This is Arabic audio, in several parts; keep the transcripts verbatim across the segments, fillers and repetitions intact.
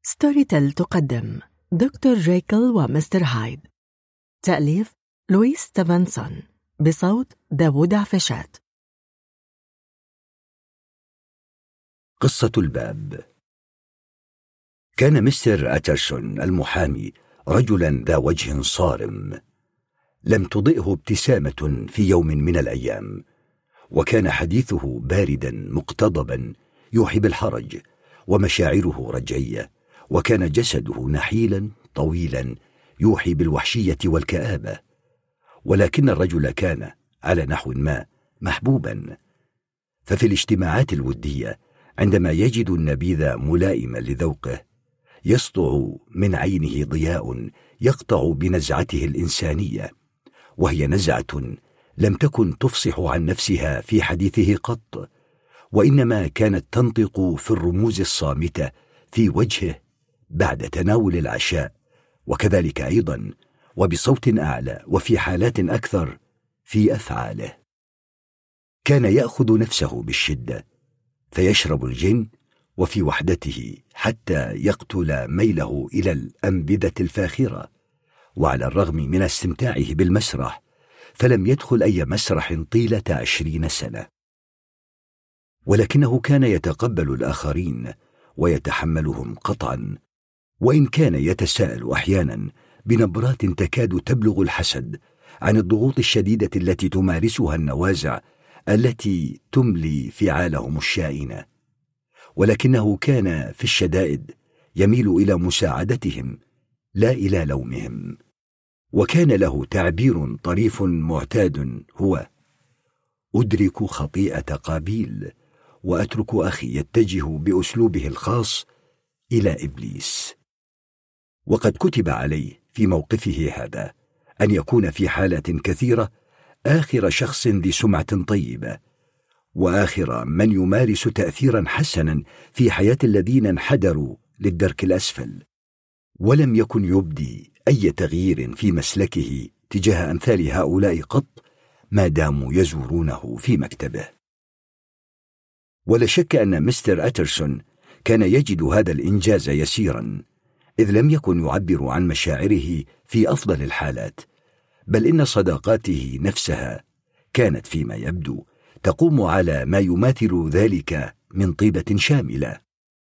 ستوري تيل تقدم دكتور جيكل ومستر هايد. تأليف لويس ستيفنسون، بصوت داوود عفشات. قصة الباب. كان مستر أترسون المحامي رجلا ذا وجه صارم، لم تضئه ابتسامة في يوم من الأيام، وكان حديثه باردا مقتضبا يوحي بالحرج، ومشاعره رجعية، وكان جسده نحيلا طويلا يوحي بالوحشية والكآبة. ولكن الرجل كان على نحو ما محبوبا، ففي الاجتماعات الودية عندما يجد النبيذ ملائما لذوقه يسطع من عينه ضياء يقطع بنزعته الإنسانية، وهي نزعة لم تكن تفصح عن نفسها في حديثه قط، وإنما كانت تنطق في الرموز الصامتة في وجهه بعد تناول العشاء، وكذلك أيضا وبصوت أعلى وفي حالات أكثر في أفعاله. كان يأخذ نفسه بالشدة فيشرب الجن وفي وحدته حتى يقتل ميله إلى الأنبذة الفاخرة، وعلى الرغم من استمتاعه بالمسرح فلم يدخل أي مسرح طيلة عشرين سنة، ولكنه كان يتقبل الآخرين ويتحملهم قطعا، وإن كان يتساءل أحيانا بنبرات تكاد تبلغ الحسد عن الضغوط الشديدة التي تمارسها النوازع التي تملي فعالهم الشائنة، ولكنه كان في الشدائد يميل إلى مساعدتهم لا إلى لومهم. وكان له تعبير طريف معتاد، هو: أدرك خطيئة قابيل وأترك أخي يتجه بأسلوبه الخاص إلى إبليس. وقد كتب عليه في موقفه هذا أن يكون في حالات كثيرة آخر شخص ذي سمعة طيبة، وآخر من يمارس تأثيرا حسنا في حياة الذين انحدروا للدرك الأسفل، ولم يكن يبدي أي تغيير في مسلكه تجاه أمثال هؤلاء قط ما داموا يزورونه في مكتبه. ولا شك أن مستر أترسون كان يجد هذا الإنجاز يسيرا، إذ لم يكن يعبر عن مشاعره في أفضل الحالات، بل إن صداقاته نفسها كانت فيما يبدو تقوم على ما يماثل ذلك من طيبة شاملة.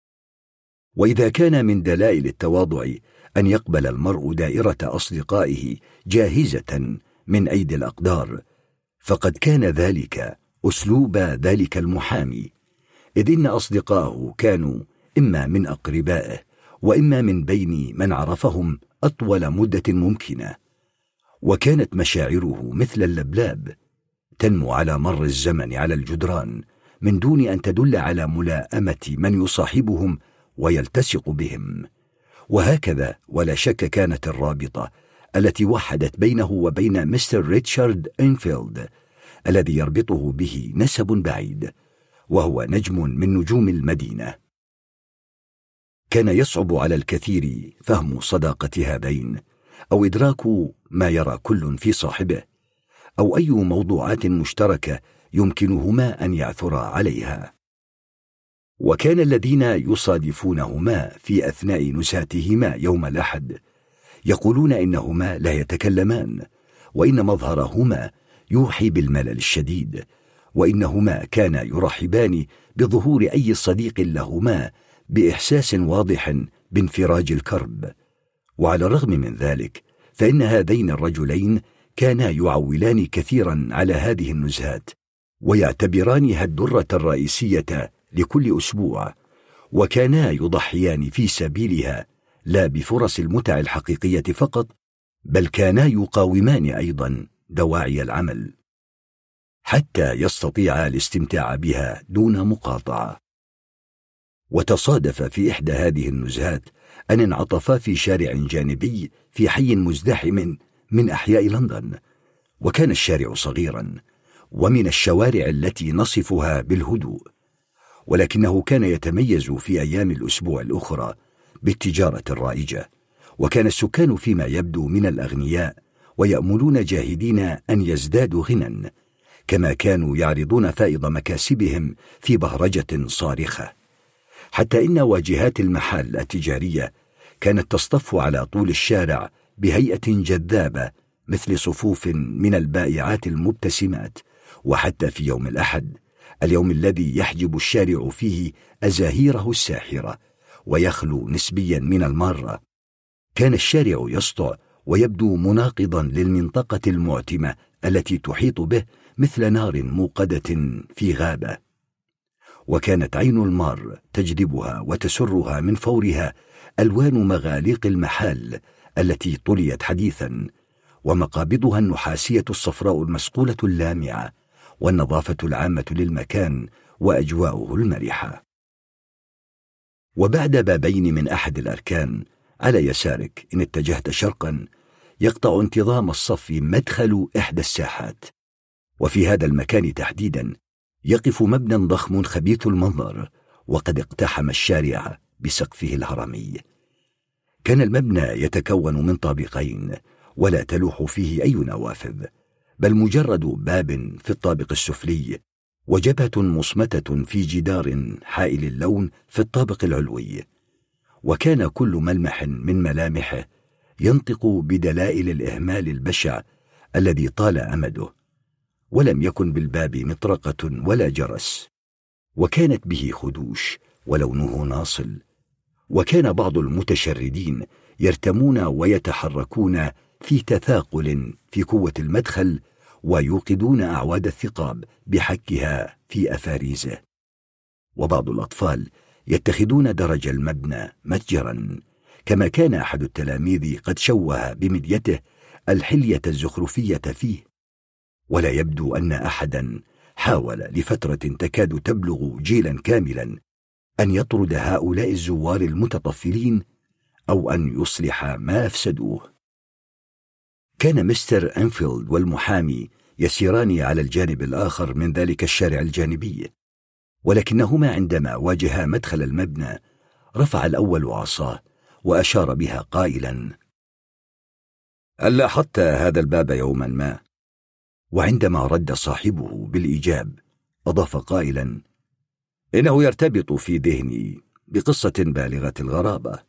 وإذا كان من دلائل التواضع أن يقبل المرء دائرة أصدقائه جاهزة من أيدي الأقدار، فقد كان ذلك أسلوب ذلك المحامي، إذ إن أصدقائه كانوا إما من أقربائه وإما من بين من عرفهم أطول مدة ممكنة، وكانت مشاعره مثل اللبلاب تنمو على مر الزمن على الجدران من دون أن تدل على ملائمة من يصاحبهم ويلتصق بهم. وهكذا ولا شك كانت الرابطة التي وحدت بينه وبين مستر ريتشارد إنفيلد الذي يربطه به نسب بعيد، وهو نجم من نجوم المدينة. كان يصعب على الكثير فهم صداقة هذين أو إدراك ما يرى كل في صاحبه، أو أي موضوعات مشتركة يمكنهما أن يعثرا عليها. وكان الذين يصادفونهما في أثناء نزهتهما يوم الأحد يقولون إنهما لا يتكلمان، وإن مظهرهما يوحي بالملل الشديد، وإنهما كانا يرحبان بظهور أي صديق لهما بإحساس واضح بانفراج الكرب. وعلى الرغم من ذلك فإن هذين الرجلين كانا يعولان كثيرا على هذه النزهات ويعتبرانها الدرة الرئيسية لكل أسبوع، وكانا يضحيان في سبيلها لا بفرص المتع الحقيقية فقط، بل كانا يقاومان أيضا دواعي العمل حتى يستطيع الاستمتاع بها دون مقاطعة. وتصادف في إحدى هذه النزهات أن انعطفا في شارع جانبي في حي مزدحم من أحياء لندن، وكان الشارع صغيرا ومن الشوارع التي نصفها بالهدوء، ولكنه كان يتميز في أيام الأسبوع الأخرى بالتجارة الرائجة، وكان السكان فيما يبدو من الأغنياء ويأملون جاهدين أن يزدادوا غنى، كما كانوا يعرضون فائض مكاسبهم في بهرجة صارخة. حتى إن واجهات المحال التجارية كانت تصطف على طول الشارع بهيئة جذابة مثل صفوف من البائعات المبتسمات. وحتى في يوم الأحد، اليوم الذي يحجب الشارع فيه أزاهيره الساحرة ويخلو نسبيا من المارة، كان الشارع يسطع ويبدو مناقضا للمنطقة المعتمة التي تحيط به مثل نار موقدة في غابة. وكانت عين المار تجذبها وتسرها من فورها ألوان مغاليق المحال التي طليت حديثا، ومقابضها النحاسية الصفراء المصقولة اللامعة، والنظافة العامة للمكان وأجواؤه المرحة. وبعد بابين من أحد الأركان على يسارك إن اتجهت شرقا يقطع انتظام الصف مدخل إحدى الساحات، وفي هذا المكان تحديدا يقف مبنى ضخم خبيث المنظر وقد اقتحم الشارع بسقفه الهرمي. كان المبنى يتكون من طابقين ولا تلوح فيه أي نوافذ، بل مجرد باب في الطابق السفلي وجبهة مصمتة في جدار حائل اللون في الطابق العلوي. وكان كل ملمح من ملامحه ينطق بدلائل الإهمال البشع الذي طال أمده. ولم يكن بالباب مطرقة ولا جرس، وكانت به خدوش ولونه ناصل. وكان بعض المتشردين يرتمون ويتحركون في تثاقل في قوة المدخل ويوقدون أعواد الثقاب بحكها في أفاريزه. وبعض الأطفال يتخذون درج المبنى متجرا، كما كان أحد التلاميذ قد شوه بمديته الحلية الزخرفية فيه. ولا يبدو أن أحدا حاول لفترة تكاد تبلغ جيلا كاملا أن يطرد هؤلاء الزوار المتطفلين أو أن يصلح ما أفسدوه. كان مستر أنفيلد والمحامي يسيران على الجانب الآخر من ذلك الشارع الجانبي، ولكنهما عندما واجها مدخل المبنى رفع الأول عصاه وأشار بها قائلا: هل لاحظت هذا الباب يوما ما؟ وعندما رد صاحبه بالإيجاب أضاف قائلا: إنه يرتبط في ذهني بقصة بالغة الغرابة.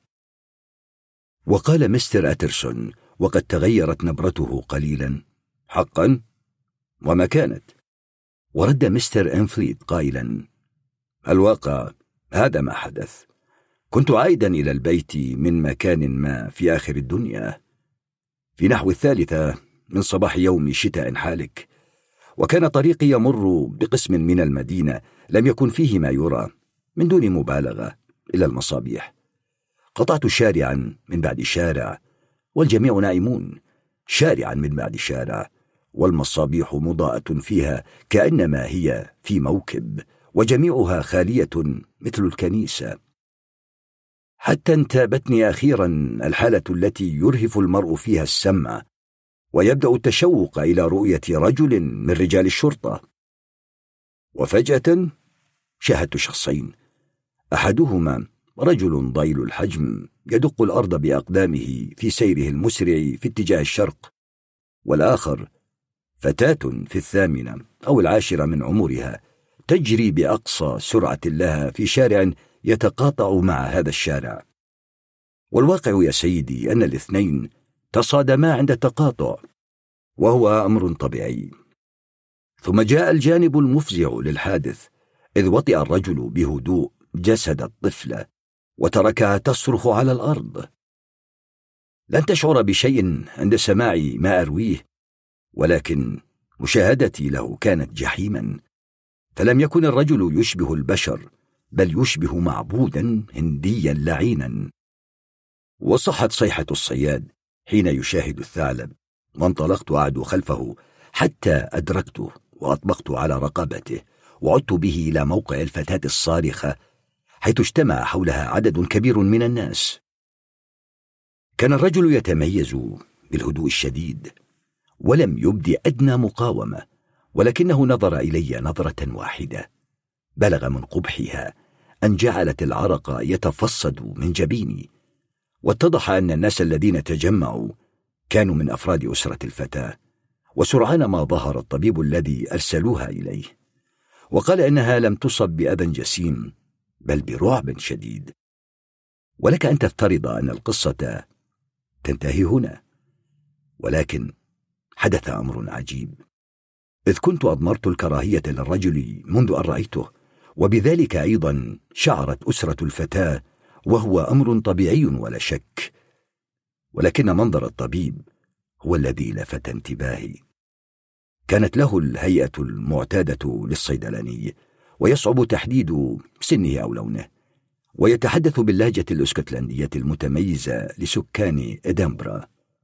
وقال مستر أترسون وقد تغيرت نبرته قليلا: حقا؟ وما كانت؟ ورد مستر أنفليد قائلا: الواقع هذا ما حدث. كنت عائدا إلى البيت من مكان ما في آخر الدنيا في نحو الثالثة من صباح يوم شتاء حالك، وكان طريقي يمر بقسم من المدينة لم يكن فيه ما يرى من دون مبالغة إلى المصابيح. قطعت شارعا من بعد شارع والجميع نائمون، شارعا من بعد شارع والمصابيح مضاءة فيها كأنما هي في موكب، وجميعها خالية مثل الكنيسة. حتى انتابتني أخيرا الحالة التي يرهف المرء فيها السمع ويبدأ التشوق إلى رؤية رجل من رجال الشرطة. وفجأة شاهدت شخصين، أحدهما رجل ضئيل الحجم يدق الأرض بأقدامه في سيره المسرع في اتجاه الشرق، والآخر فتاة في الثامنة أو العاشرة من عمرها تجري بأقصى سرعة لها في شارع يتقاطع مع هذا الشارع. والواقع يا سيدي أن الاثنين تصادما عند التقاطع، وهو أمر طبيعي. ثم جاء الجانب المفزع للحادث، إذ وطئ الرجل بهدوء جسد الطفلة وتركها تصرخ على الأرض. لن تشعر بشيء عند سماع ما أرويه، ولكن مشاهدتي له كانت جحيما. فلم يكن الرجل يشبه البشر، بل يشبه معبودا هنديا لعينا. وصحت صيحة الصياد حين يشاهد الثعلب، وانطلقت أعد خلفه حتى أدركته وأطبقت على رقبته، وعدت به إلى موقع الفتاة الصارخة حيث اجتمع حولها عدد كبير من الناس. كان الرجل يتميز بالهدوء الشديد ولم يبدي أدنى مقاومة، ولكنه نظر إلي نظرة واحدة بلغ من قبحها أن جعلت العرق يتفصد من جبيني. واتضح أن الناس الذين تجمعوا كانوا من أفراد أسرة الفتاة، وسرعان ما ظهر الطبيب الذي أرسلوها إليه وقال إنها لم تصب بأذى جسيم، بل برعب شديد. ولك أن تفترض أن القصة تنتهي هنا، ولكن حدث أمر عجيب، إذ كنت أضمرت الكراهية للرجل منذ أن رأيته، وبذلك أيضا شعرت أسرة الفتاة، وهو أمر طبيعي ولا شك. ولكن منظر الطبيب هو الذي لفت انتباهي. كانت له الهيئة المعتادة للصيدلاني، ويصعب تحديد سنه أو لونه، ويتحدث باللهجة الاسكتلندية المتميزة لسكان إدنبرا،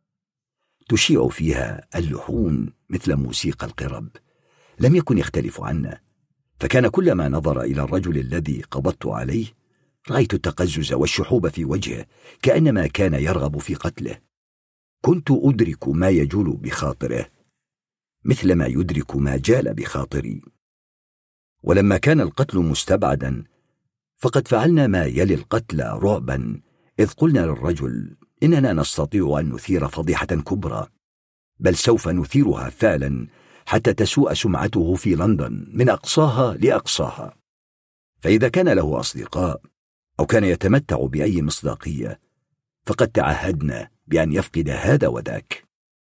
تشيع فيها اللحون مثل موسيقى القرب. لم يكن يختلف عنا، فكان كلما نظر إلى الرجل الذي قبضت عليه رأيت التقزز والشحوب في وجهه، كأنما كان يرغب في قتله. كنت أدرك ما يجول بخاطره مثل ما يدرك ما جال بخاطري. ولما كان القتل مستبعدا فقد فعلنا ما يلي القتل رعبا، إذ قلنا للرجل إننا نستطيع أن نثير فضيحة كبرى، بل سوف نثيرها فعلا حتى تسوء سمعته في لندن من أقصاها لأقصاها. فإذا كان له أصدقاء أو كان يتمتع بأي مصداقية فقد تعهدنا بأن يفقد هذا وذاك.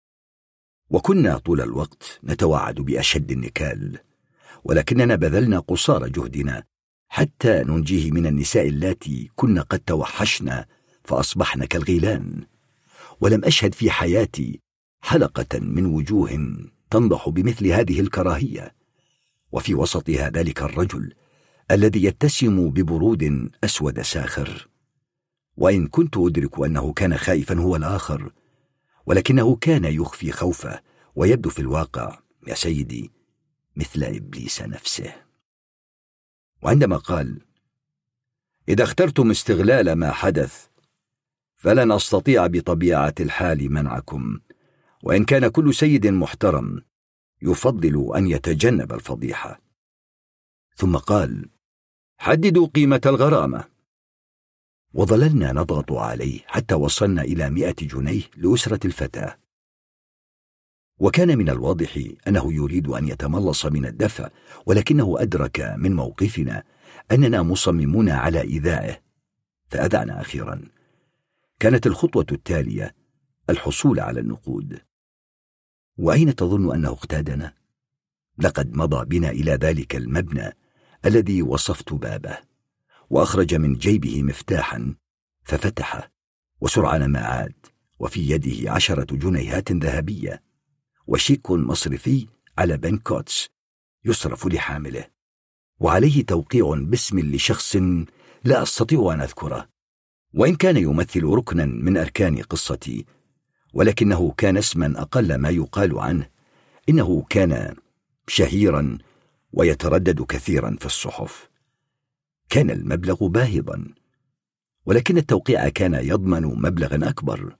وكنا طول الوقت نتوعد بأشد النكال، ولكننا بذلنا قصارى جهدنا حتى ننجيه من النساء اللاتي كنا قد توحشنا فأصبحن كالغيلان. ولم أشهد في حياتي حلقة من وجوه تنضح بمثل هذه الكراهية، وفي وسطها ذلك الرجل الذي يتسم ببرود أسود ساخر. وإن كنت أدرك أنه كان خائفا هو الآخر، ولكنه كان يخفي خوفه، ويبدو في الواقع يا سيدي مثل إبليس نفسه. وعندما قال: إذا اخترتم استغلال ما حدث فلن أستطيع بطبيعة الحال منعكم، وإن كان كل سيد محترم يفضل أن يتجنب الفضيحة. ثم قال: حددوا قيمة الغرامة. وظللنا نضغط عليه حتى وصلنا إلى مئة جنيه لأسرة الفتاة. وكان من الواضح أنه يريد أن يتملص من الدفع، ولكنه أدرك من موقفنا أننا مصممون على إيذائه فأذعنا أخيرا. كانت الخطوة التالية الحصول على النقود. وأين تظن أنه اقتادنا؟ لقد مضى بنا إلى ذلك المبنى الذي وصفت بابه، وأخرج من جيبه مفتاحا ففتحه، وسرعان ما عاد وفي يده عشرة جنيهات ذهبية وشيك مصرفي على بنكوتس يصرف لحامله، وعليه توقيع باسم لشخص لا أستطيع أن أذكره، وإن كان يمثل ركنا من أركان قصتي، ولكنه كان اسما أقل ما يقال عنه. إنه كان شهيرا ويتردد كثيرا في الصحف. كان المبلغ باهظا، ولكن التوقيع كان يضمن مبلغا أكبر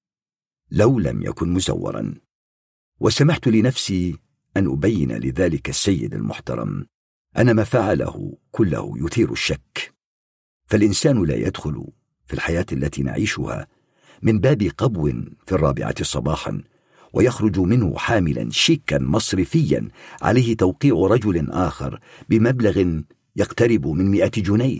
لو لم يكن مزورا. وسمحت لنفسي أن أبين لذلك السيد المحترم أن ما فعله كله يثير الشك، فالإنسان لا يدخل في الحياة التي نعيشها من باب قبو في الرابعة صباحا ويخرج منه حاملا شيكا مصرفيا عليه توقيع رجل آخر بمبلغ يقترب من مئة جنيه.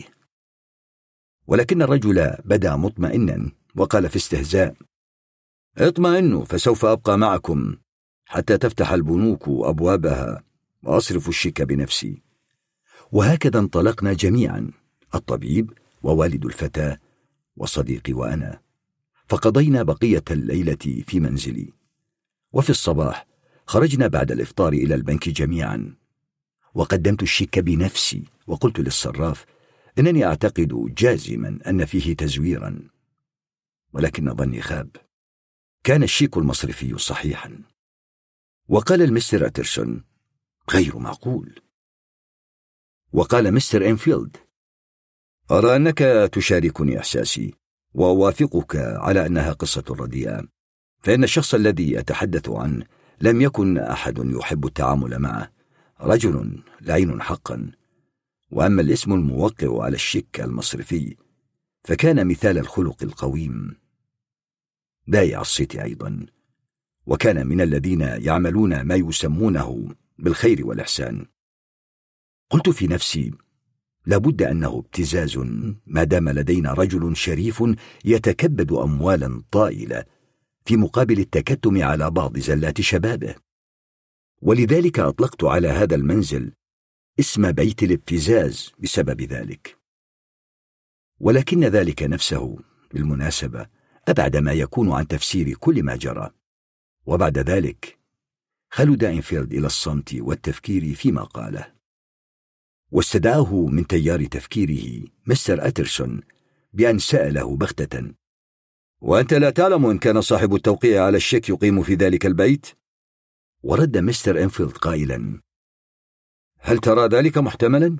ولكن الرجل بدأ مطمئنا وقال في استهزاء: اطمئنوا، فسوف أبقى معكم حتى تفتح البنوك أبوابها وأصرف الشيك بنفسي. وهكذا انطلقنا جميعا، الطبيب ووالد الفتاة وصديقي وأنا، فقضينا بقية الليلة في منزلي. وفي الصباح خرجنا بعد الإفطار إلى البنك جميعا، وقدمت الشيك بنفسي وقلت للصراف إنني أعتقد جازما أن فيه تزويرا، ولكن ظني خاب. كان الشيك المصرفي صحيحا. وقال المستر أترسون: غير معقول. وقال مستر إنفيلد: أرى أنك تشاركني إحساسي، وأوافقك على أنها قصة رديئة، فإن الشخص الذي أتحدث عنه لم يكن أحد يحب التعامل معه، رجل لعين حقا. وأما الاسم الموقع على الشيك المصرفي فكان مثال الخلق القويم، بايع الصيت أيضا، وكان من الذين يعملون ما يسمونه بالخير والإحسان. قلت في نفسي: لابد أنه ابتزاز ما دام لدينا رجل شريف يتكبد أموالا طائلة في مقابل التكتم على بعض زلات شبابه. ولذلك أطلقت على هذا المنزل اسم بيت الابتزاز بسبب ذلك. ولكن ذلك نفسه بالمناسبة أبعد ما يكون عن تفسير كل ما جرى. وبعد ذلك خلد إنفيلد إلى الصمت والتفكير فيما قاله، واستدعاه من تيار تفكيره مستر أترسون بأن سأله بغتة: وأنت لا تعلم إن كان صاحب التوقيع على الشيك يقيم في ذلك البيت؟ ورد مستر إنفيلد قائلا: هل ترى ذلك محتملا؟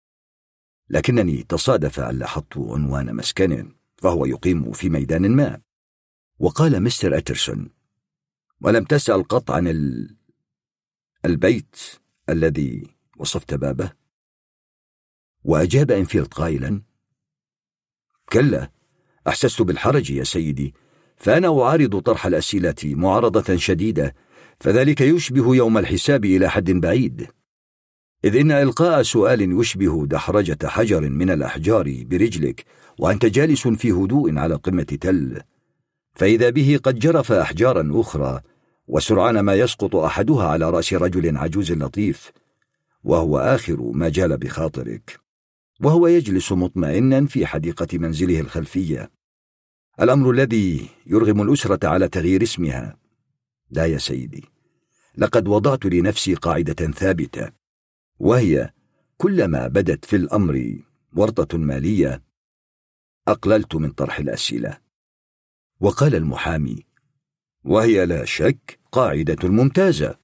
لكنني تصادف أن لاحظت عنوان مسكنه، فهو يقيم في ميدان ما. وقال مستر أترسون: ولم تسأل قط عن ال... البيت الذي وصفت بابه؟ وأجاب إنفيلد قائلا: كلا، أحسست بالحرج يا سيدي، فأنا أعارض طرح الأسئلة معارضة شديدة، فذلك يشبه يوم الحساب إلى حد بعيد، إذ إن إلقاء سؤال يشبه دحرجة حجر من الأحجار برجلك وأنت جالس في هدوء على قمة تل، فإذا به قد جرف أحجارا أخرى، وسرعان ما يسقط أحدها على رأس رجل عجوز لطيف، وهو آخر ما جال بخاطرك، وهو يجلس مطمئنا في حديقة منزله الخلفية، الأمر الذي يرغم الأسرة على تغيير اسمها. لا يا سيدي، لقد وضعت لنفسي قاعدة ثابتة، وهي كلما بدت في الأمر ورطة مالية أقللت من طرح الأسئلة. وقال المحامي: وهي لا شك قاعدة ممتازة.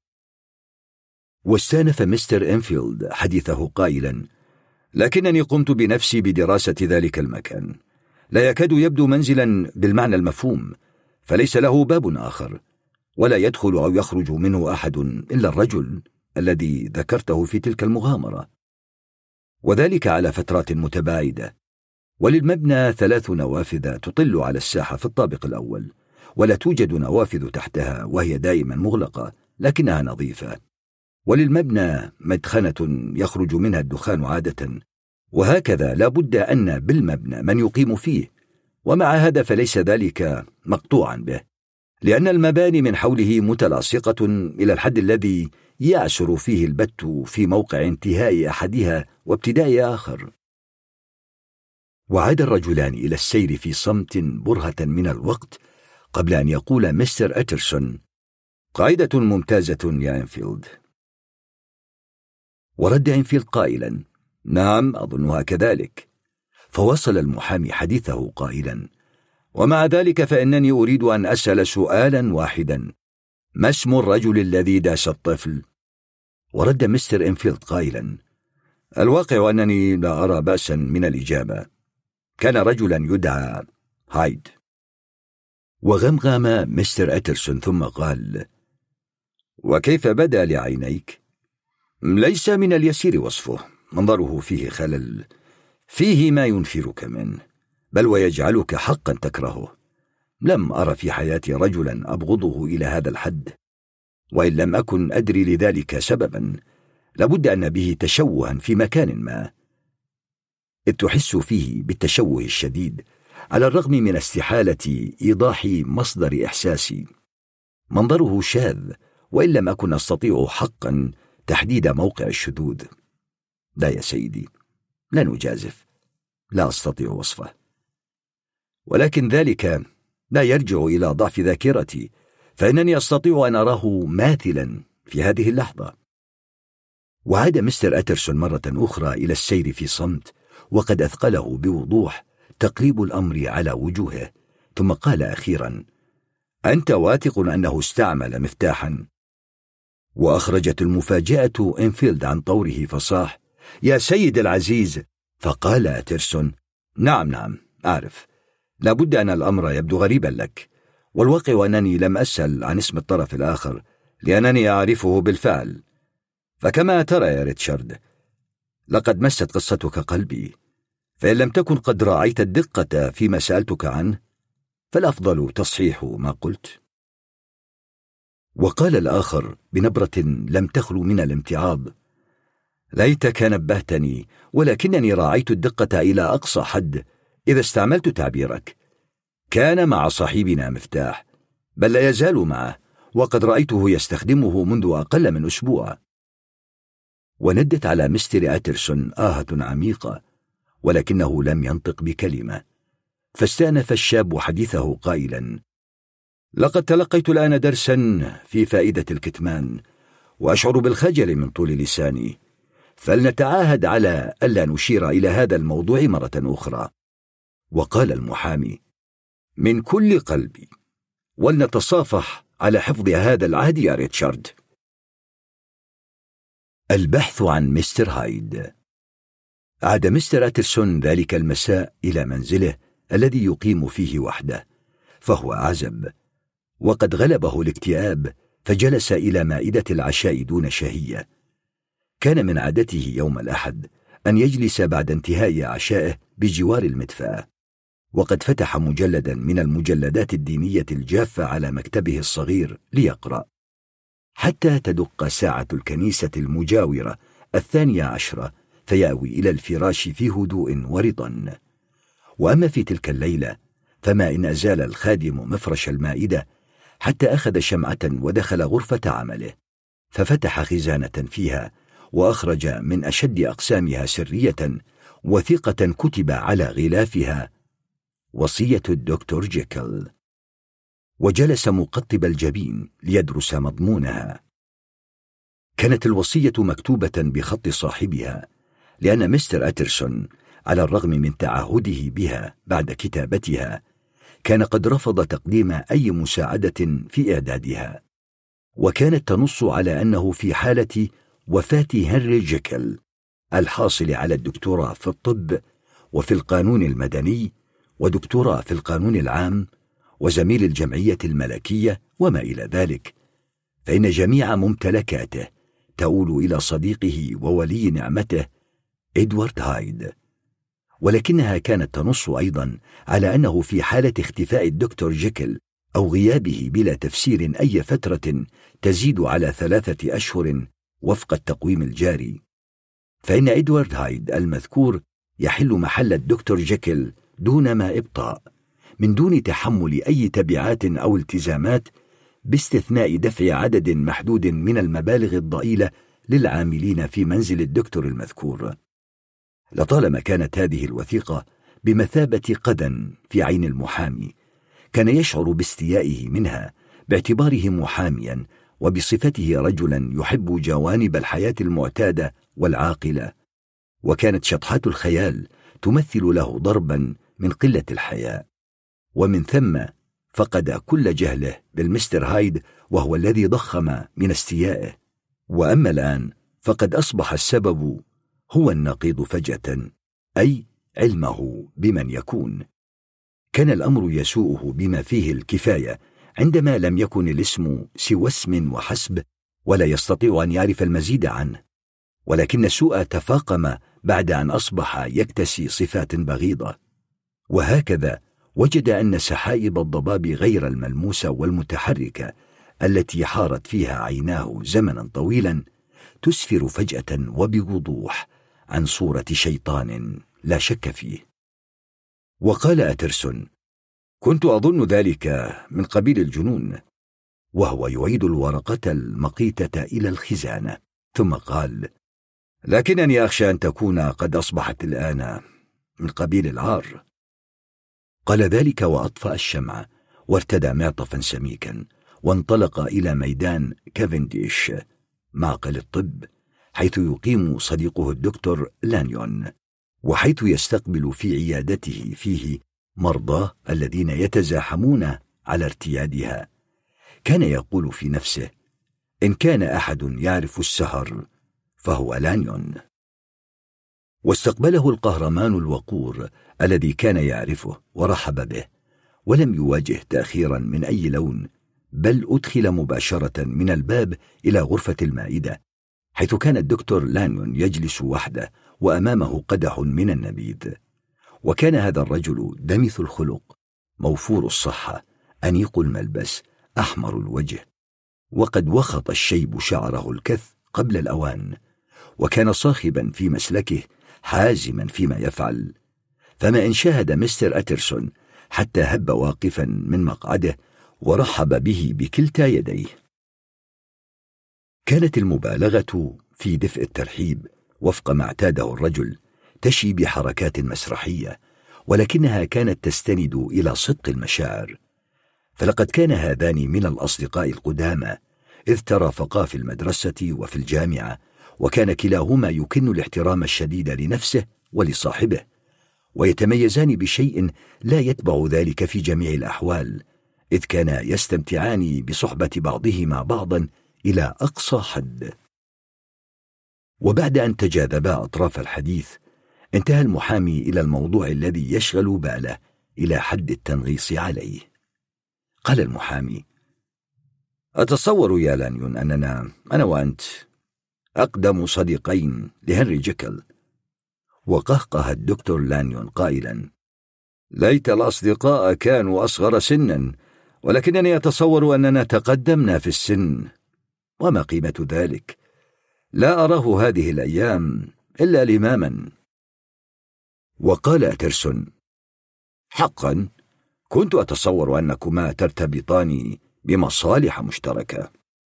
واستانف مستر إنفيلد حديثه قائلا: لكنني قمت بنفسي بدراسة ذلك المكان، لا يكاد يبدو منزلا بالمعنى المفهوم، فليس له باب آخر، ولا يدخل أو يخرج منه أحد إلا الرجل الذي ذكرته في تلك المغامرة، وذلك على فترات متباعدة. وللمبنى ثلاث نوافذ تطل على الساحة في الطابق الأول، ولا توجد نوافذ تحتها، وهي دائما مغلقة لكنها نظيفة. وللمبنى مدخنة يخرج منها الدخان عادة، وهكذا لا بد أن بالمبنى من يقيم فيه، ومع هذا فليس ذلك مقطوعا به، لأن المباني من حوله متلاصقة إلى الحد الذي يعسر فيه البت في موقع انتهاء أحدها وابتداء آخر. وعاد الرجلان إلى السير في صمت برهة من الوقت قبل أن يقول مستر أترسون: قاعدة ممتازة يا إنفيلد. ورد إنفيلد قائلا: نعم، أظنها كذلك. فوصل المحامي حديثه قائلا: ومع ذلك فإنني أريد أن أسأل سؤالا واحدا: ما اسم الرجل الذي داس الطفل؟ ورد مستر إنفيلد قائلا: الواقع أنني لا أرى بأسا من الإجابة، كان رجلا يدعى هايد. وغمغم مستر أترسون ثم قال: وكيف بدا لعينيك؟ ليس من اليسير وصفه، منظره فيه خلل، فيه ما ينفرك منه، بل ويجعلك حقا تكرهه. لم أرى في حياتي رجلا أبغضه إلى هذا الحد، وإن لم أكن أدري لذلك سببا، لابد أن به تشوها في مكان ما، إذ تحس فيه بالتشوه الشديد على الرغم من استحالة إيضاح مصدر إحساسي. منظره شاذ، وإن لم أكن أستطيع حقا تحديد موقع الشذوذ. لا يا سيدي، لا نجازف، لا أستطيع وصفه، ولكن ذلك لا يرجع إلى ضعف ذاكرتي، فإنني أستطيع أن أراه ماثلا في هذه اللحظة. وعاد مستر أترسون مرة أخرى إلى السير في صمت، وقد أثقله بوضوح تقليب الأمر على وجوهه، ثم قال أخيرا: أنت واثق أنه استعمل مفتاحا؟ وأخرجت المفاجأة إنفيلد عن طوره فصاح: يا سيد العزيز. فقال أترسون: نعم نعم أعرف، لابد أن الأمر يبدو غريبا لك، والواقع أنني لم أسأل عن اسم الطرف الآخر لأنني أعرفه بالفعل. فكما ترى يا ريتشارد، لقد مست قصتك قلبي، فإن لم تكن قد راعيت الدقة فيما سألتك عنه، فالأفضل تصحيح ما قلت. وقال الآخر بنبرة لم تخلو من الامتعاض: ليتك نبهتني، ولكنني راعيت الدقة إلى أقصى حد إذا استعملت تعبيرك. كان مع صاحبنا مفتاح، بل لا يزال معه، وقد رأيته يستخدمه منذ أقل من أسبوع. وندت على مستر أترسون آهة عميقة، ولكنه لم ينطق بكلمة. فاستأنف الشاب حديثه قائلا: لقد تلقيت الآن درسا في فائدة الكتمان، وأشعر بالخجل من طول لساني، فلنتعاهد على ألا نشير إلى هذا الموضوع مرة أخرى. وقال المحامي: من كل قلبي، ولنتصافح على حفظ هذا العهد يا ريتشارد. البحث عن مستر هايد. عاد مستر أترسون ذلك المساء إلى منزله الذي يقيم فيه وحده، فهو أعزب، وقد غلبه الاكتئاب، فجلس إلى مائدة العشاء دون شهية. كان من عادته يوم الأحد أن يجلس بعد انتهاء عشائه بجوار المدفأة، وقد فتح مجلدا من المجلدات الدينية الجافة على مكتبه الصغير ليقرأ، حتى تدق ساعة الكنيسة المجاورة الثانية عشرة، فيأوي إلى الفراش في هدوء ورضا. وأما في تلك الليلة فما إن أزال الخادم مفرش المائدة حتى أخذ شمعة ودخل غرفة عمله، ففتح خزانة فيها وأخرج من أشد أقسامها سرية وثيقة كتب على غلافها: وصية الدكتور جيكل. وجلس مقطب الجبين ليدرس مضمونها. كانت الوصية مكتوبة بخط صاحبها، لأن مستر أترسون على الرغم من تعهده بها بعد كتابتها كان قد رفض تقديم أي مساعدة في إعدادها، وكانت تنص على أنه في حالة وفاة هنري جيكل الحاصل على الدكتوراه في الطب وفي القانون المدني ودكتوراه في القانون العام وزميل الجمعية الملكية وما إلى ذلك، فإن جميع ممتلكاته تؤول إلى صديقه وولي نعمته إدوارد هايد. ولكنها كانت تنص أيضا على أنه في حالة اختفاء الدكتور جيكل أو غيابه بلا تفسير أي فترة تزيد على ثلاثة أشهر وفق التقويم الجاري، فإن إدوارد هايد المذكور يحل محل الدكتور جيكل دون ما إبطاء، من دون تحمل أي تبعات أو التزامات، باستثناء دفع عدد محدود من المبالغ الضئيلة للعاملين في منزل الدكتور المذكور. لطالما كانت هذه الوثيقة بمثابة قدًا في عين المحامي، كان يشعر باستيائه منها باعتباره محاميا وبصفته رجلا يحب جوانب الحياة المعتادة والعاقلة، وكانت شطحات الخيال تمثل له ضربا من قلة الحياء، ومن ثم فقد كل جهله بالمستر هايد، وهو الذي ضخم من استيائه. وأما الآن فقد أصبح السبب هو النقيض فجأة، أي علمه بمن يكون. كان الأمر يسوءه بما فيه الكفاية عندما لم يكن الاسم سوى اسم وحسب، ولا يستطيع أن يعرف المزيد عنه، ولكن السوء تفاقم بعد أن أصبح يكتسي صفات بغيضة. وهكذا وجد أن سحائب الضباب غير الملموسة والمتحركة التي حارت فيها عيناه زمنا طويلا تسفر فجأة وبوضوح عن صورة شيطان لا شك فيه. وقال أترسون: كنت أظن ذلك من قبيل الجنون، وهو يعيد الورقة المقيتة إلى الخزانة، ثم قال: لكنني أخشى أن تكون قد أصبحت الآن من قبيل العار. قال ذلك وأطفأ الشمع وارتدى معطفا سميكا، وانطلق إلى ميدان كافنديش معقل الطب، حيث يقيم صديقه الدكتور لانيون، وحيث يستقبل في عيادته فيه مرضاه الذين يتزاحمون على ارتيادها. كان يقول في نفسه: إن كان أحد يعرف السهر فهو لانيون. واستقبله القهرمان الوقور الذي كان يعرفه ورحب به، ولم يواجه تأخيرا من أي لون، بل أدخل مباشرة من الباب إلى غرفة المائدة، حيث كان الدكتور لانيون يجلس وحده وأمامه قدح من النبيذ. وكان هذا الرجل دمث الخلق، موفور الصحة، أنيق الملبس، أحمر الوجه، وقد وخط الشيب شعره الكث قبل الأوان، وكان صاخبا في مسلكه حازما فيما يفعل. فما إن شاهد مستر أترسون حتى هب واقفا من مقعده ورحب به بكلتا يديه. كانت المبالغة في دفء الترحيب وفق ما اعتاده الرجل تشي بحركات مسرحية، ولكنها كانت تستند إلى صدق المشاعر. فلقد كان هذان من الأصدقاء القدامى، إذ ترافقا في المدرسة وفي الجامعة، وكان كلاهما يكن الاحترام الشديد لنفسه ولصاحبه، ويتميزان بشيء لا يتبع ذلك في جميع الأحوال، إذ كانا يستمتعان بصحبة بعضهما بعضا إلى أقصى حد. وبعد أن تجاذبا أطراف الحديث، انتهى المحامي إلى الموضوع الذي يشغل باله إلى حد التنغيص عليه. قال المحامي: أتصور يا لانيون أننا أنا وأنت أقدم صديقين لهنري جيكل. وقهقه الدكتور لانيون قائلا: ليت الأصدقاء كانوا أصغر سنا، ولكنني أتصور أننا تقدمنا في السن. وما قيمة ذلك؟ لا أراه هذه الأيام إلا لماما. وقال أترسون: حقا كنت أتصور أنكما ترتبطان بمصالح مشتركة.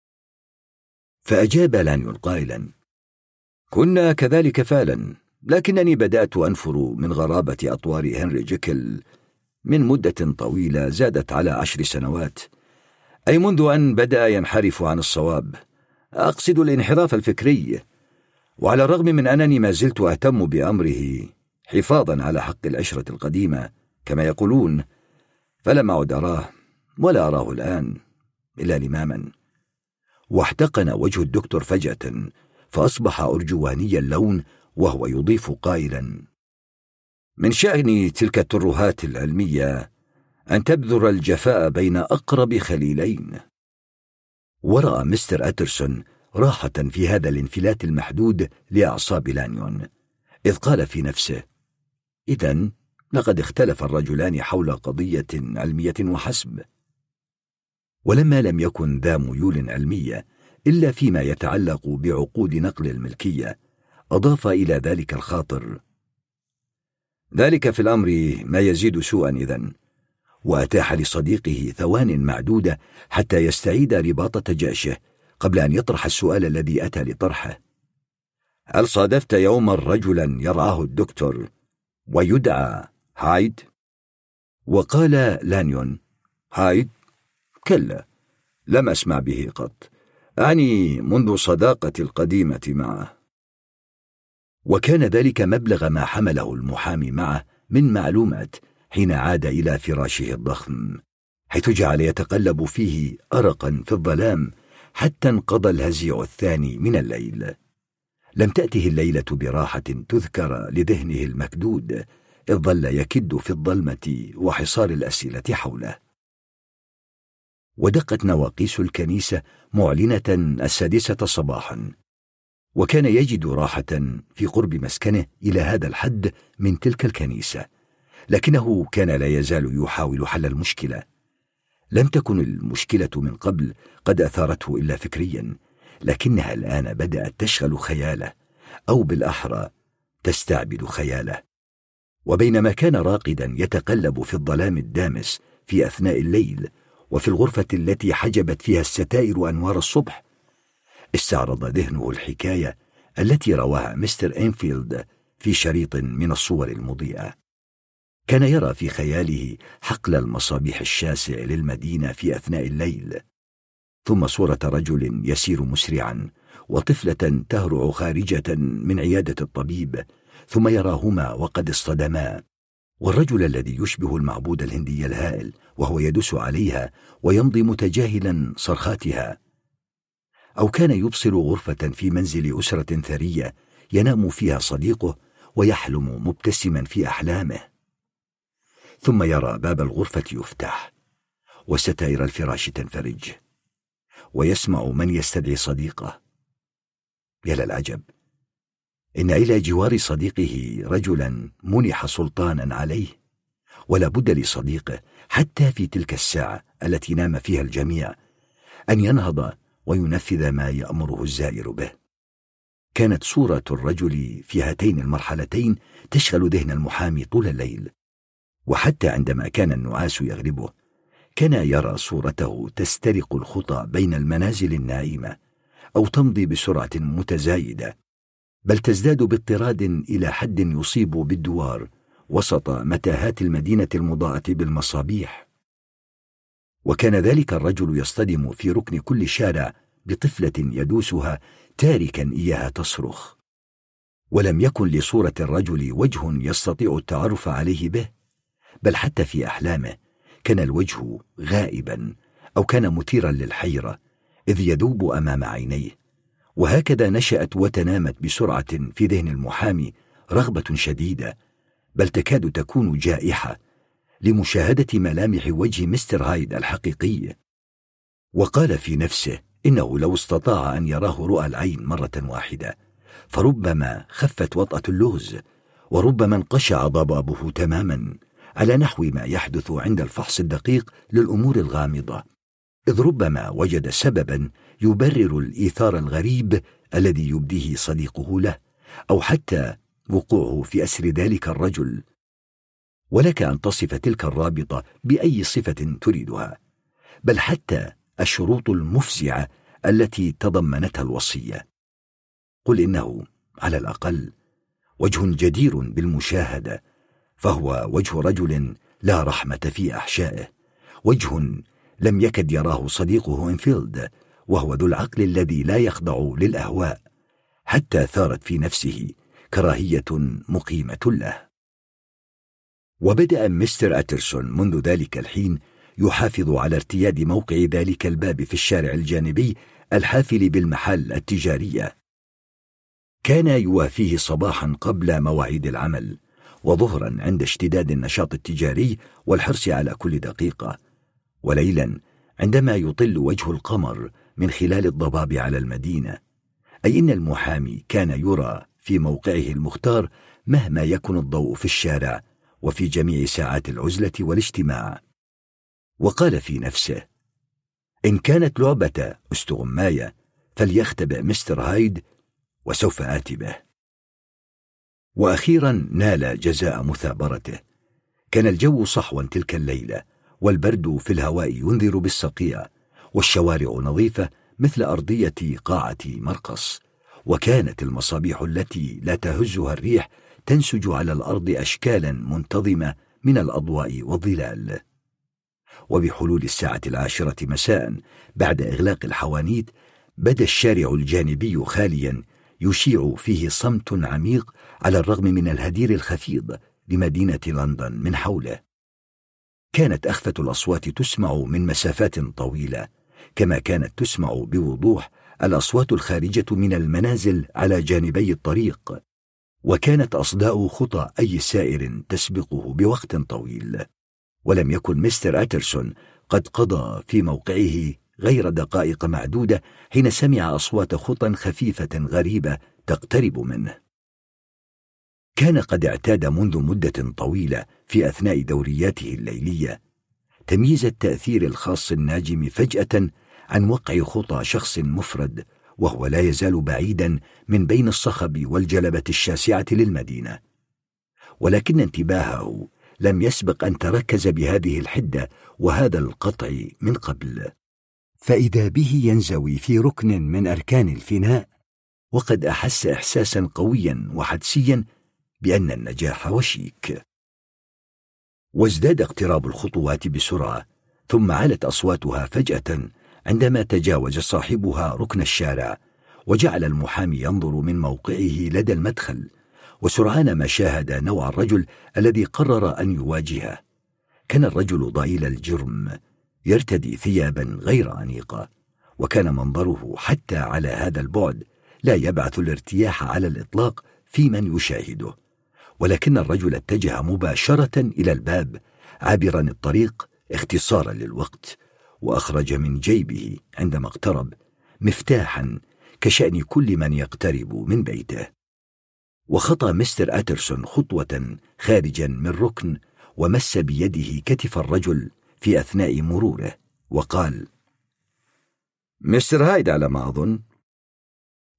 فأجاب لانيون قائلا: كنا كذلك فعلا، لكنني بدأت أنفر من غرابة أطوار هنري جيكل من مدة طويلة زادت على عشر سنوات، أي منذ أن بدأ ينحرف عن الصواب، أقصد الانحراف الفكري. وعلى الرغم من أنني ما زلت أهتم بأمره حفاظا على حق العشرة القديمة كما يقولون، فلم أعد أراه ولا أراه الآن إلا لماما. واحتقن وجه الدكتور فجأة، فأصبح أرجواني اللون، وهو يضيف قائلا: من شأن تلك الترهات العلمية أن تبذر الجفاء بين أقرب خليلين. ورأى مستر أترسون راحة في هذا الانفلات المحدود لأعصاب لانيون، إذ قال في نفسه: إذن لقد اختلف الرجلان حول قضية علمية وحسب. ولما لم يكن ذا ميول علمية إلا فيما يتعلق بعقود نقل الملكية، أضاف إلى ذلك الخاطر: ذلك في الأمر ما يزيد سوءا إذن. وأتاح لصديقه ثوان معدودة حتى يستعيد رباطة جأشه قبل أن يطرح السؤال الذي أتى لطرحه: هل صادفت يوما رجلا يرعاه الدكتور ويدعى هايد؟ وقال لانيون: هايد؟ كلا، لم أسمع به قط، أعني منذ صداقتي القديمة معه. وكان ذلك مبلغ ما حمله المحامي معه من معلومات حين عاد إلى فراشه الضخم، حيث جعل يتقلب فيه أرقا في الظلام حتى انقضى الهزيع الثاني من الليل. لم تأته الليلة براحة تذكر لذهنه المكدود، إذ ظل يكد في الظلمة وحصار الأسئلة حوله. ودقت نواقيس الكنيسة معلنة السادسة صباحا، وكان يجد راحة في قرب مسكنه إلى هذا الحد من تلك الكنيسة، لكنه كان لا يزال يحاول حل المشكلة. لم تكن المشكلة من قبل قد أثارته إلا فكريا، لكنها الآن بدأت تشغل خياله، أو بالأحرى تستعبد خياله. وبينما كان راقدا يتقلب في الظلام الدامس في أثناء الليل وفي الغرفة التي حجبت فيها الستائر أنوار الصبح، استعرض ذهنه الحكاية التي رواها مستر إنفيلد في شريط من الصور المضيئة. كان يرى في خياله حقل المصابيح الشاسع للمدينة في أثناء الليل، ثم صورة رجل يسير مسرعا وطفلة تهرع خارجة من عيادة الطبيب، ثم يراهما وقد اصطدما، والرجل الذي يشبه المعبود الهندي الهائل وهو يدس عليها ويمضي متجاهلا صرخاتها. أو كان يبصر غرفة في منزل أسرة ثرية ينام فيها صديقه ويحلم مبتسما في أحلامه، ثم يرى باب الغرفة يفتح وستائر الفراش تنفرج، ويسمع من يستدعي صديقه. يا للعجب، إن إلى جوار صديقه رجلا منح سلطانا عليه، ولا بد لصديقه حتى في تلك الساعة التي نام فيها الجميع أن ينهض وينفذ ما يأمره الزائر به. كانت صورة الرجل في هاتين المرحلتين تشغل ذهن المحامي طول الليل، وحتى عندما كان النعاس يغلبه كان يرى صورته تسترق الخطى بين المنازل النائمة أو تمضي بسرعة متزايدة، بل تزداد باضطراد إلى حد يصيب بالدوار وسط متاهات المدينة المضاءة بالمصابيح. وكان ذلك الرجل يصطدم في ركن كل شارع بطفلة يدوسها تاركا إياها تصرخ، ولم يكن لصورة الرجل وجه يستطيع التعرف عليه به، بل حتى في أحلامه كان الوجه غائبا أو كان مثيرا للحيرة إذ يذوب أمام عينيه. وهكذا نشأت وتنامت بسرعة في ذهن المحامي رغبة شديدة، بل تكاد تكون جائحة، لمشاهدة ملامح وجه مستر هايد الحقيقي. وقال في نفسه إنه لو استطاع أن يراه رؤى العين مرة واحدة فربما خفت وطأة اللوز، وربما انقشع ضبابه تماما، على نحو ما يحدث عند الفحص الدقيق للأمور الغامضة، إذ ربما وجد سببا يبرر الإيثار الغريب الذي يبديه صديقه له، أو حتى وقوعه في أسر ذلك الرجل. ولك أن تصف تلك الرابطة بأي صفة تريدها، بل حتى الشروط المفزعة التي تضمنتها الوصية. قل إنه على الأقل وجه جدير بالمشاهدة، فهو وجه رجل لا رحمة في أحشائه، وجه لم يكد يراه صديقه إنفيلد، وهو ذو العقل الذي لا يخضع للأهواء، حتى ثارت في نفسه كراهية مقيمة له. وبدأ مستر أترسون منذ ذلك الحين يحافظ على ارتياد موقع ذلك الباب في الشارع الجانبي الحافل بالمحال التجارية. كان يوافيه صباحا قبل مواعيد العمل، وظهرا عند اشتداد النشاط التجاري والحرص على كل دقيقة، وليلا عندما يطل وجه القمر من خلال الضباب على المدينة، أي إن المحامي كان يرى في موقعه المختار مهما يكن الضوء في الشارع وفي جميع ساعات العزلة والاجتماع. وقال في نفسه: إن كانت لعبة استغماية فليختبئ مستر هايد وسوف آتي به. وأخيرا نال جزاء مثابرته. كان الجو صحوا تلك الليلة، والبرد في الهواء ينذر بالصقيع، والشوارع نظيفة مثل أرضية قاعة مرقص، وكانت المصابيح التي لا تهزها الريح تنسج على الأرض أشكالا منتظمة من الأضواء والظلال. وبحلول الساعة العاشرة مساء بعد إغلاق الحوانيت بدا الشارع الجانبي خاليا يشيع فيه صمت عميق على الرغم من الهدير الخفيض لمدينة لندن من حوله. كانت أخفة الأصوات تسمع من مسافات طويلة، كما كانت تسمع بوضوح الأصوات الخارجة من المنازل على جانبي الطريق، وكانت أصداء خطى أي سائر تسبقه بوقت طويل. ولم يكن مستر أترسون قد قضى في موقعه غير دقائق معدودة حين سمع أصوات خطى خفيفة غريبة تقترب منه. كان قد اعتاد منذ مدة طويلة في أثناء دورياته الليلية تمييز التأثير الخاص الناجم فجأة عن وقع خطى شخص مفرد، وهو لا يزال بعيدا من بين الصخب والجلبة الشاسعة للمدينة. ولكن انتباهه لم يسبق أن تركز بهذه الحدة وهذا القطع من قبل، فإذا به ينزوي في ركن من أركان الفناء، وقد أحس إحساسا قويا وحدسيا بأن النجاح وشيك. وازداد اقتراب الخطوات بسرعة، ثم علت أصواتها فجأة عندما تجاوز صاحبها ركن الشارع، وجعل المحامي ينظر من موقعه لدى المدخل، وسرعان ما شاهد نوع الرجل الذي قرر أن يواجهه. كان الرجل ضئيل الجرم، يرتدي ثيابا غير أنيقة، وكان منظره حتى على هذا البعد لا يبعث الارتياح على الإطلاق في من يشاهده. ولكن الرجل اتجه مباشرة إلى الباب عابرا الطريق اختصارا للوقت، وأخرج من جيبه عندما اقترب مفتاحا كشأن كل من يقترب من بيته. وخطى مستر أترسون خطوة خارجا من ركن، ومس بيده كتف الرجل في أثناء مروره، وقال: مستر هايد على ما أظن.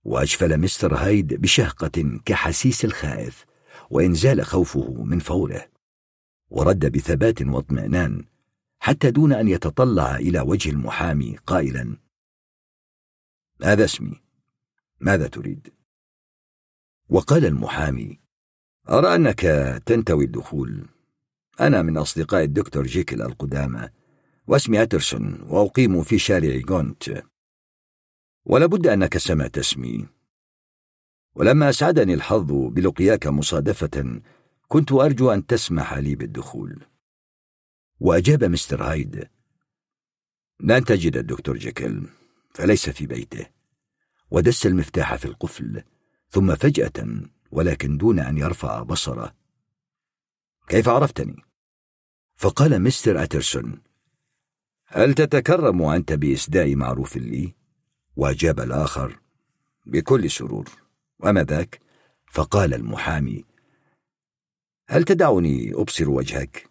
وأجفل مستر هايد بشهقة كحسيس الخائف، وإن زال خوفه من فوره، ورد بثبات واطمئنان حتى دون أن يتطلع إلى وجه المحامي قائلا: هذا اسمي، ماذا تريد؟ وقال المحامي: أرى أنك تنتوي الدخول. أنا من أصدقاء الدكتور جيكل القدامى، واسمي أترسون، وأقيم في شارع جونت، ولابد أنك سمعت اسمي. ولما أسعدني الحظ بلقياك مصادفة، كنت أرجو أن تسمح لي بالدخول. وأجاب مستر هايد: لن تجد الدكتور جيكل، فليس في بيته. ودس المفتاح في القفل، ثم فجأة ولكن دون أن يرفع بصره: كيف عرفتني؟ فقال مستر أترسون: هل تتكرم أنت بإسداء معروف لي؟ وأجاب الآخر: بكل سرور. وما ذاك؟ فقال المحامي: هل تدعني أبصر وجهك؟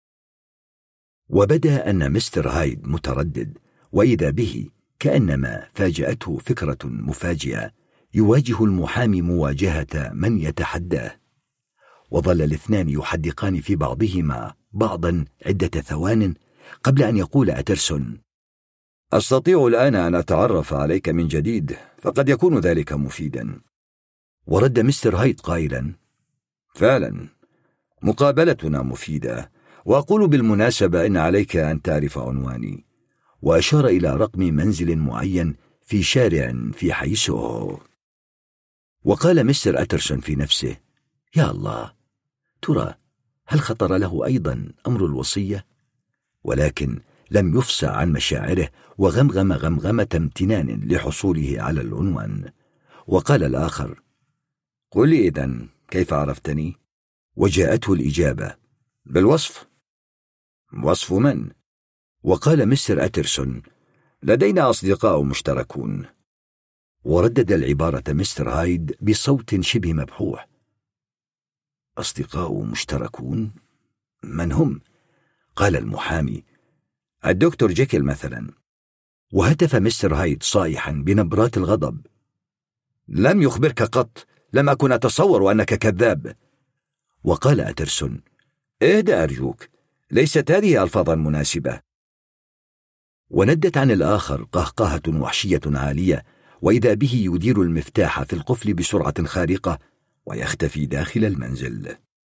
وبدا أن مستر هايد متردد، وإذا به كأنما فاجأته فكرة مفاجئة يواجه المحامي مواجهة من يتحداه. وظل الاثنان يحدقان في بعضهما بعضا عدة ثوان قبل أن يقول أترسون: أستطيع الآن أن أتعرف عليك من جديد، فقد يكون ذلك مفيدا. ورد مستر هايد قائلا: فعلا، مقابلتنا مفيدة، وأقول بالمناسبة إن عليك أن تعرف عنواني. وأشار إلى رقم منزل معين في شارع في حي سوهو. وقال مستر أترسون في نفسه: يا الله، ترى هل خطر له أيضا أمر الوصية؟ ولكن لم يفصع عن مشاعره، وغمغم غمغمة امتنان لحصوله على العنوان. وقال الآخر: قل لي إذن، كيف عرفتني؟ وجاءته الإجابة: بالوصف. وصف من؟ وقال مستر أترسون: لدينا أصدقاء مشتركون. وردد العبارة مستر هايد بصوت شبه مبحوح: أصدقاء مشتركون؟ من هم؟ قال المحامي: الدكتور جيكل مثلا. وهتف مستر هايد صائحا بنبرات الغضب: لم يخبرك قط، لم أكن أتصور أنك كذاب. وقال أترسون: اهدأ أرجوك، ليست هذه ألفاظا مناسبة. وندت عن الآخر قهقهة وحشية عالية، وإذا به يدير المفتاح في القفل بسرعة خارقة ويختفي داخل المنزل.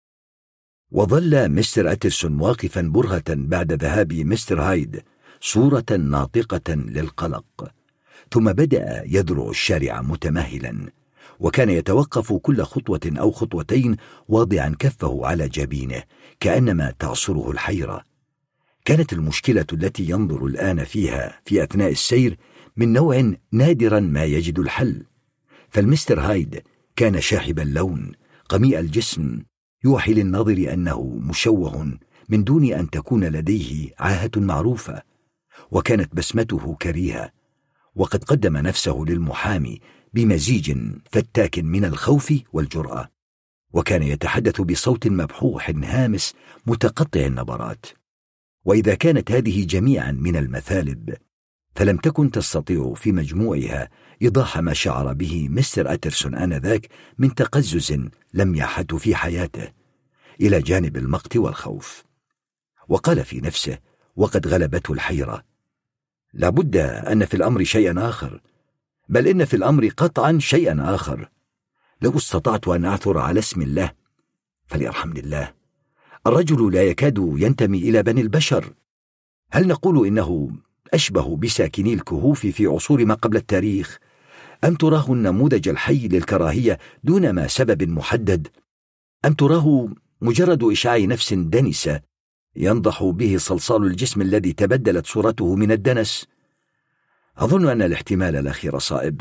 وظل مستر أترسون واقفا برهة بعد ذهاب مستر هايد، صورة ناطقة للقلق. ثم بدأ يذرع الشارع متمهلا، وكان يتوقف كل خطوة أو خطوتين واضعا كفه على جبينه كأنما تعصره الحيرة. كانت المشكلة التي ينظر الآن فيها في أثناء السير من نوع نادرا ما يجد الحل. فالمستر هايد كان شاحب اللون، قميء الجسم، يوحي للناظر أنه مشوه من دون أن تكون لديه عاهة معروفة. وكانت بسمته كريهة، وقد قدم نفسه للمحامي بمزيج فتاك من الخوف والجرأة. وكان يتحدث بصوت مبحوح هامس متقطع النبرات. وإذا كانت هذه جميعا من المثالب، فلم تكن تستطيع في مجموعها إيضاح ما شعر به مستر أترسون آنذاك من تقزز لم يحد في حياته، إلى جانب المقت والخوف. وقال في نفسه وقد غلبته الحيرة: لابد أن في الأمر شيئا آخر، بل إن في الأمر قطعا شيئا آخر. لو استطعت أن أعثر على اسم الله، فليرحمني الله، الرجل لا يكاد ينتمي إلى بني البشر. هل نقول إنه أشبه بساكني الكهوف في عصور ما قبل التاريخ، أم تراه النموذج الحي للكراهية دون ما سبب محدد، أم تراه مجرد إشعاع نفس دنسة ينضح به صلصال الجسم الذي تبدلت صورته من الدنس؟ أظن أن الاحتمال الأخير صائب.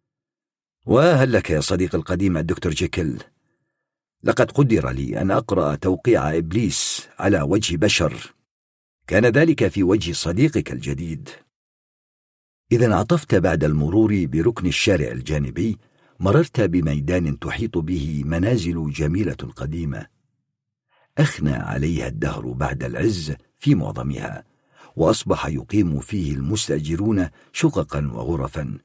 وهل لك يا صديق القديم الدكتور جيكل، لقد قدر لي أن أقرأ توقيع إبليس على وجه بشر، كان ذلك في وجه صديقك الجديد. إذا عطفت بعد المرور بركن الشارع الجانبي، مررت بميدان تحيط به منازل جميلة قديمة، أخنى عليها الدهر بعد العز في معظمها، وأصبح يقيم فيه المستأجرون شققا وغرفا،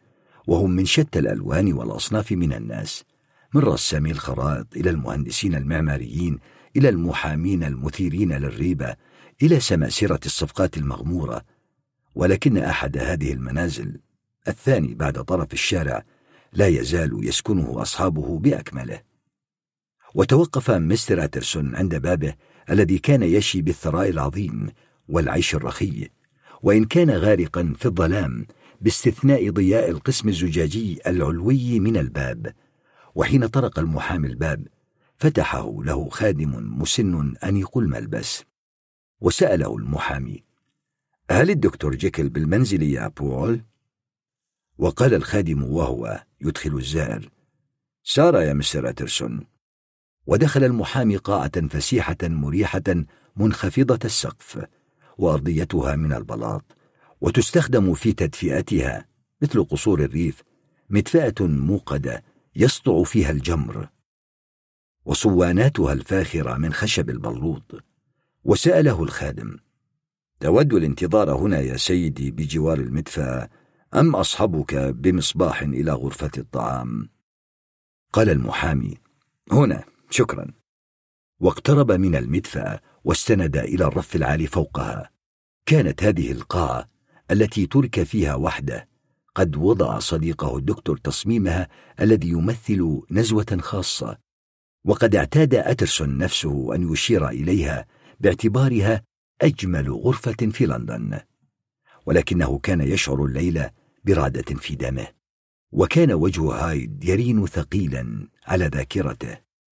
وهم من شتى الألوان والأصناف من الناس، من رسامي الخرائط إلى المهندسين المعماريين إلى المحامين المثيرين للريبة إلى سماسرة الصفقات المغمورة. ولكن أحد هذه المنازل، الثاني بعد طرف الشارع، لا يزال يسكنه أصحابه بأكمله. وتوقف مستر أترسون عند بابه الذي كان يشي بالثراء العظيم والعيش الرخي، وإن كان غارقا في الظلام باستثناء ضياء القسم الزجاجي العلوي من الباب. وحين طرق المحامي الباب فتحه له خادم مسن أنيق الملبس، وسأله المحامي: هل الدكتور جيكل بالمنزل يا بول؟ وقال الخادم وهو يدخل الزائر: سارة يا مستر أترسون. ودخل المحامي قاعة فسيحة مريحة منخفضة السقف، وأرضيتها من البلاط، وتستخدم في تدفئتها مثل قصور الريف مدفأة موقدة يسطع فيها الجمر، وصواناتها الفاخرة من خشب البلوط. وسأله الخادم: تود الانتظار هنا يا سيدي بجوار المدفأة، أم أصحبك بمصباح إلى غرفة الطعام؟ قال المحامي: هنا شكرا. واقترب من المدفأة واستند إلى الرف العالي فوقها. كانت هذه القاعة التي ترك فيها وحده قد وضع صديقه الدكتور تصميمها الذي يمثل نزوة خاصة، وقد اعتاد أترسون نفسه أن يشير إليها باعتبارها أجمل غرفة في لندن. ولكنه كان يشعر الليلة برعدة في دمه، وكان وجه هايد يرين ثقيلا على ذاكرته،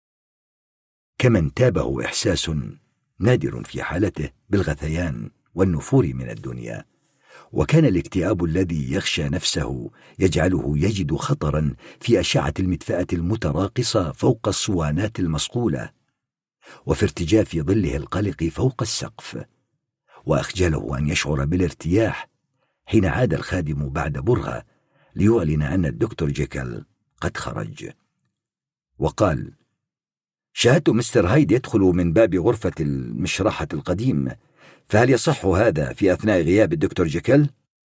كما انتابه إحساس نادر في حالته بالغثيان والنفور من الدنيا. وكان الاكتئاب الذي يخشى نفسه يجعله يجد خطرا في أشعة المدفأة المتراقصة فوق الصوانات المصقولة، وفي ارتجاف ظله القلق فوق السقف. وأخجله أن يشعر بالارتياح حين عاد الخادم بعد برهة ليعلن أن الدكتور جيكل قد خرج. وقال: شاهدت مستر هايد يدخل من باب غرفة المشرحة القديم، فهل يصح هذا في أثناء غياب الدكتور جيكل؟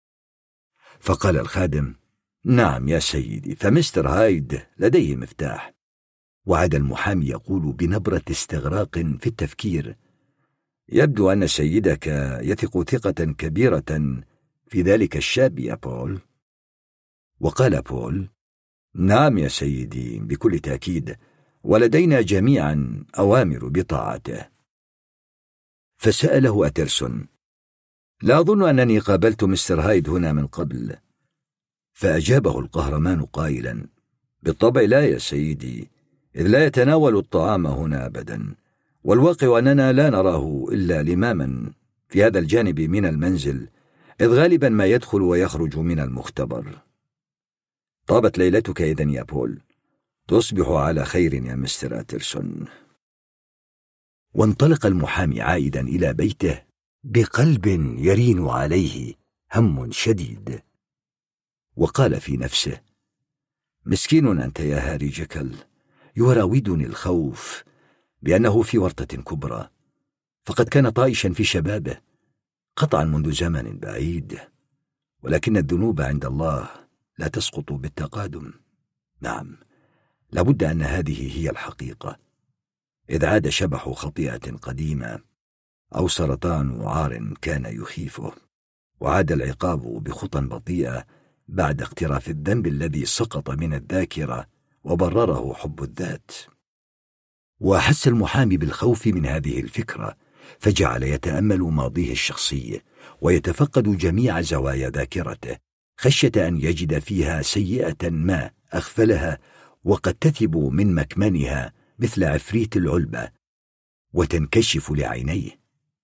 فقال الخادم: نعم يا سيدي، فمستر هايد لديه مفتاح. وعاد المحامي يقول بنبرة استغراق في التفكير: يبدو أن سيدك يثق ثقة كبيرة في ذلك الشاب يا بول. وقال بول: نعم يا سيدي بكل تأكيد، ولدينا جميعا أوامر بطاعته. فسأله أترسون: لا أظن أنني قابلت مستر هايد هنا من قبل. فأجابه القهرمان قائلا: بالطبع لا يا سيدي، إذ لا يتناول الطعام هنا أبدا، والواقع أننا لا نراه إلا لماما في هذا الجانب من المنزل، إذ غالبا ما يدخل ويخرج من المختبر. طابت ليلتك إذن يا بول، تصبح على خير يا مستر أترسون. وانطلق المحامي عائدا إلى بيته بقلب يرين عليه هم شديد، وقال في نفسه: مسكين أنت يا هاري جيكل، يراودني الخوف بأنه في ورطة كبرى، فقد كان طائشا في شبابه قطعا منذ زمن بعيد، ولكن الذنوب عند الله لا تسقط بالتقادم. نعم، لابد أن هذه هي الحقيقة، إذ عاد شبح خطيئة قديمة أو سرطان وعار كان يخيفه، وعاد العقاب بخطى بطيئة بعد اقتراف الذنب الذي سقط من الذاكرة وبرره حب الذات. وأحس المحامي بالخوف من هذه الفكرة، فجعل يتأمل ماضيه الشخصي ويتفقد جميع زوايا ذاكرته، خشية أن يجد فيها سيئة ما أغفلها وقد تثب من مكمنها مثل عفريت العلبة وتنكشف لعينيه.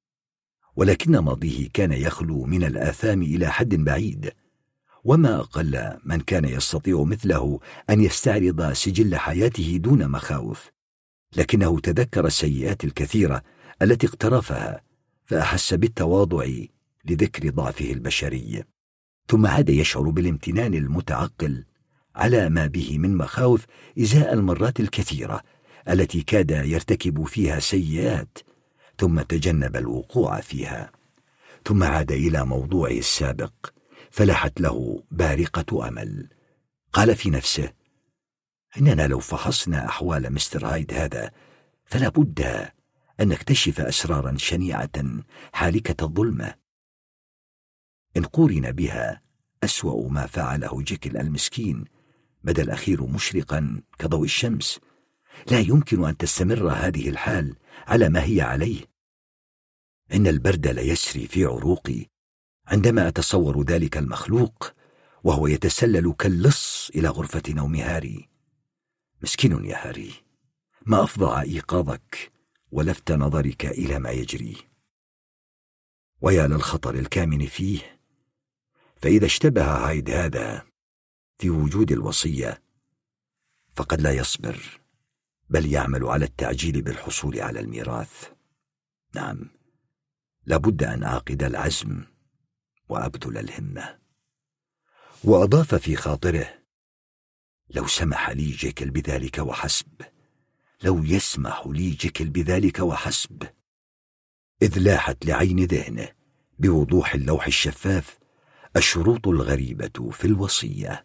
ولكن ماضيه كان يخلو من الآثام إلى حد بعيد، وما أقل من كان يستطيع مثله أن يستعرض سجل حياته دون مخاوف. لكنه تذكر السيئات الكثيرة التي اقترفها، فأحس بالتواضع لذكر ضعفه البشري، ثم عاد يشعر بالامتنان المتعقل على ما به من مخاوف إزاء المرات الكثيرة التي كاد يرتكب فيها سيئات ثم تجنب الوقوع فيها. ثم عاد إلى موضوعه السابق، فلحت له بارقة أمل، قال في نفسه: إننا لو فحصنا أحوال مستر هايد هذا فلا بد أن نكتشف أسرارا شنيعة حالكة الظلمة. إن قورن بها أسوأ ما فعله جيكل المسكين، بدا الأخير مشرقا كضوء الشمس. لا يمكن أن تستمر هذه الحال على ما هي عليه. إن البرد ليسري في عروقي عندما أتصور ذلك المخلوق وهو يتسلل كاللص إلى غرفة نوم هاري. مسكين يا هاري، ما أفضع إيقاظك ولفت نظرك إلى ما يجري. ويا للخطر الكامن فيه، فإذا اشتبه هايد هذا في وجود الوصية فقد لا يصبر، بل يعمل على التعجيل بالحصول على الميراث. نعم، لابد أن أعقد العزم وأبذل الهمة. وأضاف في خاطره: لو سمح لي جيكل بذلك وحسب، لو يسمح لي جيكل بذلك وحسب. إذ لاحت لعين ذهنه بوضوح اللوح الشفاف الشروط الغريبة في الوصية.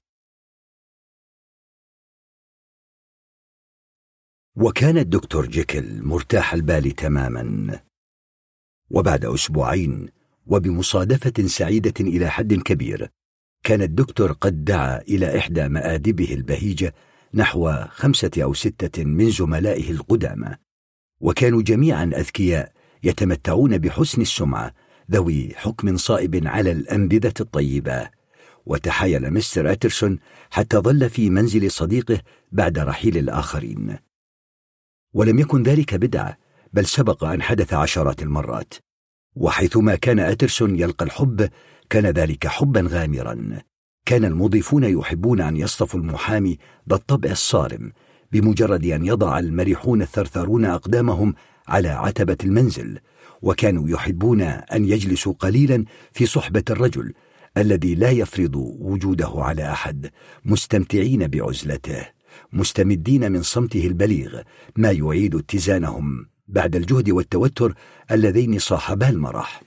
وكان الدكتور جيكل مرتاح البال تماما. وبعد أسبوعين وبمصادفة سعيدة إلى حد كبير، كان الدكتور قد دعا إلى إحدى مآدبه البهيجة نحو خمسة أو ستة من زملائه القدامى، وكانوا جميعا أذكياء يتمتعون بحسن السمعة، ذوي حكم صائب على الأنبذة الطيبة. وتحايل مستر أترسون حتى ظل في منزل صديقه بعد رحيل الآخرين. ولم يكن ذلك بدعة، بل سبق أن حدث عشرات المرات. وحيثما كان أترسون يلقى الحب كان ذلك حبا غامرا. كان المضيفون يحبون أن يصطفوا المحامي ذا الطبع الصارم بمجرد أن يضع المرحون الثرثرون أقدامهم على عتبة المنزل، وكانوا يحبون أن يجلسوا قليلا في صحبة الرجل الذي لا يفرض وجوده على أحد، مستمتعين بعزلته، مستمدين من صمته البليغ ما يعيد اتزانهم بعد الجهد والتوتر اللذين صاحبا المرح.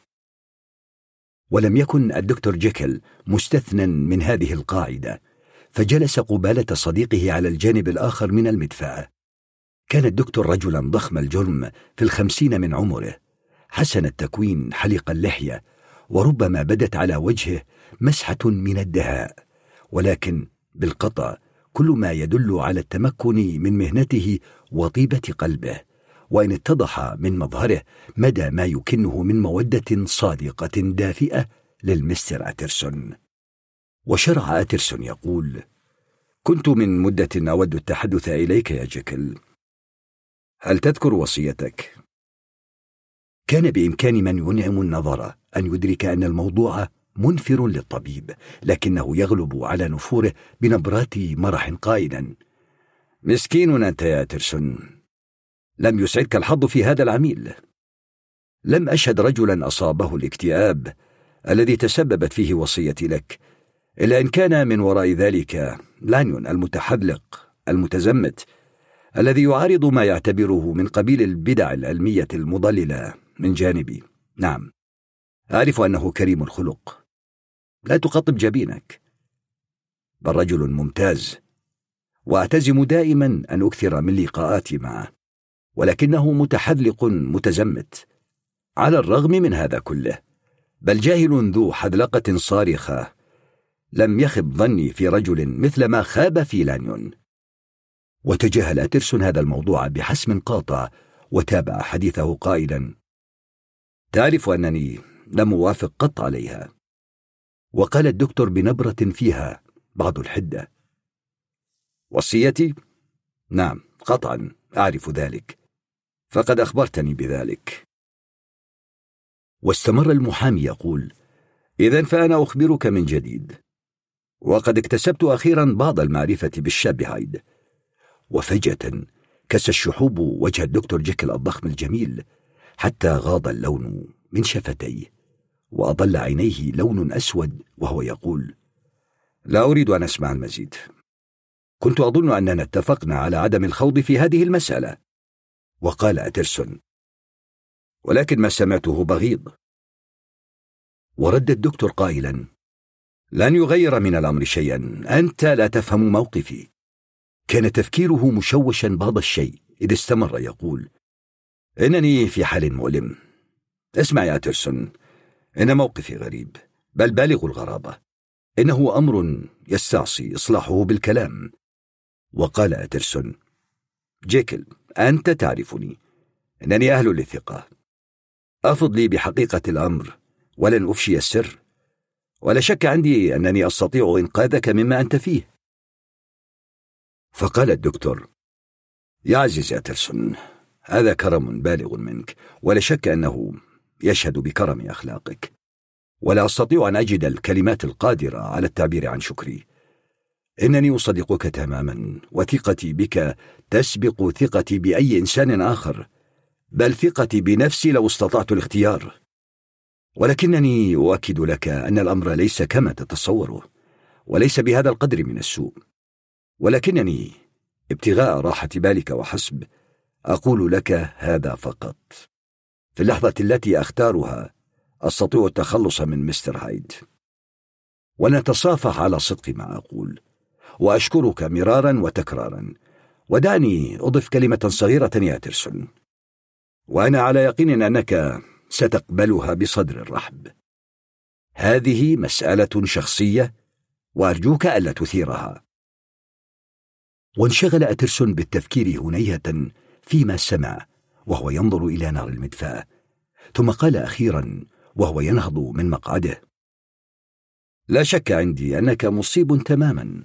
ولم يكن الدكتور جيكل مستثنى من هذه القاعدة، فجلس قبالة صديقه على الجانب الآخر من المدفأة. كان الدكتور رجلا ضخم الجرم في الخمسين من عمره، حسن التكوين، حلق اللحية، وربما بدت على وجهه مسحة من الدهاء، ولكن بالقطع كل ما يدل على التمكن من مهنته وطيبة قلبه، وإن اتضح من مظهره مدى ما يكنه من مودة صادقة دافئة للمستر أترسون. وشرع أترسون يقول: كنت من مدة أود التحدث إليك يا جيكل، هل تذكر وصيتك؟ كان بإمكان من ينعم النظر أن يدرك أن الموضوع منفر للطبيب، لكنه يغلب على نفوره بنبرات مرح قائلا: مسكين أنت يا أترسون، لم يسعدك الحظ في هذا العميل. لم أشهد رجلا أصابه الاكتئاب الذي تسببت فيه وصيتي لك، إلا إن كان من وراء ذلك لانيون المتحذلق المتزمت الذي يعارض ما يعتبره من قبيل البدع العلمية المضللة من جانبي. نعم، أعرف أنه كريم الخلق، لا تقطب جبينك، بل رجل ممتاز، وأعتزم دائما أن أكثر من لقاءاتي معه، ولكنه متحذلق متزمت. على الرغم من هذا كله، بل جاهل ذو حذلقة صارخة، لم يخب ظني في رجل مثل ما خاب في لانيون. وتجاهل أترسون هذا الموضوع بحسم قاطع، وتابع حديثه قائلا: تعرف أنني لم أوافق قط عليها. وقال الدكتور بنبرة فيها بعض الحدة: وصيتي؟ نعم قطعا أعرف ذلك، فقد أخبرتني بذلك. واستمر المحامي يقول: إذن فأنا أخبرك من جديد، وقد اكتسبت أخيرا بعض المعرفة بالشاب هايد. وفجأة كس الشحوب وجه الدكتور جيكل الضخم الجميل حتى غاض اللون من شفتيه، وأضل عينيه لون أسود وهو يقول: لا أريد أن أسمع المزيد. كنت أظن أننا اتفقنا على عدم الخوض في هذه المسألة. وقال أترسون: ولكن ما سمعته بغيض. ورد الدكتور قائلا: لن يغير من الأمر شيئا، أنت لا تفهم موقفي. كان تفكيره مشوشا بعض الشيء إذ استمر يقول: إنني في حال مؤلم. اسمع يا أترسون، إن موقفي غريب بل بالغ الغرابة. إنه أمر يستعصي إصلاحه بالكلام. وقال أترسون: جيكل، أنت تعرفني، إنني أهل للثقة. أفض لي بحقيقة الأمر ولن أفشي السر، ولا شك عندي أنني أستطيع إنقاذك مما أنت فيه. فقال الدكتور: يا عزيزي أترسون، هذا كرم بالغ منك، ولا شك أنه يشهد بكرم أخلاقك، ولا أستطيع أن أجد الكلمات القادرة على التعبير عن شكري. إنني أصدقك تماما، وثقتي بك تسبق ثقتي بأي إنسان آخر، بل ثقتي بنفسي لو استطعت الاختيار. ولكنني أؤكد لك أن الأمر ليس كما تتصوره، وليس بهذا القدر من السوء، ولكنني ابتغاء راحة بالك وحسب أقول لك هذا فقط. في اللحظة التي أختارها أستطيع التخلص من مستر هايد، ونتصافح على صدق ما أقول، وأشكرك مرارا وتكرارا. ودعني أضف كلمة صغيرة يا أترسون، وأنا على يقين أنك ستقبلها بصدر رحب. هذه مسألة شخصية، وأرجوك ألا تثيرها. وانشغل أترسون بالتفكير هنيهة فيما سمع وهو ينظر إلى نار المدفأة، ثم قال أخيرا وهو ينهض من مقعده: لا شك عندي أنك مصيب تماما.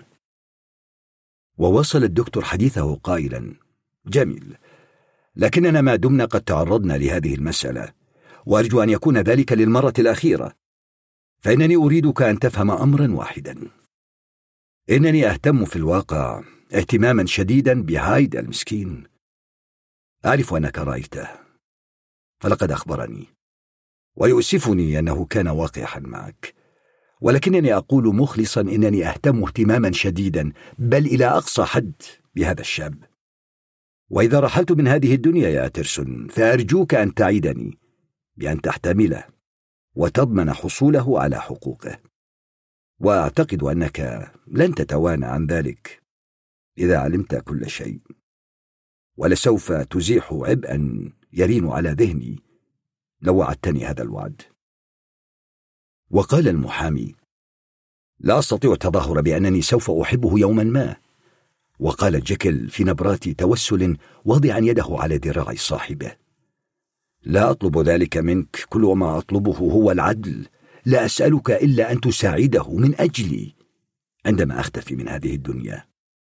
وواصل الدكتور حديثه قائلا: جميل، لكننا ما دمنا قد تعرضنا لهذه المسألة، وأرجو أن يكون ذلك للمرة الأخيرة، فإنني أريدك أن تفهم أمرا واحدا. إنني أهتم في الواقع اهتماما شديدا بهايد المسكين. أعرف أنك رأيته، فلقد أخبرني، ويؤسفني أنه كان واقعا معك، ولكنني أقول مخلصا إنني أهتم اهتماما شديدا بل إلى أقصى حد بهذا الشاب. وإذا رحلت من هذه الدنيا يا أترسون فأرجوك أن تعيدني بأن تحتمله وتضمن حصوله على حقوقه، وأعتقد أنك لن تتوانى عن ذلك إذا علمت كل شيء، ولسوف تزيح عبئا يرين على ذهني لو وعدتني هذا الوعد. وقال المحامي: لا أستطيع التظاهر بأنني سوف أحبه يوما ما. وقال جيكل في نبرات توسل واضعا يده على ذراع صاحبه: لا أطلب ذلك منك، كل ما أطلبه هو العدل. لا أسألك إلا أن تساعده من أجلي عندما أختفي من هذه الدنيا.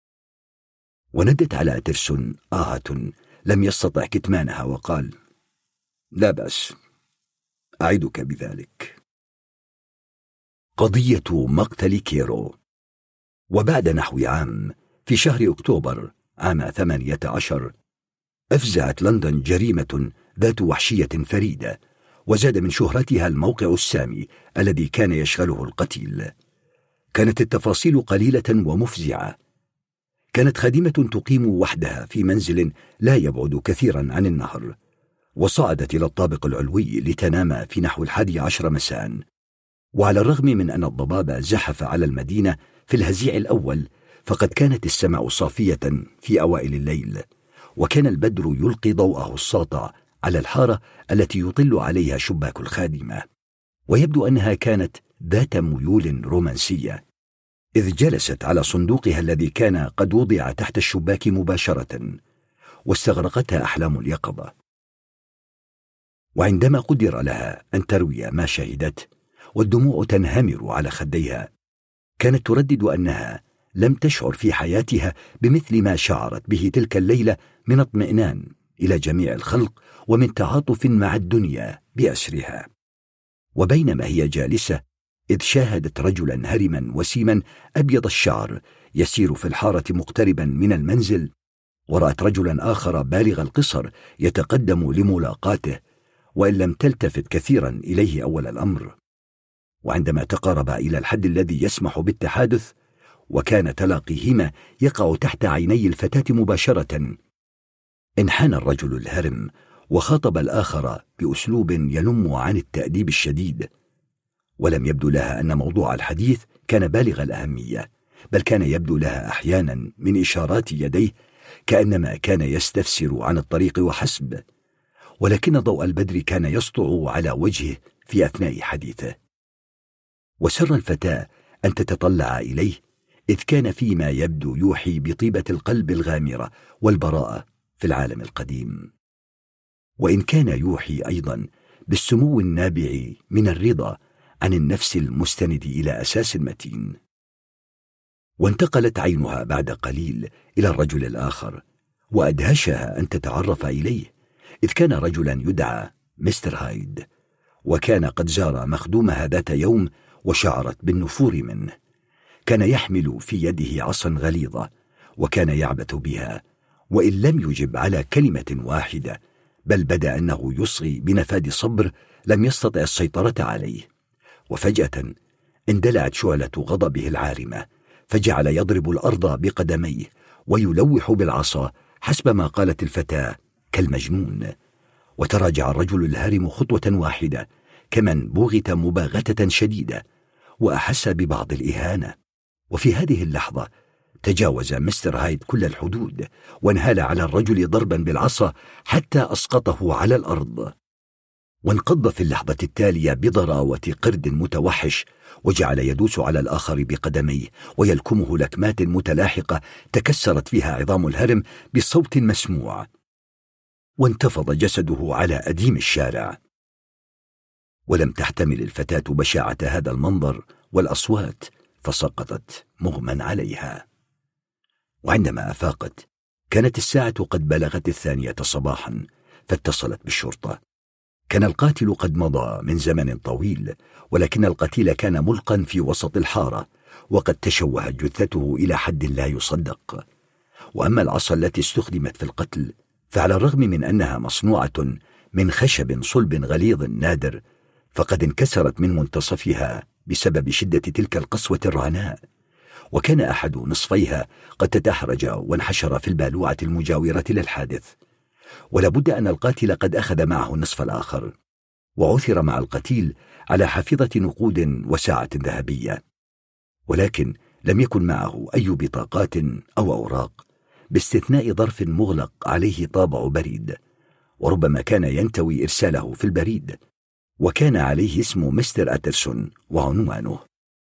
وندت على أترسون آهة لم يستطع كتمانها وقال: لا بأس، أعدك بذلك. قضية مقتل كيرو. وبعد نحو عام، في شهر أكتوبر عام ثمانية عشر، أفزعت لندن جريمة ذات وحشية فريدة، وزاد من شهرتها الموقع السامي الذي كان يشغله القتيل. كانت التفاصيل قليلة ومفزعة. كانت خادمة تقيم وحدها في منزل لا يبعد كثيرا عن النهر، وصعدت إلى الطابق العلوي لتنام في نحو الحادي عشر مساء. وعلى الرغم من أن الضباب زحف على المدينة في الهزيع الأول، فقد كانت السماء صافية في أوائل الليل، وكان البدر يلقي ضوءه الساطع على الحارة التي يطل عليها شباك الخادمة، ويبدو أنها كانت ذات ميول رومانسية، إذ جلست على صندوقها الذي كان قد وضع تحت الشباك مباشرة، واستغرقتها أحلام اليقظة. وعندما قدر لها أن تروي ما شهدت والدموع تنهمر على خديها، كانت تردد أنها لم تشعر في حياتها بمثل ما شعرت به تلك الليلة من اطمئنان إلى جميع الخلق ومن تعاطف مع الدنيا بأسرها. وبينما هي جالسة إذ شاهدت رجلا هرما وسيما أبيض الشعر يسير في الحارة مقتربا من المنزل، ورأت رجلا آخر بالغ القصر يتقدم لملاقاته، وإن لم تلتفت كثيرا إليه أول الأمر. وعندما تقاربا إلى الحد الذي يسمح بالتحادث، وكان تلاقيهما يقع تحت عيني الفتاة مباشرة، انحنى الرجل الهرم وخاطب الآخر بأسلوب ينم عن التأديب الشديد، ولم يبدو لها أن موضوع الحديث كان بالغ الأهمية، بل كان يبدو لها أحيانا من إشارات يديه كأنما كان يستفسر عن الطريق وحسب، ولكن ضوء البدر كان يسطع على وجهه في أثناء حديثه. وسر الفتاة أن تتطلع إليه، إذ كان فيما يبدو يوحي بطيبة القلب الغامرة والبراءة في العالم القديم، وإن كان يوحي أيضا بالسمو النابع من الرضا عن النفس المستند إلى أساس متين. وانتقلت عينها بعد قليل إلى الرجل الآخر، وأدهشها أن تتعرف إليه، إذ كان رجلا يدعى مستر هايد، وكان قد زار مخدومها ذات يوم وشعرت بالنفور منه. كان يحمل في يده عصا غليظة، وكان يعبث بها، وإن لم يجب على كلمة واحدة، بل بدا أنه يصغي بنفاد صبر لم يستطع السيطرة عليه. وفجأة اندلعت شعلة غضبه العارمة، فجعل يضرب الأرض بقدميه ويلوح بالعصا حسب ما قالت الفتاة كالمجنون. وتراجع الرجل الهارم خطوة واحدة، كمن بوغت مباغتة شديدة، وأحس ببعض الإهانة. وفي هذه اللحظة تجاوز مستر هايد كل الحدود، وانهال على الرجل ضربا بالعصا حتى أسقطه على الأرض، وانقض في اللحظة التالية بضراوة قرد متوحش، وجعل يدوس على الآخر بقدميه ويلكمه لكمات متلاحقة تكسرت فيها عظام الهرم بصوت مسموع، وانتفض جسده على أديم الشارع. ولم تحتمل الفتاة بشاعة هذا المنظر والأصوات، فسقطت مغمى عليها. وعندما أفاقت كانت الساعة قد بلغت الثانية صباحا، فاتصلت بالشرطة. كان القاتل قد مضى من زمن طويل، ولكن القتيل كان ملقا في وسط الحارة، وقد تشوهت جثته إلى حد لا يصدق. وأما العصا التي استخدمت في القتل، فعلى الرغم من أنها مصنوعة من خشب صلب غليظ نادر، فقد انكسرت من منتصفها بسبب شدة تلك القسوة الرعناء، وكان أحد نصفيها قد تدحرج وانحشر في البالوعة المجاورة للحادث. ولابد أن القاتل قد أخذ معه النصف الآخر، وعثر مع القتيل على حافظة نقود وساعة ذهبية، ولكن لم يكن معه أي بطاقات أو أوراق، باستثناء ظرف مغلق عليه طابع بريد، وربما كان ينتوي إرساله في البريد، وكان عليه اسم مستر أترسون وعنوانه.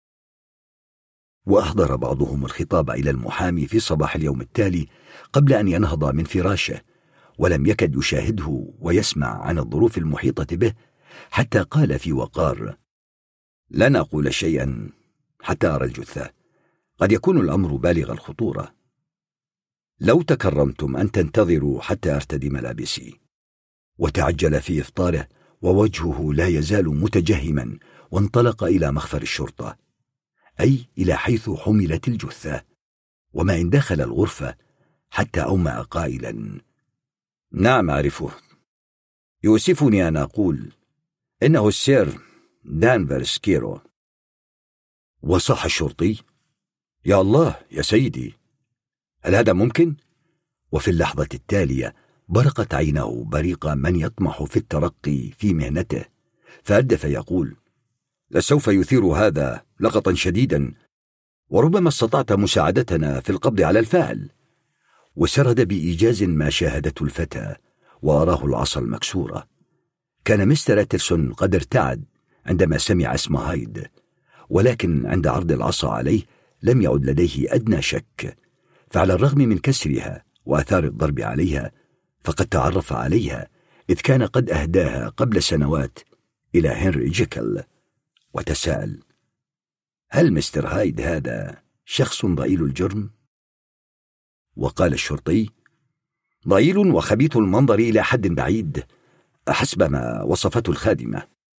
وأحضر بعضهم الخطاب إلى المحامي في صباح اليوم التالي قبل أن ينهض من فراشه، ولم يكد يشاهده ويسمع عن الظروف المحيطة به، حتى قال في وقار: لن أقول شيئا حتى أرى الجثة، قد يكون الأمر بالغ الخطورة. لو تكرمتم أن تنتظروا حتى أرتدي ملابسي. وتعجل في إفطاره، ووجهه لا يزال متجهما، وانطلق إلى مخفر الشرطة، أي إلى حيث حملت الجثة. وما إن دخل الغرفة حتى أومأ قائلا: نعم أعرفه، يؤسفني أن أقول إنه السير دانفرس كيرو. وصح الشرطي: يا الله يا سيدي، هل هذا ممكن؟ وفي اللحظة التالية برقت عينه بريق من يطمح في الترقي في مهنته، فأردف يقول: لسوف يثير هذا لغطا شديدا، وربما استطعت مساعدتنا في القبض على الفاعل. وسرد بإيجاز ما شاهدته الفتى، وأراه العصا المكسورة. كان مستر أترسون قد ارتعد عندما سمع اسم هايد، ولكن عند عرض العصا عليه لم يعد لديه أدنى شك، فعلى الرغم من كسرها وآثار الضرب عليها، فقد تعرف عليها، إذ كان قد أهداها قبل سنوات إلى هنري جيكل. وتساءل: هل مستر هايد هذا شخص ضئيل الجرم؟ وقال الشرطي: ضئيل وخبيث المنظر إلى حد بعيد، حسب ما وصفته الخادمة.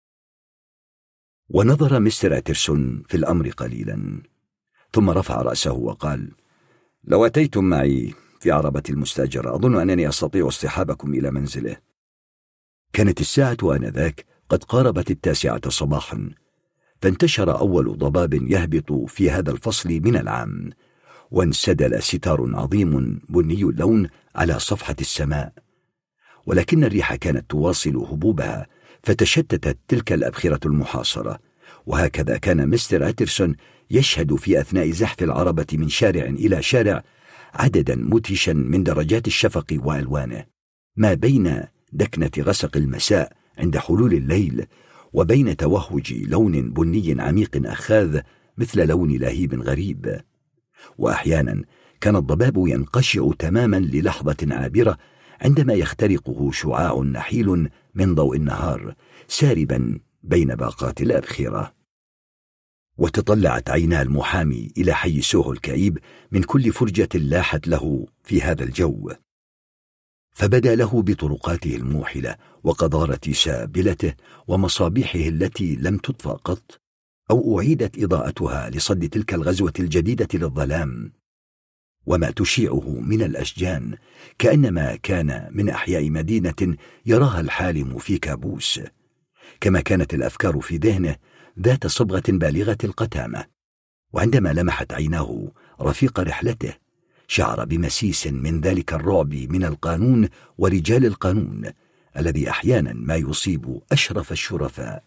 ونظر مستر أترسون في الأمر قليلا، ثم رفع رأسه وقال: لو أتيتم معي في عربة المستاجرة أظن أنني أستطيع اصطحابكم إلى منزله. كانت الساعة آنذاك قد قاربت التاسعة صباحا، فانتشر أول ضباب يهبط في هذا الفصل من العام، وانسدل ستار عظيم بني اللون على صفحة السماء، ولكن الريح كانت تواصل هبوبها، فتشتتت تلك الأبخرة المحاصرة، وهكذا كان مستر أترسون يشهد في أثناء زحف العربة من شارع إلى شارع عددا مدهشا من درجات الشفق وألوانه، ما بين دكنة غسق المساء عند حلول الليل وبين توهج لون بني عميق أخاذ مثل لون لهيب غريب. وأحيانا كان الضباب ينقشع تماما للحظة عابرة عندما يخترقه شعاع نحيل من ضوء النهار ساربا بين باقات الأبخرة. وتطلعت عينا المحامي إلى حي سوهو الكئيب من كل فرجة لاحت له في هذا الجو، فبدا له بطرقاته الموحلة وقذارة سابلته ومصابيحه التي لم تطفأ قط أو أعيدت إضاءتها لصد تلك الغزوة الجديدة للظلام، وما تشيعه من الأشجان كأنما كان من أحياء مدينة يراها الحالم في كابوس، كما كانت الأفكار في ذهنه ذات صبغة بالغة القتامة. وعندما لمحت عيناه رفيق رحلته شعر بمسيس من ذلك الرعب من القانون ورجال القانون الذي أحيانا ما يصيب أشرف الشرفاء.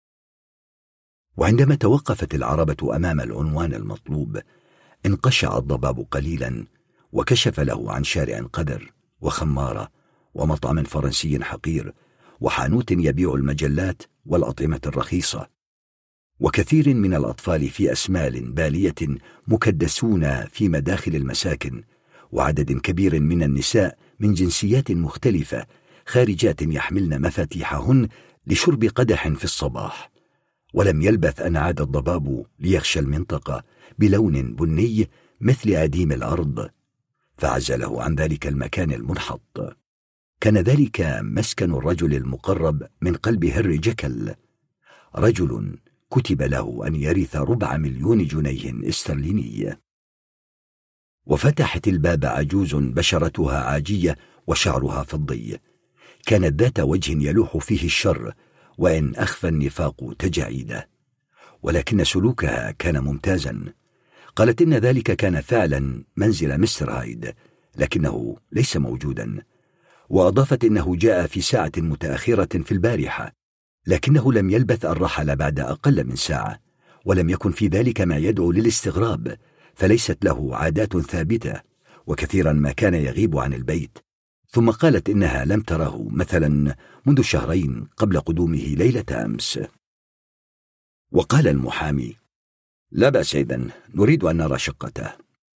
وعندما توقفت العربة أمام العنوان المطلوب انقشع الضباب قليلا وكشف له عن شارع قدر وخمارة ومطعم فرنسي حقير وحانوت يبيع المجلات والأطعمة الرخيصة، وكثير من الأطفال في أسمال بالية مكدسون في مداخل المساكن، وعدد كبير من النساء من جنسيات مختلفة خارجات يحملن مفاتيحهن لشرب قدح في الصباح. ولم يلبث أن عاد الضباب ليغشى المنطقة بلون بني مثل أديم الأرض، فعزله عن ذلك المكان المنحط. كان ذلك مسكن الرجل المقرب من قلب هنري جيكل، رجل كتب له أن يرث ربع مليون جنيه استرليني. وفتحت الباب عجوز بشرتها عاجية وشعرها فضي، كانت ذات وجه يلوح فيه الشر وإن أخفى النفاق تجاعيده، ولكن سلوكها كان ممتازا. قالت إن ذلك كان فعلا منزل مستر هايد، لكنه ليس موجودا، وأضافت إنه جاء في ساعة متأخرة في البارحة، لكنه لم يلبث أن رحل بعد أقل من ساعة، ولم يكن في ذلك ما يدعو للاستغراب، فليست له عادات ثابتة، وكثيرا ما كان يغيب عن البيت. ثم قالت إنها لم تره مثلا منذ شهرين قبل قدومه ليلة أمس. وقال المحامي: لا بأس إذن، نريد أن نرى شقته.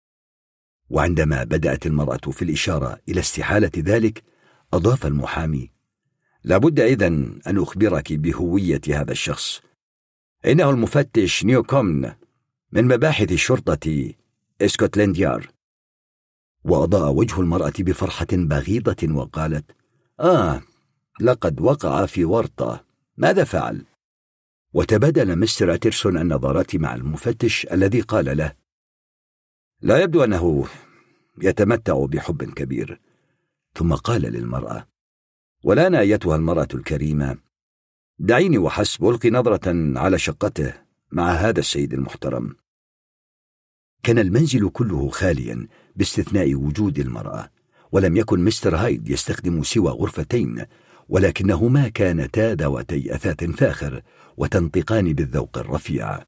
وعندما بدأت المرأة في الإشارة إلى استحالة ذلك، أضاف المحامي: لابد إذن أن أخبرك بهوية هذا الشخص، إنه المفتش نيوكومن من مباحث الشرطة اسكوتلاند يارد. وأضاء وجه المرأة بفرحة بغيضة وقالت: آه، لقد وقع في ورطة، ماذا فعل؟ وتبادل مستر أترسون النظرات مع المفتش الذي قال له: لا يبدو أنه يتمتع بحب كبير. ثم قال للمرأة: والآن أيتها المرأة الكريمة، دعيني وحسب ألقي نظرة على شقته مع هذا السيد المحترم. كان المنزل كله خاليا باستثناء وجود المرأة، ولم يكن مستر هايد يستخدم سوى غرفتين، ولكنهما كانتا ذواتي أثاث فاخر وتنطقان بالذوق الرفيع.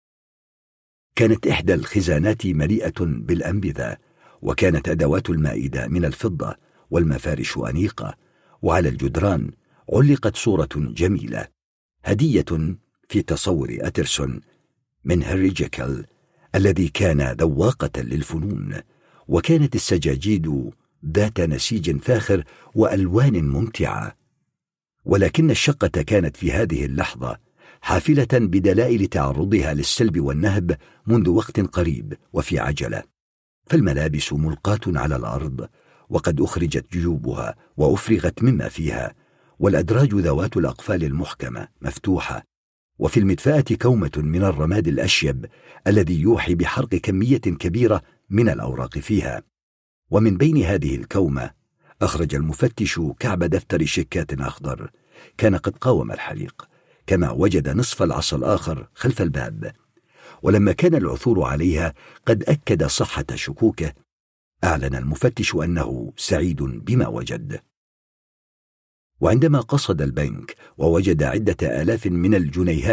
كانت إحدى الخزانات مليئة بالأنبذة، وكانت أدوات المائدة من الفضة والمفارش أنيقة، وعلى الجدران علقت صورة جميلة، هدية في تصور أترسون من هنري جيكل الذي كان ذواقة للفنون، وكانت السجاجيد ذات نسيج فاخر وألوان ممتعة. ولكن الشقة كانت في هذه اللحظة حافلة بدلائل تعرضها للسلب والنهب منذ وقت قريب وفي عجلة، فالملابس ملقاة على الأرض وقد أخرجت جيوبها وأفرغت مما فيها، والأدراج ذوات الأقفال المحكمة مفتوحة، وفي المدفأة كومة من الرماد الأشيب الذي يوحي بحرق كمية كبيرة من الأوراق فيها. ومن بين هذه الكومة أخرج المفتش كعب دفتر شيكات أخضر كان قد قاوم الحريق، كما وجد نصف العصا الآخر خلف الباب. ولما كان العثور عليها قد أكد صحة شكوكه، أعلن المفتش أنه سعيد بما وجد. وعندما قصد البنك ووجد عدة آلاف من الجنيهات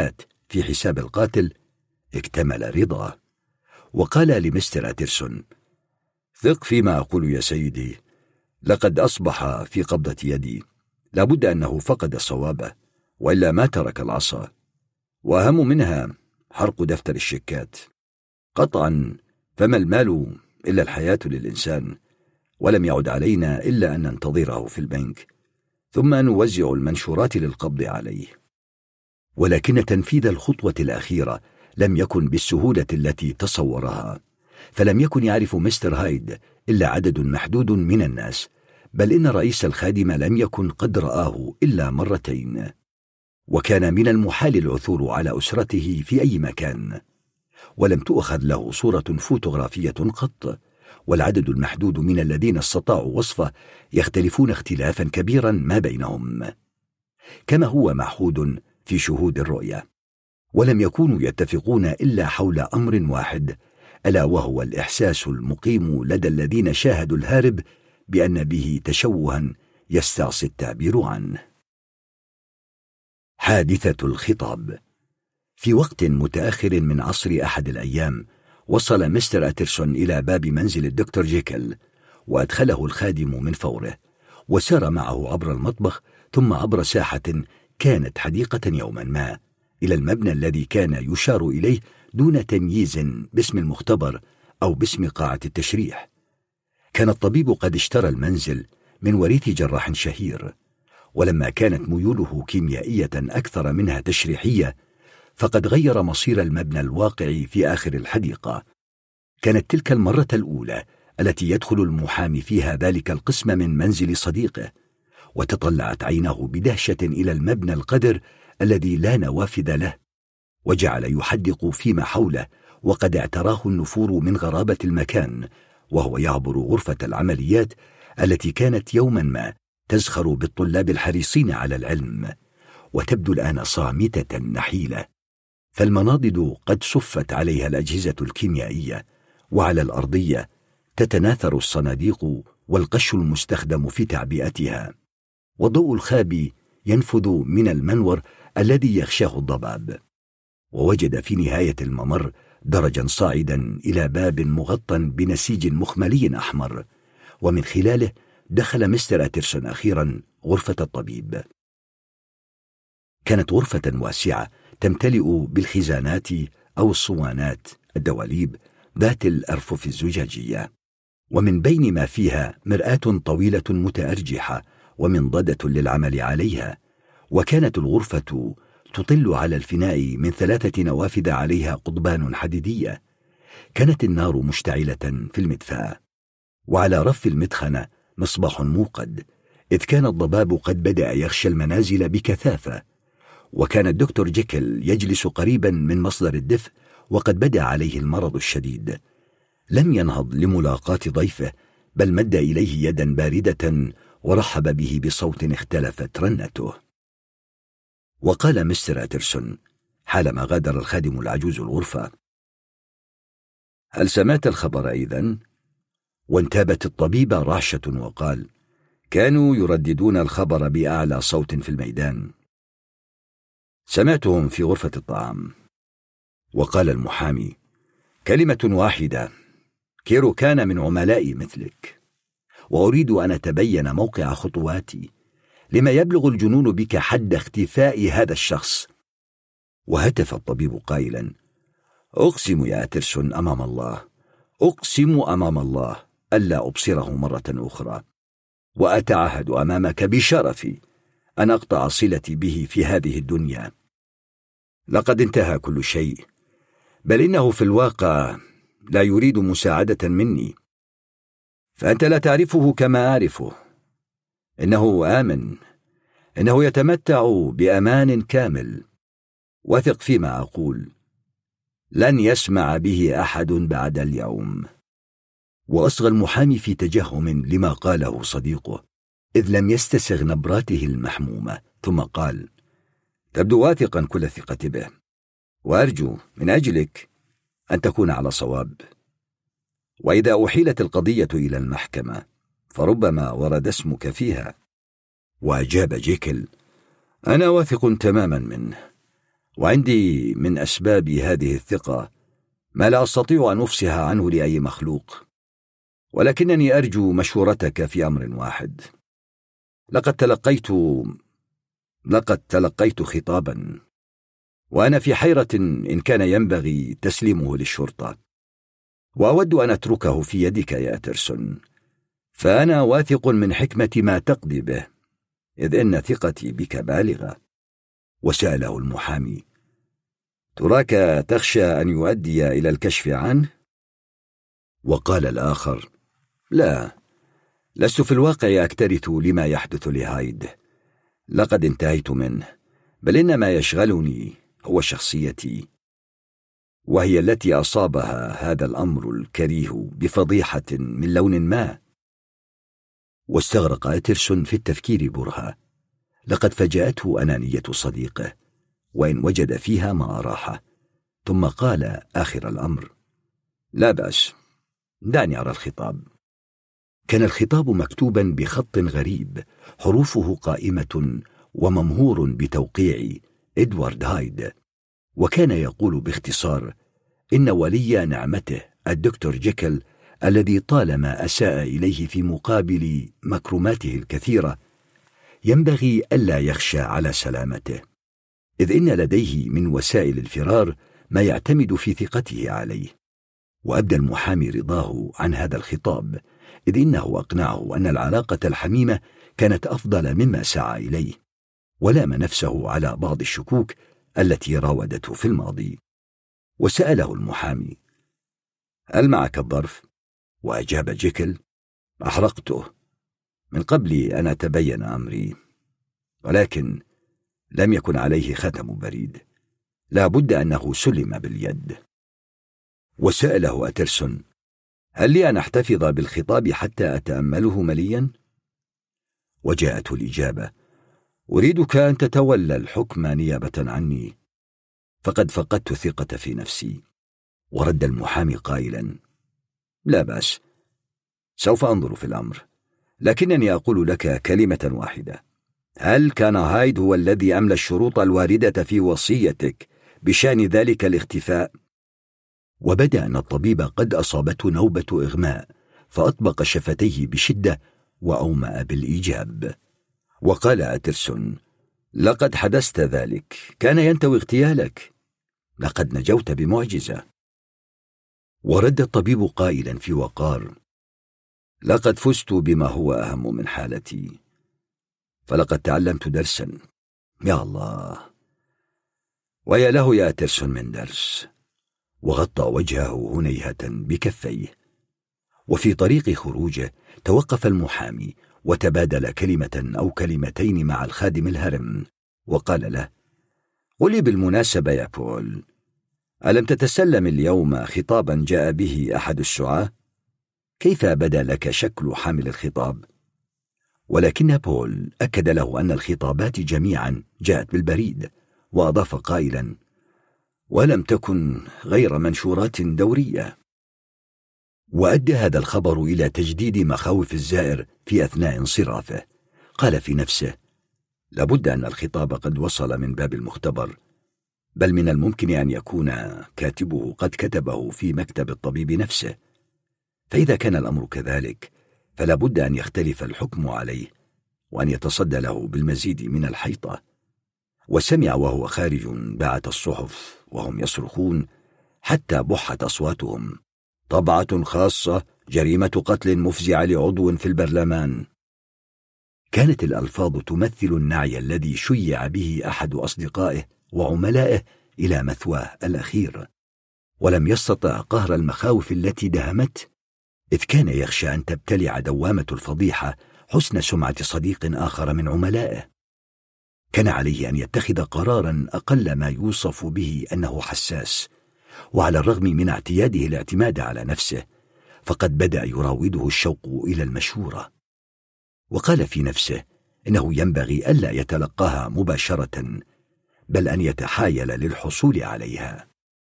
في حساب القاتل اكتمل رضاه، وقال لمستر أترسون: ثق فيما أقول يا سيدي، لقد أصبح في قبضة يدي، لابد أنه فقد صوابه وإلا ما ترك العصا، وأهم منها حرق دفتر الشيكات. قطعا فما المال إلا الحياة للإنسان، ولم يعد علينا إلا أن ننتظره في البنك ثم نوزع المنشورات للقبض عليه. ولكن تنفيذ الخطوة الأخيرة لم يكن بالسهولة التي تصورها، فلم يكن يعرف مستر هايد إلا عدد محدود من الناس، بل إن رئيس الخادم لم يكن قد رآه إلا مرتين، وكان من المحال العثور على أسرته في أي مكان، ولم تؤخذ له صورة فوتوغرافية قط، والعدد المحدود من الذين استطاعوا وصفه يختلفون اختلافا كبيرا ما بينهم، كما هو معهود في شهود الرؤية، ولم يكونوا يتفقون إلا حول أمر واحد، ألا وهو الإحساس المقيم لدى الذين شاهدوا الهارب بأن به تشوها يستعصي التعبير عنه. حادثة الخطاب. في وقت متأخر من عصر أحد الأيام، وصل مستر أترسون إلى باب منزل الدكتور جيكل، وأدخله الخادم من فوره، وسار معه عبر المطبخ ثم عبر ساحة كانت حديقة يوما ما إلى المبنى الذي كان يشار إليه دون تمييز باسم المختبر أو باسم قاعة التشريح. كان الطبيب قد اشترى المنزل من وريث جراح شهير، ولما كانت ميوله كيميائية أكثر منها تشريحية فقد غير مصير المبنى الواقع في آخر الحديقة. كانت تلك المرة الأولى التي يدخل المحامي فيها ذلك القسم من منزل صديقه، وتطلعت عينه بدهشة إلى المبنى القدر الذي لا نوافذ له، وجعل يحدق فيما حوله، وقد اعتراه النفور من غرابة المكان وهو يعبر غرفة العمليات التي كانت يوما ما تزخر بالطلاب الحريصين على العلم، وتبدو الآن صامتة نحيلة، فالمناضد قد صفت عليها الأجهزة الكيميائية، وعلى الأرضية تتناثر الصناديق والقش المستخدم في تعبئتها، وضوء الخاب ينفذ من المنور الذي يغشاه الضباب. ووجد في نهاية الممر درجا صاعدا إلى باب مغطى بنسيج مخملي أحمر، ومن خلاله دخل مستر أترسون أخيرا غرفة الطبيب. كانت غرفة واسعة تمتلئ بالخزانات أو الصوانات الدواليب ذات الأرفف الزجاجية، ومن بين ما فيها مرآة طويلة متأرجحة ومنضدة للعمل عليها، وكانت الغرفة تطل على الفناء من ثلاثة نوافذ عليها قضبان حديدية. كانت النار مشتعلة في المدفأة، وعلى رف المدخنة مصباح موقد، إذ كان الضباب قد بدأ يغشى المنازل بكثافة، وكان الدكتور جيكل يجلس قريبا من مصدر الدفء وقد بدأ عليه المرض الشديد. لم ينهض لملاقاة ضيفه، بل مد إليه يدا باردة ورحب به بصوت اختلفت رنته. وقال مستر أترسون حالما غادر الخادم العجوز الغرفة: هل سمعت الخبر إذن؟ وانتابت الطبيبة رعشة وقال: كانوا يرددون الخبر بأعلى صوت في الميدان. سمعتهم في غرفة الطعام. وقال المحامي: كلمة واحدة، كيرو كان من عملائي مثلك، وأريد أن أتبين موقع خطواتي، لما يبلغ الجنون بك حد اختفاء هذا الشخص. وهتف الطبيب قائلا: أقسم يا أترسون أمام الله، أقسم أمام الله ألا أبصره مرة أخرى، وأتعهد أمامك بشرفي أن أقطع صلتي به في هذه الدنيا. لقد انتهى كل شيء، بل إنه في الواقع لا يريد مساعدة مني، فأنت لا تعرفه كما أعرفه. إنه آمن، إنه يتمتع بأمان كامل، وثق فيما أقول، لن يسمع به أحد بعد اليوم. وأصغى المحامي في تجهم لما قاله صديقه، إذ لم يستسغ نبراته المحمومة، ثم قال: تبدو واثقا كل الثقة به، وأرجو من أجلك أن تكون على صواب. وإذا أحيلت القضية إلى المحكمة فربما ورد اسمك فيها. وأجاب جيكل: أنا واثق تماما منه، وعندي من أسباب هذه الثقة ما لا أستطيع أن أفصح عنه لأي مخلوق، ولكنني أرجو مشورتك في أمر واحد. لقد تلقيت لقد تلقيت خطابا، وأنا في حيرة إن كان ينبغي تسليمه للشرطة، وأود أن أتركه في يدك يا أترسون، فأنا واثق من حكمة ما تقضي به، إذ إن ثقتي بك بالغة. وسأله المحامي: تراك تخشى أن يؤدي إلى الكشف عنه؟ وقال الآخر: لا، لست في الواقع أكترث لما يحدث لهايد، لقد انتهيت منه، بل إن ما يشغلني هو شخصيتي، وهي التي أصابها هذا الأمر الكريه بفضيحة من لون ما. واستغرق أترسون في التفكير برهة، لقد فجأته أنانية صديقه، وإن وجد فيها ما أراحه، ثم قال آخر الأمر: لا بأس، دعني أرى الخطاب. كان الخطاب مكتوبا بخط غريب، حروفه قائمة وممهور بتوقيع إدوارد هايد، وكان يقول باختصار: إن ولي نعمته الدكتور جيكل الذي طالما أساء إليه في مقابل مكرماته الكثيرة ينبغي ألا يخشى على سلامته، إذ إن لديه من وسائل الفرار ما يعتمد في ثقته عليه. وأبدى المحامي رضاه عن هذا الخطاب، إذ إنه أقنعه أن العلاقة الحميمة كانت أفضل مما سعى إليه، ولام نفسه على بعض الشكوك التي راودته في الماضي. وسأله المحامي: هل معك الظرف؟ وأجاب جيكل: أحرقته من قبل أن أتبين أمري، ولكن لم يكن عليه ختم بريد، لا بد أنه سلم باليد. وسأله أترسون: هل لي أن أحتفظ بالخطاب حتى أتأمله مليا؟ وجاءته الإجابة: أريدك أن تتولى الحكم نيابة عني، فقد فقدت ثقة في نفسي. ورد المحامي قائلا: لا بأس، سوف أنظر في الأمر، لكنني أقول لك كلمة واحدة: هل كان هايد هو الذي أملى الشروط الواردة في وصيتك بشأن ذلك الاختفاء؟ وبدا أن الطبيب قد أصابته نوبة إغماء، فأطبق شفتيه بشدة وأومأ بالإيجاب. وقال أترسون: لقد حدثت ذلك، كان ينتوي اغتيالك، لقد نجوت بمعجزة. ورد الطبيب قائلا في وقار: لقد فزت بما هو أهم من حالتي، فلقد تعلمت درسا. يا الله، ويا له يا أترسون من درس. وغطى وجهه هنيهة بكفيه. وفي طريق خروجه توقف المحامي وتبادل كلمة أو كلمتين مع الخادم الهرم، وقال له: قل لي بالمناسبة يا بول، ألم تتسلم اليوم خطابا جاء به أحد السعاة؟ كيف بدا لك شكل حامل الخطاب؟ ولكن بول أكد له أن الخطابات جميعا جاءت بالبريد، وأضاف قائلا: ولم تكن غير منشورات دورية. وأدى هذا الخبر إلى تجديد مخاوف الزائر في أثناء انصرافه. قال في نفسه: لابد أن الخطاب قد وصل من باب المختبر، بل من الممكن أن يكون كاتبه قد كتبه في مكتب الطبيب نفسه، فإذا كان الأمر كذلك فلا بد أن يختلف الحكم عليه، وأن يتصدى له بالمزيد من الحيطة. وسمع وهو خارج باعة الصحف وهم يصرخون حتى بحت أصواتهم: طبعة خاصة، جريمة قتل مفزعة لعضو في البرلمان. كانت الألفاظ تمثل النعي الذي شيع به أحد أصدقائه وعملائه إلى مثواه الأخير، ولم يستطع قهر المخاوف التي دهمته، إذ كان يخشى أن تبتلع دوامة الفضيحة حسن سمعة صديق آخر من عملائه. كان عليه أن يتخذ قرارا أقل ما يوصف به أنه حساس، وعلى الرغم من اعتياده الاعتماد على نفسه فقد بدأ يراوده الشوق إلى المشورة. وقال في نفسه إنه ينبغي ألا يتلقاها مباشرة، بل أن يتحايل للحصول عليها.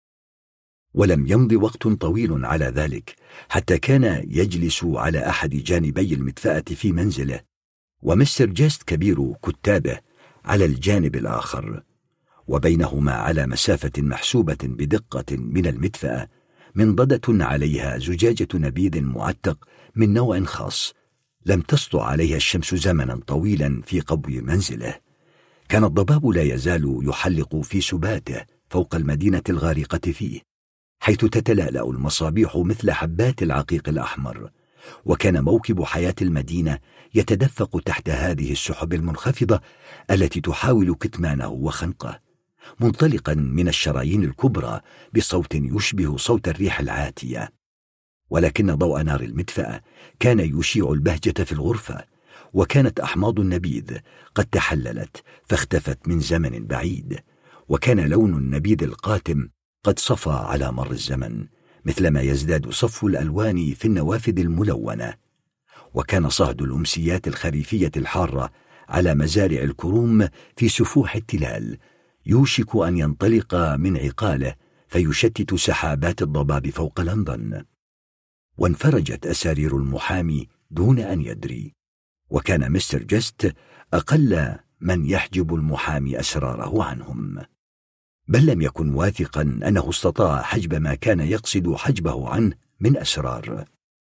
ولم يمض وقت طويل على ذلك حتى كان يجلس على أحد جانبي المدفأة في منزله، ومستر جيست كبير كتابه على الجانب الآخر، وبينهما على مسافة محسوبة بدقة من المدفأة منضدة عليها زجاجة نبيذ معتق من نوع خاص لم تسطع عليها الشمس زمنا طويلا في قبو منزله. كان الضباب لا يزال يحلق في سباته فوق المدينة الغارقة فيه، حيث تتلألأ المصابيح مثل حبات العقيق الأحمر، وكان موكب حياة المدينة يتدفق تحت هذه السحب المنخفضة التي تحاول كتمانه وخنقه، منطلقا من الشرايين الكبرى بصوت يشبه صوت الريح العاتية. ولكن ضوء نار المدفأة كان يشيع البهجة في الغرفة، وكانت أحماض النبيذ قد تحللت فاختفت من زمن بعيد، وكان لون النبيذ القاتم قد صفى على مر الزمن مثلما يزداد صفو الألوان في النوافذ الملونة. وكان صهد الأمسيات الخريفية الحارة على مزارع الكروم في سفوح التلال يوشك أن ينطلق من عقاله فيشتت سحابات الضباب فوق لندن. وانفرجت أسارير المحامي دون أن يدري، وكان مستر جست أقل من يحجب المحامي أسراره عنهم، بل لم يكن واثقا أنه استطاع حجب ما كان يقصد حجبه عنه من أسرار.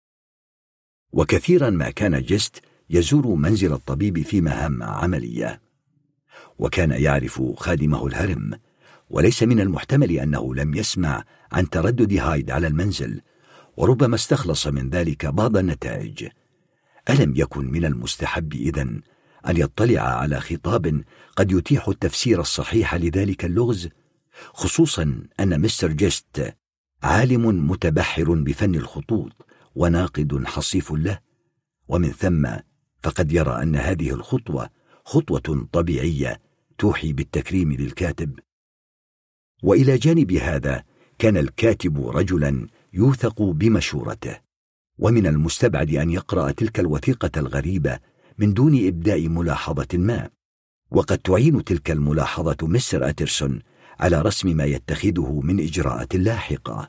وكثيرا ما كان جست يزور منزل الطبيب في مهام عملية، وكان يعرف خادمه الهرم، وليس من المحتمل أنه لم يسمع عن تردد هايد على المنزل، وربما استخلص من ذلك بعض النتائج. ألم يكن من المستحب إذن أن يطلع على خطاب قد يتيح التفسير الصحيح لذلك اللغز، خصوصا أن مستر جست عالم متبحر بفن الخطوط وناقد حصيف له، ومن ثم فقد يرى أن هذه الخطوة خطوة طبيعية توحي بالتكريم للكاتب. وإلى جانب هذا كان الكاتب رجلا يوثق بمشورته، ومن المستبعد أن يقرأ تلك الوثيقة الغريبة من دون إبداء ملاحظة ما، وقد تعين تلك الملاحظة مستر أترسون على رسم ما يتخذه من إجراءات لاحقة.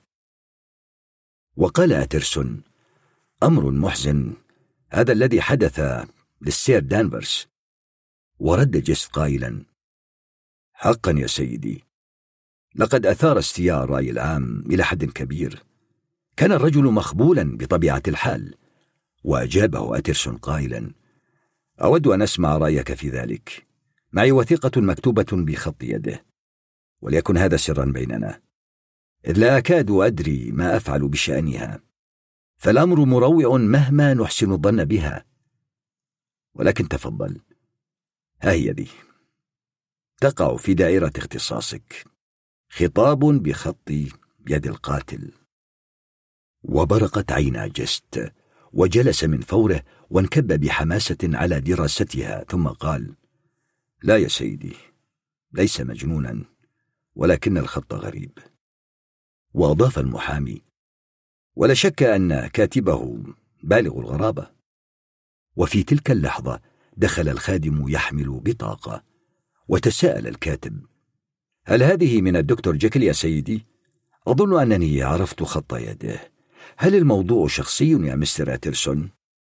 وقال أترسون: أمر محزن هذا الذي حدث للسير دانفرس. ورد جست قائلا: حقا يا سيدي، لقد أثار استياء الرأي العام إلى حد كبير. كان الرجل مخبولا بطبيعة الحال. وأجابه أترسون قائلا: أود أن أسمع رأيك في ذلك. معي وثيقة مكتوبة بخط يده، وليكن هذا سرا بيننا، إذ لا أكاد أدري ما أفعل بشأنها، فالأمر مروع مهما نحسن الظن بها. ولكن تفضل، ها هي ذي، تقع في دائرة اختصاصك، خطاب بخط يد القاتل. وبرقت عينا جست، وجلس من فوره وانكب بحماسة على دراستها، ثم قال: لا يا سيدي، ليس مجنونا، ولكن الخط غريب. وأضاف المحامي: ولا شك أن كاتبه بالغ الغرابة. وفي تلك اللحظة دخل الخادم يحمل بطاقة، وتساءل الكاتب: هل هذه من الدكتور جيكل يا سيدي؟ أظن أنني عرفت خط يده. هل الموضوع شخصي يا مستر أترسون؟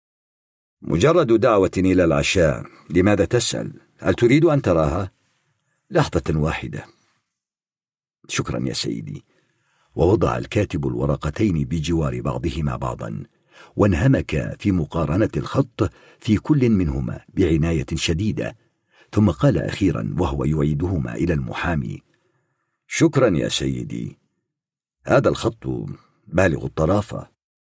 مجرد دعوة إلى العشاء. لماذا تسأل؟ هل تريد أن تراها؟ لحظة واحدة. شكرا يا سيدي. ووضع الكاتب الورقتين بجوار بعضهما بعضا، وانهمك في مقارنة الخط في كل منهما بعناية شديدة، ثم قال أخيرا وهو يعيدهما إلى المحامي: شكرا يا سيدي، هذا الخط بالغ الطرافة.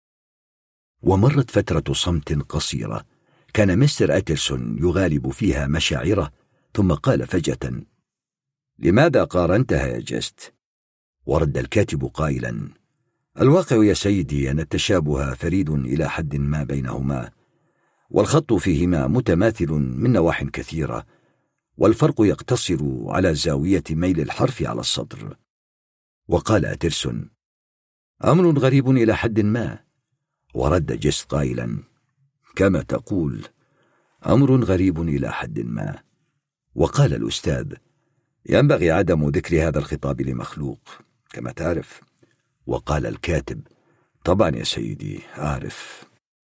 ومرت فترة صمت قصيرة كان مستر أترسون يغالب فيها مشاعره، ثم قال فجأة: لماذا قارنتها يا جست؟ ورد الكاتب قائلا: الواقع يا سيدي أن التشابه فريد إلى حد ما بينهما، والخط فيهما متماثل من نواح كثيرة، والفرق يقتصر على زاوية ميل الحرف على السطر. وقال أترسون: أمر غريب إلى حد ما. ورد جست قائلا: كما تقول، أمر غريب إلى حد ما. وقال الأستاذ: ينبغي عدم ذكر هذا الخطاب لمخلوق كما تعرف. وقال الكاتب: طبعا يا سيدي أعرف.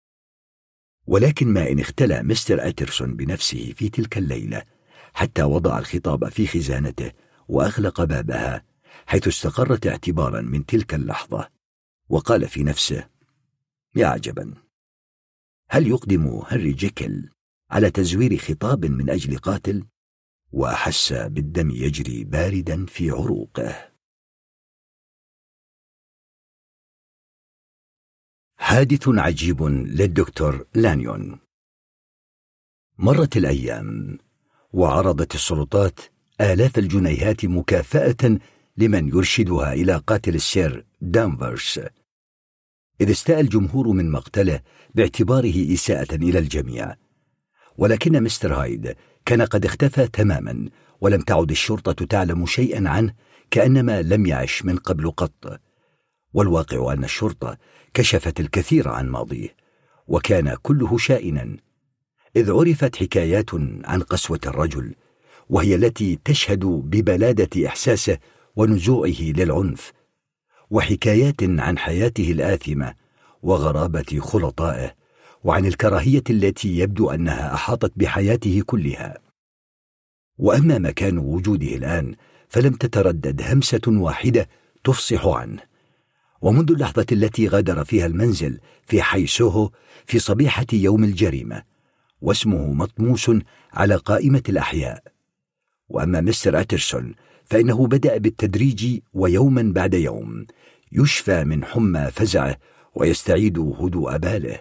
ولكن ما إن اختلى مستر أترسون بنفسه في تلك الليلة حتى وضع الخطاب في خزانته وأغلق بابها، حيث استقرت اعتبارا من تلك اللحظة. وقال في نفسه: يا عجبا، هل يقدم هنري جيكل على تزوير خطاب من أجل قاتل؟ وأحس بالدم يجري باردا في عروقه. حادث عجيب للدكتور لانيون. مرت الأيام، وعرضت السلطات آلاف الجنيهات مكافأة لمن يرشدها إلى قاتل السير دانفرس، إذ استاء الجمهور من مقتله باعتباره إساءة إلى الجميع. ولكن مستر هايد كان قد اختفى تماما، ولم تعد الشرطة تعلم شيئا عنه، كأنما لم يعش من قبل قط. والواقع أن الشرطة كشفت الكثير عن ماضيه، وكان كله شائنا، إذ عرفت حكايات عن قسوة الرجل، وهي التي تشهد ببلادة إحساسه ونزوعه للعنف، وحكايات عن حياته الآثمة وغرابة خلطائه، وعن الكراهية التي يبدو أنها أحاطت بحياته كلها. وأما مكان وجوده الآن فلم تتردد همسة واحدة تفصح عنه. ومنذ اللحظة التي غادر فيها المنزل في حي سوهو في صبيحة يوم الجريمة، واسمه مطموس على قائمة الأحياء. وأما مستر أترسون فإنه بدأ بالتدريج، ويوما بعد يوم يشفى من حمى فزعه ويستعيد هدوء باله.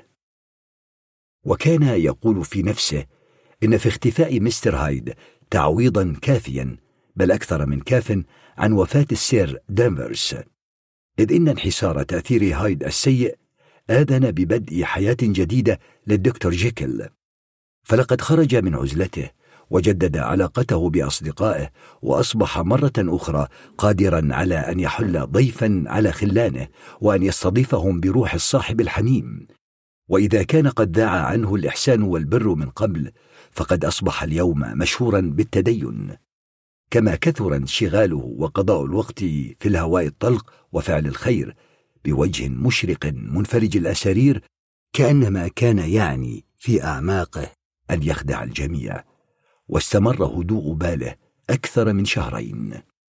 وكان يقول في نفسه إن في اختفاء مستر هايد تعويضا كافيا، بل أكثر من كاف، عن وفاة السير دانفرس، إذ إن انحسار تأثير هايد السيء آذن ببدء حياة جديدة للدكتور جيكل. فلقد خرج من عزلته وجدد علاقته بأصدقائه، وأصبح مرة أخرى قادرا على أن يحل ضيفا على خلانه، وأن يستضيفهم بروح الصاحب الحميم. وإذا كان قد ذاع عنه الإحسان والبر من قبل، فقد أصبح اليوم مشهورا بالتدين. كما كثر انشغاله وقضاء الوقت في الهواء الطلق وفعل الخير بوجه مشرق منفرج الأسارير، كأنما كان يعني في أعماقه أن يخدع الجميع. واستمر هدوء باله أكثر من شهرين.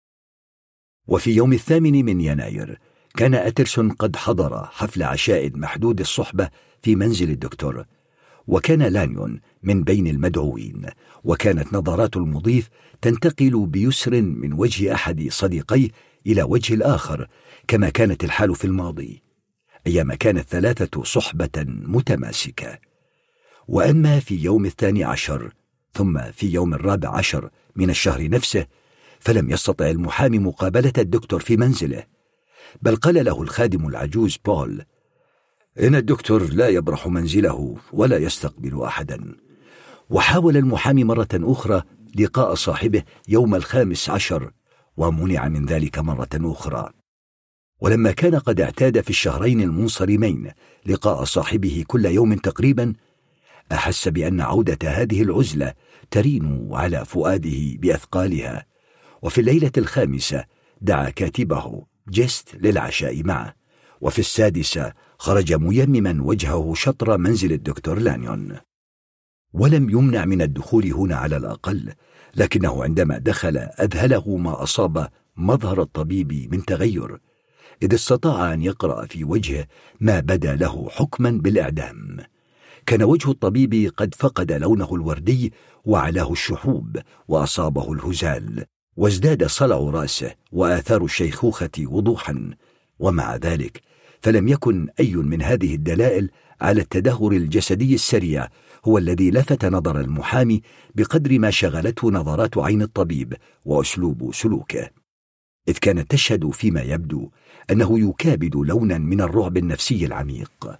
وفي يوم الثامن من يناير كان أترسون قد حضر حفل عشاء محدود الصحبة في منزل الدكتور، وكان لانيون من بين المدعوين. وكانت نظرات المضيف تنتقل بيسر من وجه أحد صديقيه إلى وجه الآخر، كما كانت الحال في الماضي، أيما كانت ثلاثة صحبة متماسكة. وأما في يوم الثاني عشر ثم في يوم الرابع عشر من الشهر نفسه، فلم يستطع المحامي مقابلة الدكتور في منزله، بل قال له الخادم العجوز بول: إن الدكتور لا يبرح منزله ولا يستقبل أحدا. وحاول المحامي مرة أخرى لقاء صاحبه يوم الخامس عشر، ومنع من ذلك مرة أخرى. ولما كان قد اعتاد في الشهرين المنصرمين لقاء صاحبه كل يوم تقريبا، أحس بأن عودة هذه العزلة ترين على فؤاده بأثقالها. وفي الليلة الخامسة دعا كاتبه جيست للعشاء معه، وفي السادسة خرج ميمما وجهه شطر منزل الدكتور لانيون. ولم يمنع من الدخول هنا على الأقل، لكنه عندما دخل أذهله ما أصاب مظهر الطبيب من تغير، إذ استطاع أن يقرأ في وجهه ما بدا له حكما بالإعدام. كان وجه الطبيب قد فقد لونه الوردي وعلاه الشحوب، وأصابه الهزال، وازداد صلع رأسه وآثار الشيخوخة وضوحا. ومع ذلك فلم يكن أي من هذه الدلائل على التدهور الجسدي السريع هو الذي لفت نظر المحامي بقدر ما شغلته نظرات عين الطبيب وأسلوب سلوكه، إذ كانت تشهد فيما يبدو أنه يكابد لونا من الرعب النفسي العميق.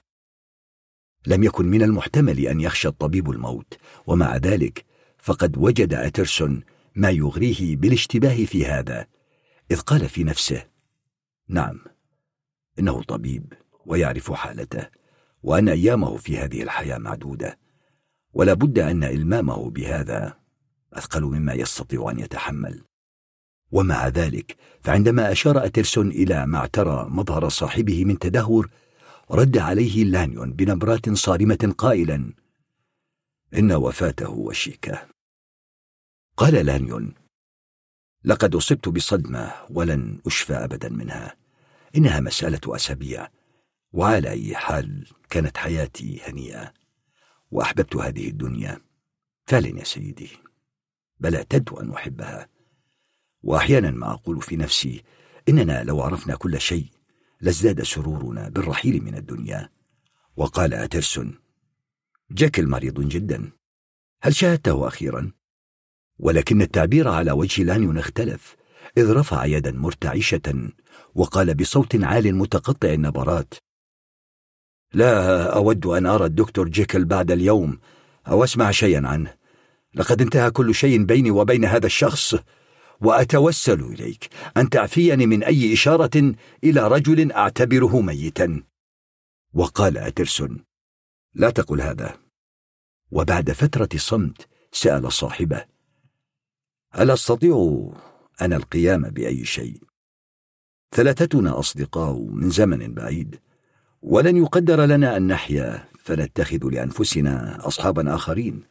لم يكن من المحتمل أن يخشى الطبيب الموت، ومع ذلك فقد وجد أترسون ما يغريه بالاشتباه في هذا، إذ قال في نفسه: نعم، إنه طبيب ويعرف حالته، وأن أيامه في هذه الحياة معدودة، ولا بد أن إلمامه بهذا أثقل مما يستطيع أن يتحمل. ومع ذلك فعندما أشار أترسون إلى ما اعترى مظهر صاحبه من تدهور، رد عليه لانيون بنبرات صارمة قائلا: إن وفاته وشيكة. قال لانيون: لقد أصبت بصدمة ولن أشفى أبدا منها. إنها مسألة أسابيع، وعلى أي حال كانت حياتي هنيئة وأحببت هذه الدنيا. فعلا يا سيدي، بل اعتدت أن أحبها. وأحيانا ما أقول في نفسي إننا لو عرفنا كل شيء لازداد سرورنا بالرحيل من الدنيا. وقال أترسون: جيكل مريض جدا، هل شاهدته أخيرا؟ ولكن التعبير على وجه لانيون اختلف، إذ رفع يدا مرتعشة وقال بصوت عال متقطع النبرات: لا أود أن أرى الدكتور جيكل بعد اليوم أو أسمع شيئا عنه. لقد انتهى كل شيء بيني وبين هذا الشخص، وأتوسل إليك أن تعفيني من أي إشارة إلى رجل أعتبره ميتا. وقال أترسون: لا تقل هذا. وبعد فترة صمت سأل صاحبه: هل أستطيع أنا القيام بأي شيء؟ ثلاثتنا أصدقاء من زمن بعيد، ولن يقدر لنا أن نحيا فنتخذ لأنفسنا أصحابا آخرين.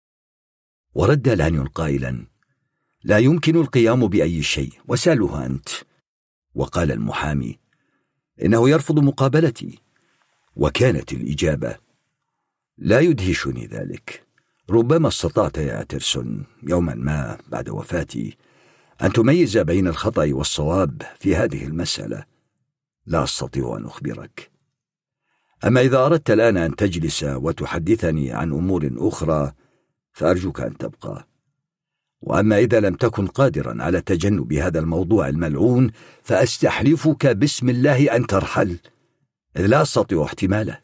ورد لانيون قائلا: لا يمكن القيام بأي شيء، وسأله أنت. وقال المحامي: إنه يرفض مقابلتي. وكانت الإجابة: لا يدهشني ذلك. ربما استطعت يا أترسون يوما ما بعد وفاتي أن تميز بين الخطأ والصواب في هذه المسألة. لا أستطيع أن أخبرك. أما إذا أردت الآن أن تجلس وتحدثني عن أمور أخرى فأرجوك أن تبقى. وأما إذا لم تكن قادرا على تجنب هذا الموضوع الملعون فأستحلفك باسم الله أن ترحل، إذ لا أستطيع احتماله.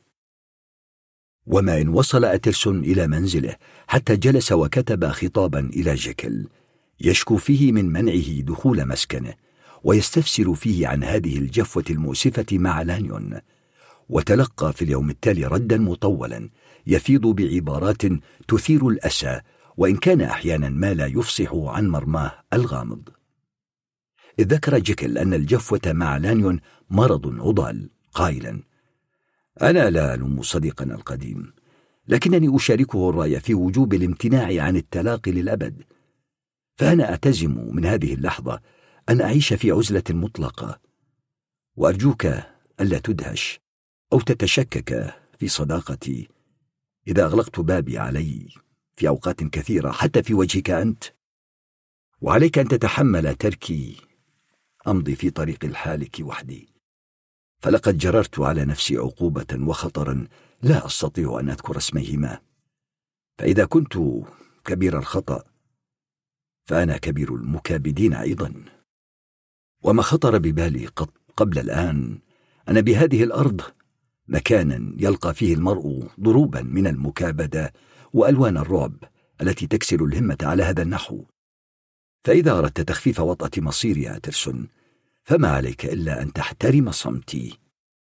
وما إن وصل أترسون إلى منزله حتى جلس وكتب خطابا إلى جيكل يشكو فيه من منعه دخول مسكنه، ويستفسر فيه عن هذه الجفوة المؤسفة مع لانيون. وتلقى في اليوم التالي ردا مطولا يفيض بعبارات تثير الأسى، وإن كان أحيانا ما لا يفصح عن مرماه الغامض. إذ ذكر جيكل أن الجفوة مع لانيون مرض عضال، قائلا: أنا لا ألوم صديقنا القديم، لكنني أشاركه الرأي في وجوب الامتناع عن التلاقي للأبد. فأنا أعتزم من هذه اللحظة أن أعيش في عزلة مطلقة، وأرجوك ألا تدهش أو تتشكك في صداقتي إذا أغلقت بابي علي في أوقات كثيرة حتى في وجهك أنت. وعليك أن تتحمل تركي أمضي في طريق الحالك وحدي، فلقد جررت على نفسي عقوبة وخطرا لا أستطيع أن أذكر اسميهما. فإذا كنت كبير الخطأ فأنا كبير المكابدين أيضا. وما خطر ببالي قط قبل الآن أن بهذه الأرض مكانا يلقى فيه المرء ضروبا من المكابدة وألوان الرعب التي تكسر الهمة على هذا النحو. فإذا أردت تخفيف وطأة مصيري يا أترسون فما عليك إلا أن تحترم صمتي.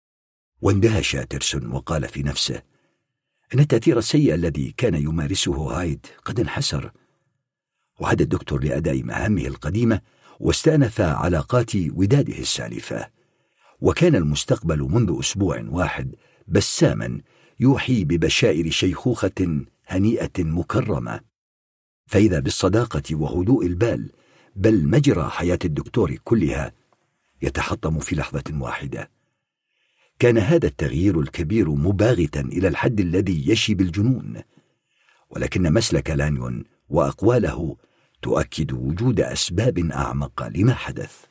واندهش أترسون وقال في نفسه إن التأثير السيء الذي كان يمارسه هايد قد انحسر، وعاد الدكتور لأداء مهامه القديمة واستأنف علاقات وداده السالفة. وكان المستقبل منذ أسبوع واحد بساما يوحي ببشائر شيخوخة هنيئة مكرمة. فإذا بالصداقة وهدوء البال بل مجرى حياة الدكتور كلها يتحطم في لحظة واحدة. كان هذا التغيير الكبير مباغتا إلى الحد الذي يشي بالجنون، ولكن مسلك لانيون وأقواله تؤكد وجود أسباب أعمق لما حدث.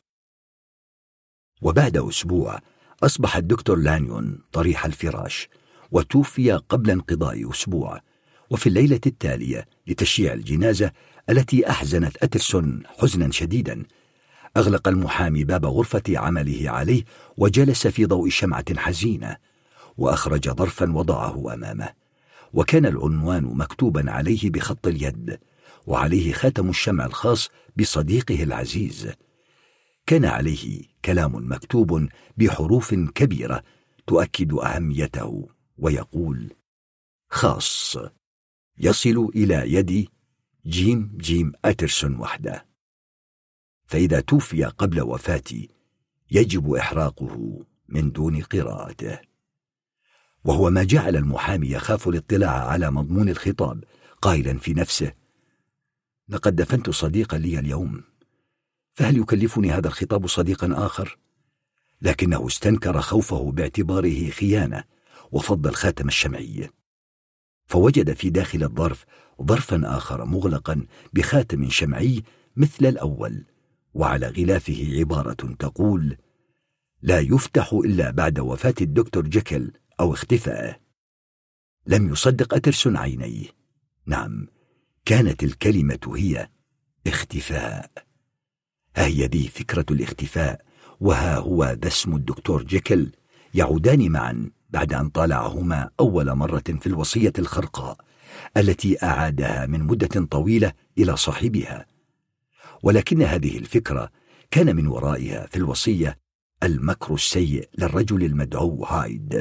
وبعد أسبوع أصبح الدكتور لانيون طريح الفراش، وتوفي قبل انقضاء أسبوع. وفي الليلة التالية لتشييع الجنازة التي أحزنت أترسون حزنا شديدا، أغلق المحامي باب غرفة عمله عليه وجلس في ضوء شمعة حزينة، وأخرج ظرفا وضعه أمامه، وكان العنوان مكتوبا عليه بخط اليد، وعليه خاتم الشمع الخاص بصديقه العزيز. كان عليه كلام مكتوب بحروف كبيرة تؤكد أهميته، ويقول: خاص، يصل إلى يد جيم جيم أترسون وحده، فإذا توفي قبل وفاتي يجب إحراقه من دون قراءته. وهو ما جعل المحامي يخاف الاطلاع على مضمون الخطاب، قائلا في نفسه: لقد دفنت صديقا لي اليوم، فهل يكلفني هذا الخطاب صديقا آخر؟ لكنه استنكر خوفه باعتباره خيانة، وفضل الخاتم الشمعي. فوجد في داخل الظرف ظرفا آخر مغلقا بخاتم شمعي مثل الأول، وعلى غلافه عبارة تقول: لا يفتح إلا بعد وفاة الدكتور جيكل أو اختفائه. لم يصدق أترسون عينيه. نعم، كانت الكلمة هي اختفاء. هي ذي فكرة الاختفاء، وها هو ذا اسم الدكتور جيكل يعودان معا بعد أن طالعهما أول مرة في الوصية الخرقاء التي أعادها من مدة طويلة إلى صاحبها. ولكن هذه الفكرة كان من ورائها في الوصية المكر السيء للرجل المدعو هايد،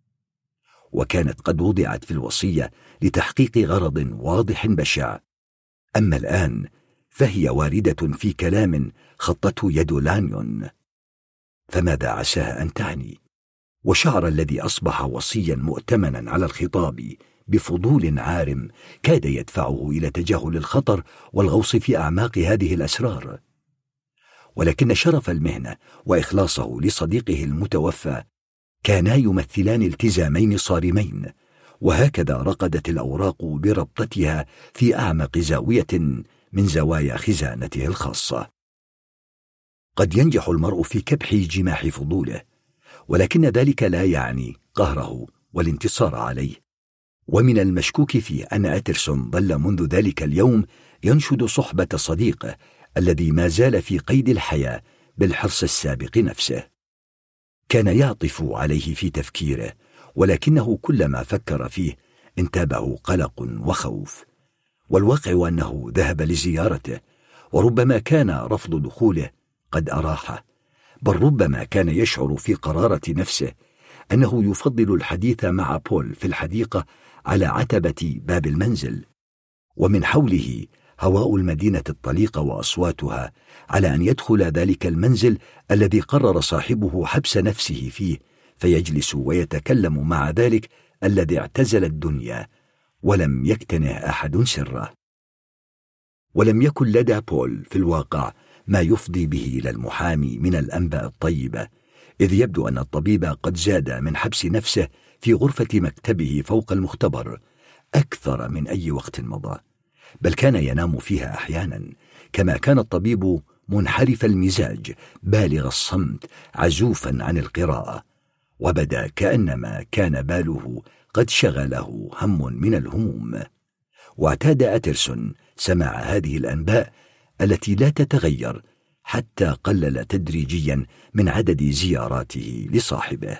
وكانت قد وضعت في الوصية لتحقيق غرض واضح بشع. أما الآن فهي واردة في كلام خطته يد لانيون، فماذا عساها أن تعني؟ وشعر الذي أصبح وصيا مؤتمنا على الخطاب بفضول عارم كاد يدفعه إلى تجاهل الخطر والغوص في أعماق هذه الأسرار. ولكن شرف المهنة وإخلاصه لصديقه المتوفى كانا يمثلان التزامين صارمين، وهكذا رقدت الأوراق بربطتها في أعمق زاوية من زوايا خزانته الخاصة. قد ينجح المرء في كبح جماح فضوله، ولكن ذلك لا يعني قهره والانتصار عليه. ومن المشكوك في أن أترسون ظل منذ ذلك اليوم ينشد صحبة صديقه الذي ما زال في قيد الحياة بالحرص السابق نفسه. كان يعطف عليه في تفكيره، ولكنه كلما فكر فيه انتابه قلق وخوف. والواقع أنه ذهب لزيارته، وربما كان رفض دخوله قد أراحه، بل ربما كان يشعر في قرارة نفسه أنه يفضل الحديث مع بول في الحديقة على عتبة باب المنزل، ومن حوله هواء المدينة الطليقة وأصواتها، على أن يدخل ذلك المنزل الذي قرر صاحبه حبس نفسه فيه، فيجلس ويتكلم مع ذلك الذي اعتزل الدنيا ولم يكتنه أحد سره. ولم يكن لدى بول في الواقع ما يفضي به إلى المحامي من الأنباء الطيبة، إذ يبدو أن الطبيب قد زاد من حبس نفسه في غرفة مكتبه فوق المختبر أكثر من أي وقت مضى، بل كان ينام فيها أحيانا، كما كان الطبيب منحرف المزاج بالغ الصمت عزوفا عن القراءة، وبدا كأنما كان باله قد شغله هم من الهموم. واعتاد أترسون سماع هذه الأنباء التي لا تتغير، حتى قلل تدريجيا من عدد زياراته لصاحبه.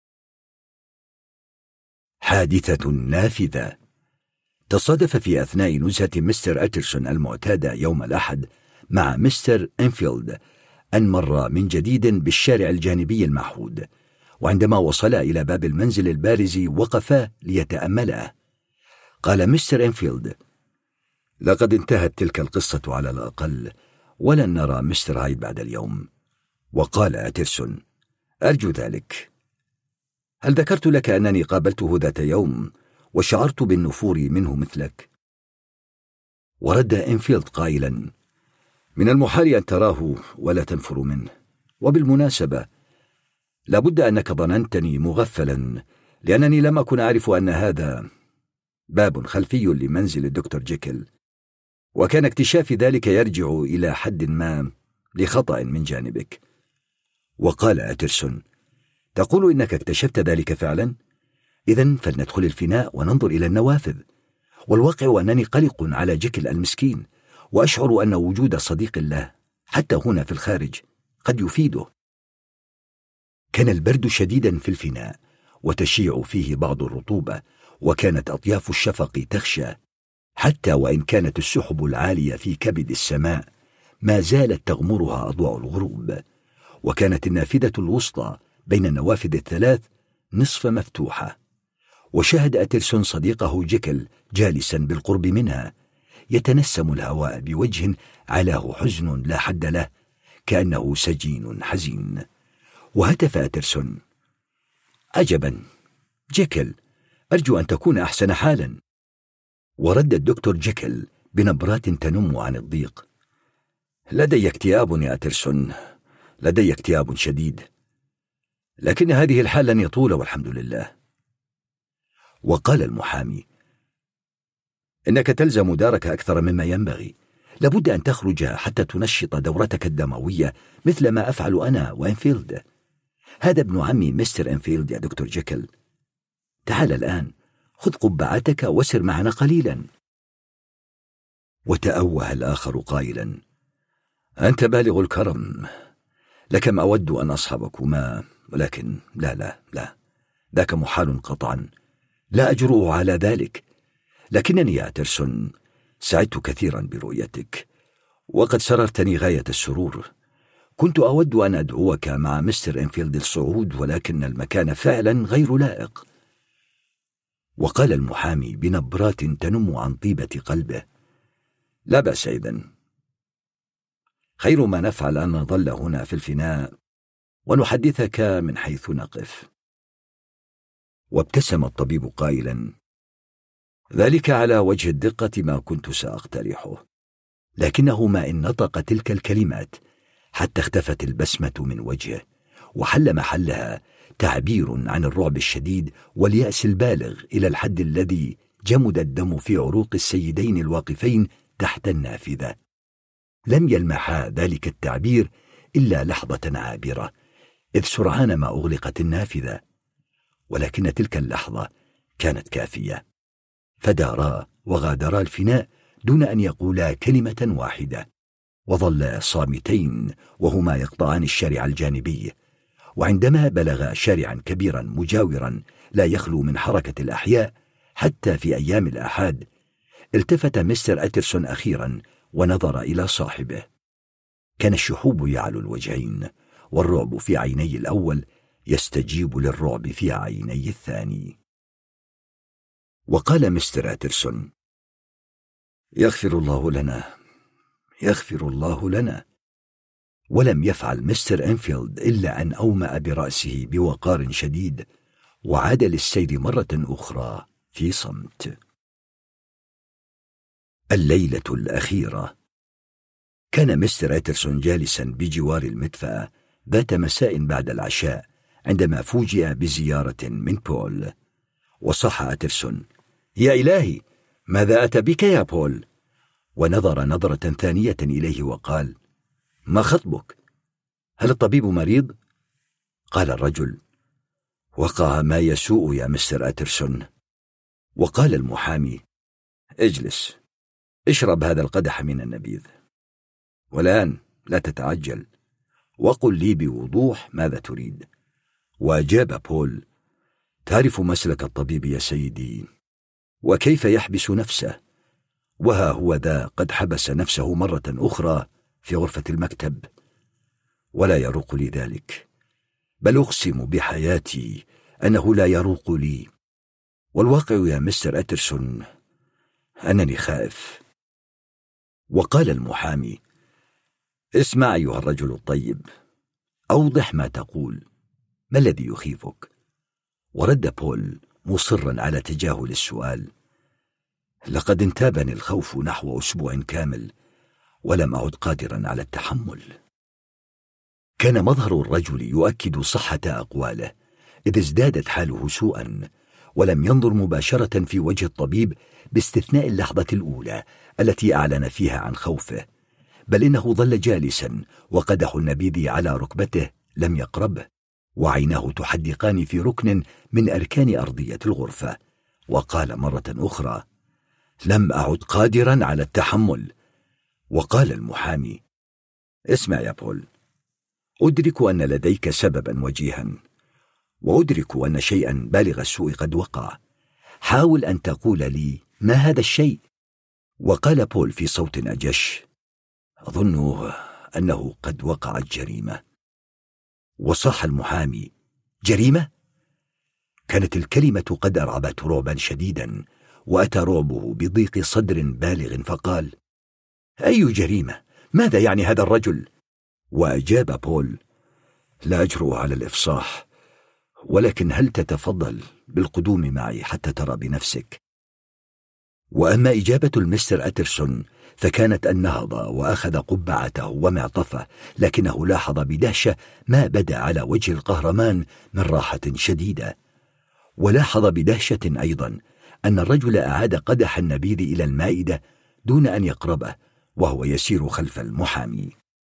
حادثة نافذة. تصادف في أثناء نزهة مستر أترسون المعتادة يوم الأحد مع مستر إنفيلد أن مر من جديد بالشارع الجانبي المعهود، وعندما وصلا إلى باب المنزل البارز وقفا ليتأملا. قال مستر إنفيلد: لقد انتهت تلك القصة على الأقل، ولن نرى مستر هايد بعد اليوم. وقال أترسون: أرجو ذلك. هل ذكرت لك أنني قابلته ذات يوم وشعرت بالنفور منه مثلك؟ ورد إنفيلد قائلا: من المحال أن تراه ولا تنفر منه. وبالمناسبة لابد أنك ظننتني مغفلا، لأنني لم أكن أعرف أن هذا باب خلفي لمنزل الدكتور جيكل، وكان اكتشاف ذلك يرجع إلى حد ما لخطأ من جانبك. وقال أترسون: تقول إنك اكتشفت ذلك فعلا؟ إذن فلندخل الفناء وننظر إلى النوافذ. والواقع أنني قلق على جيكل المسكين، وأشعر أن وجود صديق له حتى هنا في الخارج قد يفيده. كان البرد شديدا في الفناء، وتشيع فيه بعض الرطوبة، وكانت أطياف الشفق تخشى، حتى وإن كانت السحب العالية في كبد السماء ما زالت تغمرها أضواء الغروب. وكانت النافذة الوسطى بين النوافذ الثلاث نصف مفتوحة، وشاهد أترسون صديقه جيكل جالسا بالقرب منها يتنسم الهواء بوجه علاه حزن لا حد له، كأنه سجين حزين. وهتف أترسون: عجبا جيكل، أرجو أن تكون أحسن حالا. ورد الدكتور جيكل بنبرات تنم عن الضيق: لدي اكتئاب يا أترسون، لدي اكتئاب شديد، لكن هذه الحالة لن يطول والحمد لله. وقال المحامي: إنك تلزم دارك أكثر مما ينبغي، لابد أن تخرج حتى تنشط دورتك الدموية مثل ما أفعل أنا وإنفيلد. هذا ابن عمي مستر إنفيلد يا دكتور جيكل. تعال الآن، خذ قبعتك وسر معنا قليلا. وتأوه الآخر قائلا: أنت بالغ الكرم، لكم أود أن أصحبكما، ولكن لا لا لا، ذاك محال قطعا، لا أجرؤ على ذلك. لكنني يا أترسون سعدت كثيرا برؤيتك، وقد سررتني غاية السرور. كنت أود أن أدعوك مع مستر إنفيلد الصعود، ولكن المكان فعلا غير لائق. وقال المحامي بنبرات تنم عن طيبة قلبه: لا بأس إذن، خير ما نفعل أن نظل هنا في الفناء ونحدثك من حيث نقف. وابتسم الطبيب قائلا: ذلك على وجه الدقة ما كنت سأقترحه. لكنه ما إن نطق تلك الكلمات حتى اختفت البسمة من وجهه، وحل محلها تعبير عن الرعب الشديد واليأس البالغ إلى الحد الذي جمد الدم في عروق السيدين الواقفين تحت النافذة. لم يلمحا ذلك التعبير إلا لحظة عابرة، إذ سرعان ما أغلقت النافذة، ولكن تلك اللحظة كانت كافية، فدارا وغادرا الفناء دون أن يقولا كلمة واحدة، وظلا صامتين وهما يقطعان الشارع الجانبي. وعندما بلغا شارعا كبيرا مجاورا لا يخلو من حركة الأحياء حتى في أيام الآحاد، التفت مستر أترسون أخيرا ونظر إلى صاحبه. كان الشحوب يعلو الوجهين، والرعب في عيني الأول يستجيب للرعب في عيني الثاني. وقال مستر أترسون: يغفر الله لنا، يغفر الله لنا. ولم يفعل مستر إنفيلد إلا أن أومأ برأسه بوقار شديد، وعاد للسير مرة أخرى في صمت. الليلة الأخيرة. كان مستر أترسون جالسا بجوار المدفأة ذات مساء بعد العشاء عندما فوجئ بزيارة من بول. وصح أترسون: يا إلهي، ماذا أتى بك يا بول؟ ونظر نظرة ثانية إليه وقال: ما خطبك؟ هل الطبيب مريض؟ قال الرجل: وقع ما يسوء يا مستر أترسون. وقال المحامي: اجلس، اشرب هذا القدح من النبيذ، والآن لا تتعجل، وقل لي بوضوح ماذا تريد. وأجاب بول: تعرف مسلك الطبيب يا سيدي، وكيف يحبس نفسه، وها هو ذا قد حبس نفسه مرة أخرى في غرفة المكتب، ولا يروق لي ذلك، بل أقسم بحياتي أنه لا يروق لي. والواقع يا مستر أترسون أنني خائف. وقال المحامي: اسمع أيها الرجل الطيب، أوضح ما تقول، ما الذي يخيفك؟ ورد بول مصرا على تجاهل السؤال: لقد انتابني الخوف نحو أسبوع كامل، ولم أعد قادرا على التحمل. كان مظهر الرجل يؤكد صحة أقواله، إذ ازدادت حاله سوءا، ولم ينظر مباشرة في وجه الطبيب باستثناء اللحظة الأولى التي أعلن فيها عن خوفه، بل إنه ظل جالسا وقدح النبيذ على ركبته لم يقربه، وعيناه تحدقان في ركن من أركان أرضية الغرفة. وقال مرة أخرى: لم أعد قادرا على التحمل. وقال المحامي: اسمع يا بول، أدرك أن لديك سببا وجيها، وأدرك أن شيئا بالغ السوء قد وقع، حاول أن تقول لي ما هذا الشيء. وقال بول في صوت أجش: أظن أنه قد وقعت جريمة. وصاح المحامي: جريمة؟ كانت الكلمة قد أرعبته رعبا شديدا، وأتى رعبه بضيق صدر بالغ، فقال: أي جريمة؟ ماذا يعني هذا الرجل؟ وأجاب بول: لا أجرؤ على الإفصاح، ولكن هل تتفضل بالقدوم معي حتى ترى بنفسك؟ وأما إجابة المستر أترسون فكانت أن نهض وأخذ قبعته ومعطفه، لكنه لاحظ بدهشة ما بدا على وجه القهرمان من راحة شديدة. ولاحظ بدهشة أيضا أن الرجل أعاد قدح النبيذ إلى المائدة دون أن يقربه وهو يسير خلف المحامي.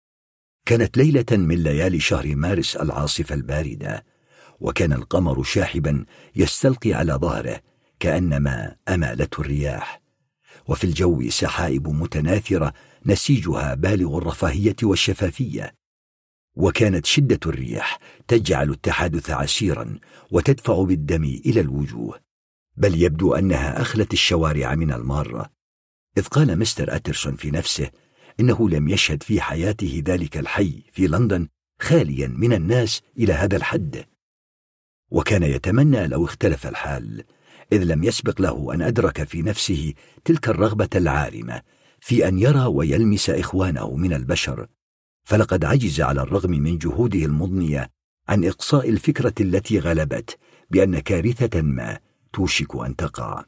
كانت ليلة من ليالي شهر مارس العاصفة الباردة، وكان القمر شاحبا يستلقي على ظهره كأنما أمالته الرياح، وفي الجو سحائب متناثرة نسيجها بالغ الرفاهية والشفافية. وكانت شدة الريح تجعل التحادث عسيرا وتدفع بالدم إلى الوجوه، بل يبدو أنها أخلت الشوارع من المارة، إذ قال مستر أترسون في نفسه إنه لم يشهد في حياته ذلك الحي في لندن خاليا من الناس إلى هذا الحد. وكان يتمنى لو اختلف الحال، إذ لم يسبق له أن أدرك في نفسه تلك الرغبة العارمة في أن يرى ويلمس إخوانه من البشر، فلقد عجز على الرغم من جهوده المضنية عن إقصاء الفكرة التي غلبت بأن كارثة ما توشك أن تقع.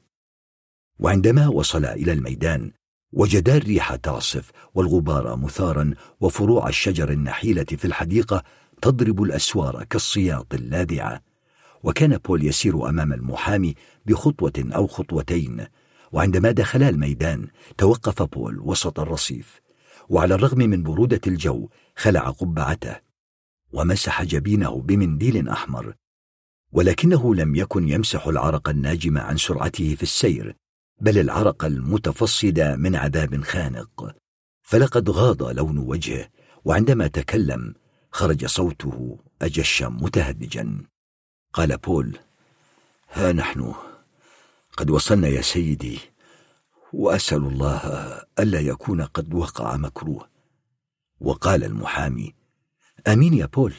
وعندما وصل إلى الميدان وجدا الريح تعصف والغبار مثارا وفروع الشجر النحيلة في الحديقة تضرب الأسوار كالصياط اللاذعة. وكان بول يسير أمام المحامي بخطوة أو خطوتين، وعندما دخلا الميدان توقف بول وسط الرصيف، وعلى الرغم من برودة الجو خلع قبعته ومسح جبينه بمنديل أحمر، ولكنه لم يكن يمسح العرق الناجم عن سرعته في السير، بل العرق المتفصد من عذاب خانق، فلقد غاض لون وجهه، وعندما تكلم خرج صوته أجش متهدجا. قال بول: ها نحن قد وصلنا يا سيدي، وأسأل الله ألا يكون قد وقع مكروه. وقال المحامي: آمين يا بول.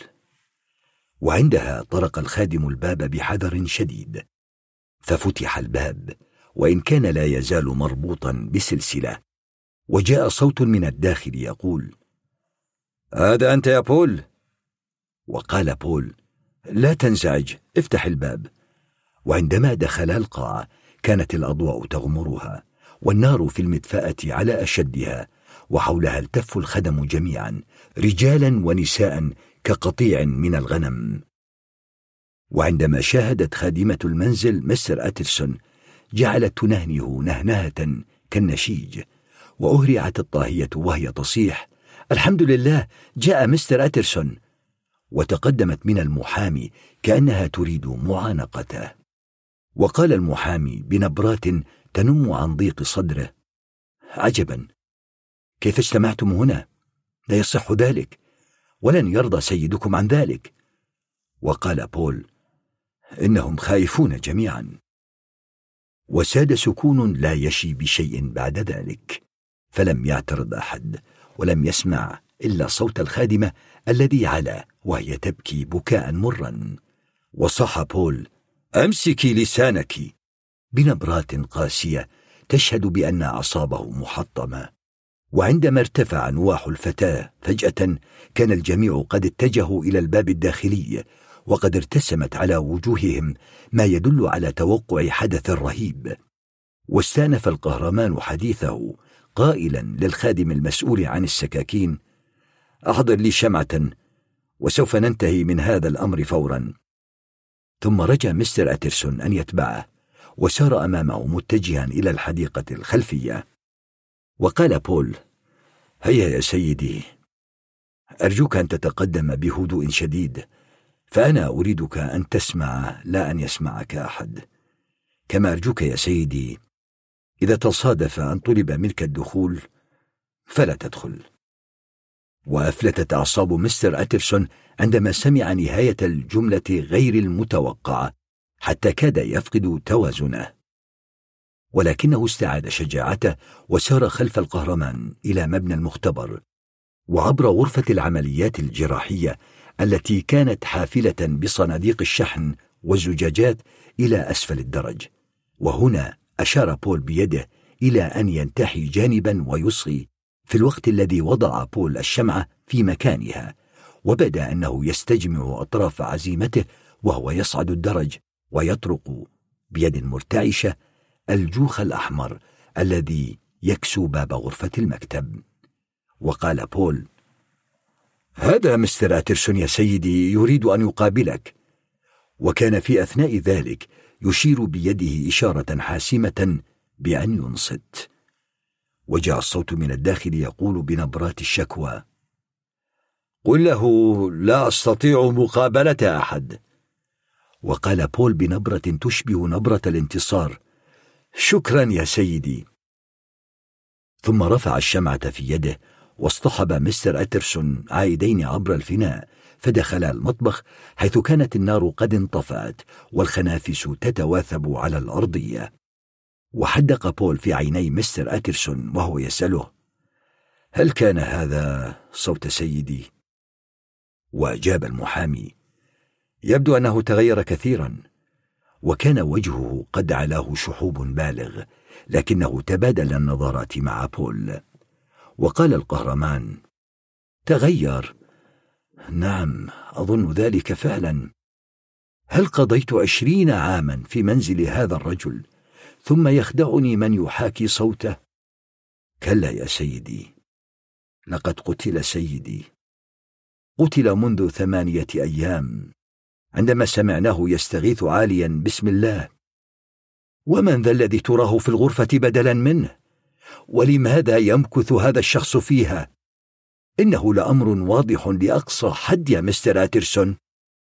وعندها طرق الخادم الباب بحذر شديد، ففتح الباب وإن كان لا يزال مربوطا بسلسلة، وجاء صوت من الداخل يقول: هذا أنت يا بول؟ وقال بول: لا تنزعج، افتح الباب. وعندما دخلا القاعة كانت الأضواء تغمرها، والنار في المدفأة على أشدها، وحولها التف الخدم جميعا، رجالا ونساء كقطيع من الغنم. وعندما شاهدت خادمة المنزل مستر أترسون جعلت تنهنه نهنهة كالنشيج، وأهرعت الطاهية وهي تصيح: الحمد لله، جاء مستر أترسون. وتقدمت من المحامي كأنها تريد معانقته. وقال المحامي بنبرات تنم عن ضيق صدره: عجبا، كيف اجتمعتم هنا؟ لا يصح ذلك، ولن يرضى سيدكم عن ذلك. وقال بول: إنهم خائفون جميعا. وساد سكون لا يشي بشيء بعد ذلك، فلم يعترض أحد، ولم يسمع إلا صوت الخادمة الذي علا وهي تبكي بكاء مرا. وصاح بول: أمسكي لسانك، بنبرات قاسية تشهد بأن أعصابه محطمة. وعندما ارتفع نواح الفتاة فجأة كان الجميع قد اتجهوا إلى الباب الداخلي، وقد ارتسمت على وجوههم ما يدل على توقع حدث رهيب. واستأنف القهرمان حديثه قائلا للخادم المسؤول عن السكاكين: أحضر لي شمعة وسوف ننتهي من هذا الأمر فورا. ثم رجى مستر أترسون أن يتبعه، وسار أمامه متجها إلى الحديقة الخلفية. وقال بول: هيا يا سيدي، أرجوك أن تتقدم بهدوء شديد، فأنا أريدك أن تسمع لا أن يسمعك أحد، كما أرجوك يا سيدي إذا تصادف أن طلب منك الدخول فلا تدخل. وأفلتت أعصاب مستر أترسون عندما سمع نهاية الجملة غير المتوقعة، حتى كاد يفقد توازنه، ولكنه استعاد شجاعته وسار خلف القهرمان إلى مبنى المختبر، وعبر غرفة العمليات الجراحية التي كانت حافلة بصناديق الشحن والزجاجات إلى أسفل الدرج. وهنا أشار بول بيده إلى أن ينتحي جانبا ويصغي، في الوقت الذي وضع بول الشمعة في مكانها، وبدا أنه يستجمع أطراف عزيمته وهو يصعد الدرج ويطرق بيد مرتعشة الجوخ الأحمر الذي يكسو باب غرفة المكتب. وقال بول: هذا مستر أترسون يا سيدي، يريد أن يقابلك. وكان في أثناء ذلك يشير بيده إشارة حاسمة بأن ينصت. وجاء الصوت من الداخل يقول بنبرات الشكوى: قل له لا أستطيع مقابلة أحد. وقال بول بنبرة تشبه نبرة الانتصار: شكرا يا سيدي. ثم رفع الشمعة في يده واصطحب مستر أترسون عائدين عبر الفناء، فدخلا المطبخ حيث كانت النار قد انطفأت والخنافس تتواثب على الأرضية. وحدق بول في عيني مستر أترسون وهو يسأله: هل كان هذا صوت سيدي؟ وأجاب المحامي: يبدو أنه تغير كثيرا. وكان وجهه قد علاه شحوب بالغ، لكنه تبادل النظرات مع بول. وقال القهرمان: تغير؟ نعم، أظن ذلك فعلا. هل قضيت عشرين عاما في منزل هذا الرجل ثم يخدعني من يحاكي صوته؟ كلا يا سيدي، لقد قتل سيدي، قتل منذ ثمانية أيام عندما سمعناه يستغيث عاليا بسم الله. ومن ذا الذي تراه في الغرفة بدلا منه؟ ولماذا يمكث هذا الشخص فيها؟ إنه لأمر واضح لأقصى حد يا مستر أترسون.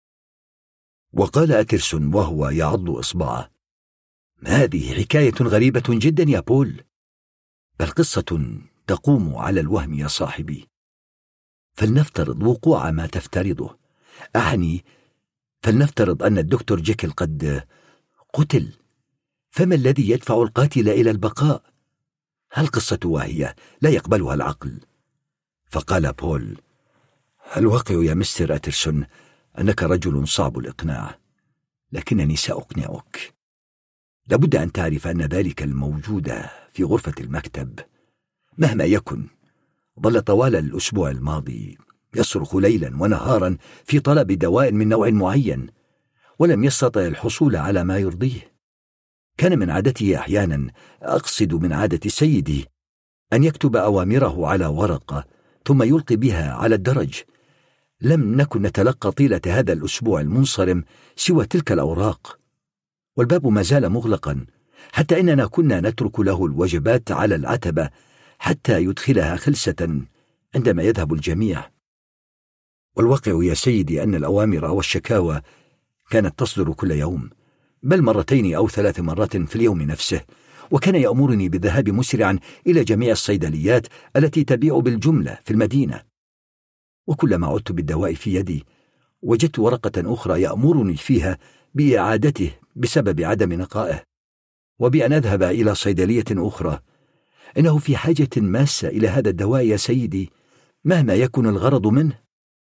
وقال أترسون وهو يعض إصبعه: هذه حكاية غريبة جدا يا بول، بل قصة تقوم على الوهم يا صاحبي. فلنفترض وقوع ما تفترضه، أعني فلنفترض أن الدكتور جيكل قد قتل، فما الذي يدفع القاتل إلى البقاء؟ القصة واهية لا يقبلها العقل. فقال بول: الواقع يا مستر أترسون أنك رجل صعب الإقناع، لكنني سأقنعك. لابد أن تعرف أن ذلك الموجود في غرفة المكتب مهما يكن ظل طوال الأسبوع الماضي يصرخ ليلا ونهارا في طلب دواء من نوع معين، ولم يستطع الحصول على ما يرضيه. كان من عادته أحيانا، أقصد من عادة سيدي، أن يكتب أوامره على ورقة ثم يلقي بها على الدرج. لم نكن نتلقى طيلة هذا الأسبوع المنصرم سوى تلك الأوراق، والباب ما زال مغلقا، حتى إننا كنا نترك له الوجبات على العتبة حتى يدخلها خلسة عندما يذهب الجميع. والواقع يا سيدي أن الأوامر والشكاوى كانت تصدر كل يوم، بل مرتين أو ثلاث مرات في اليوم نفسه، وكان يأمرني بالذهاب مسرعا إلى جميع الصيدليات التي تبيع بالجملة في المدينة. وكلما عدت بالدواء في يدي وجدت ورقة أخرى يأمرني فيها بإعادته بسبب عدم نقائه، وبأن أذهب إلى صيدلية أخرى. إنه في حاجة ماسة إلى هذا الدواء يا سيدي، مهما يكن الغرض منه.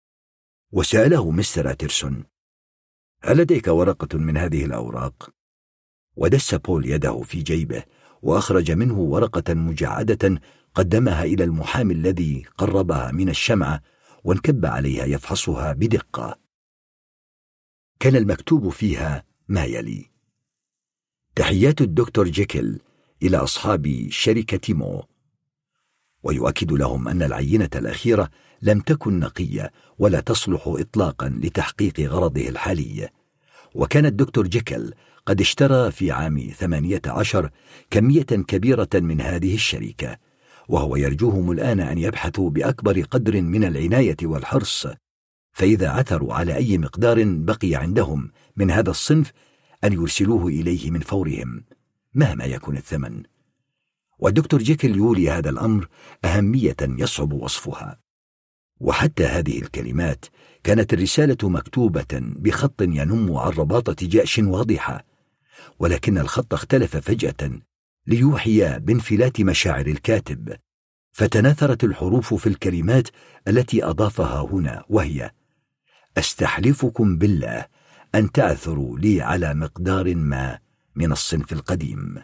وسأله مستر أترسون: هل لديك ورقة من هذه الأوراق؟ ودس بول يده في جيبه وأخرج منه ورقة مجعدة قدمها إلى المحامي الذي قربها من الشمعة وانكب عليها يفحصها بدقة. كان المكتوب فيها ما يلي: تحيات الدكتور جيكل إلى أصحاب شركة مو، ويؤكد لهم أن العينة الأخيرة لم تكن نقية ولا تصلح إطلاقا لتحقيق غرضه الحالي. وكان الدكتور جيكل قد اشترى في عام ثمانية عشر كمية كبيرة من هذه الشركة، وهو يرجوهم الآن أن يبحثوا بأكبر قدر من العناية والحرص، فإذا عثروا على أي مقدار بقي عندهم من هذا الصنف أن يرسلوه إليه من فورهم مهما يكن الثمن. والدكتور جيكل يولي هذا الأمر أهمية يصعب وصفها. وحتى هذه الكلمات كانت الرسالة مكتوبة بخط ينم عن رباطة جأش واضحة، ولكن الخط اختلف فجأة ليوحي بانفلات مشاعر الكاتب، فتناثرت الحروف في الكلمات التي أضافها هنا، وهي: أستحلفكم بالله أن تعثروا لي على مقدار ما من الصنف القديم.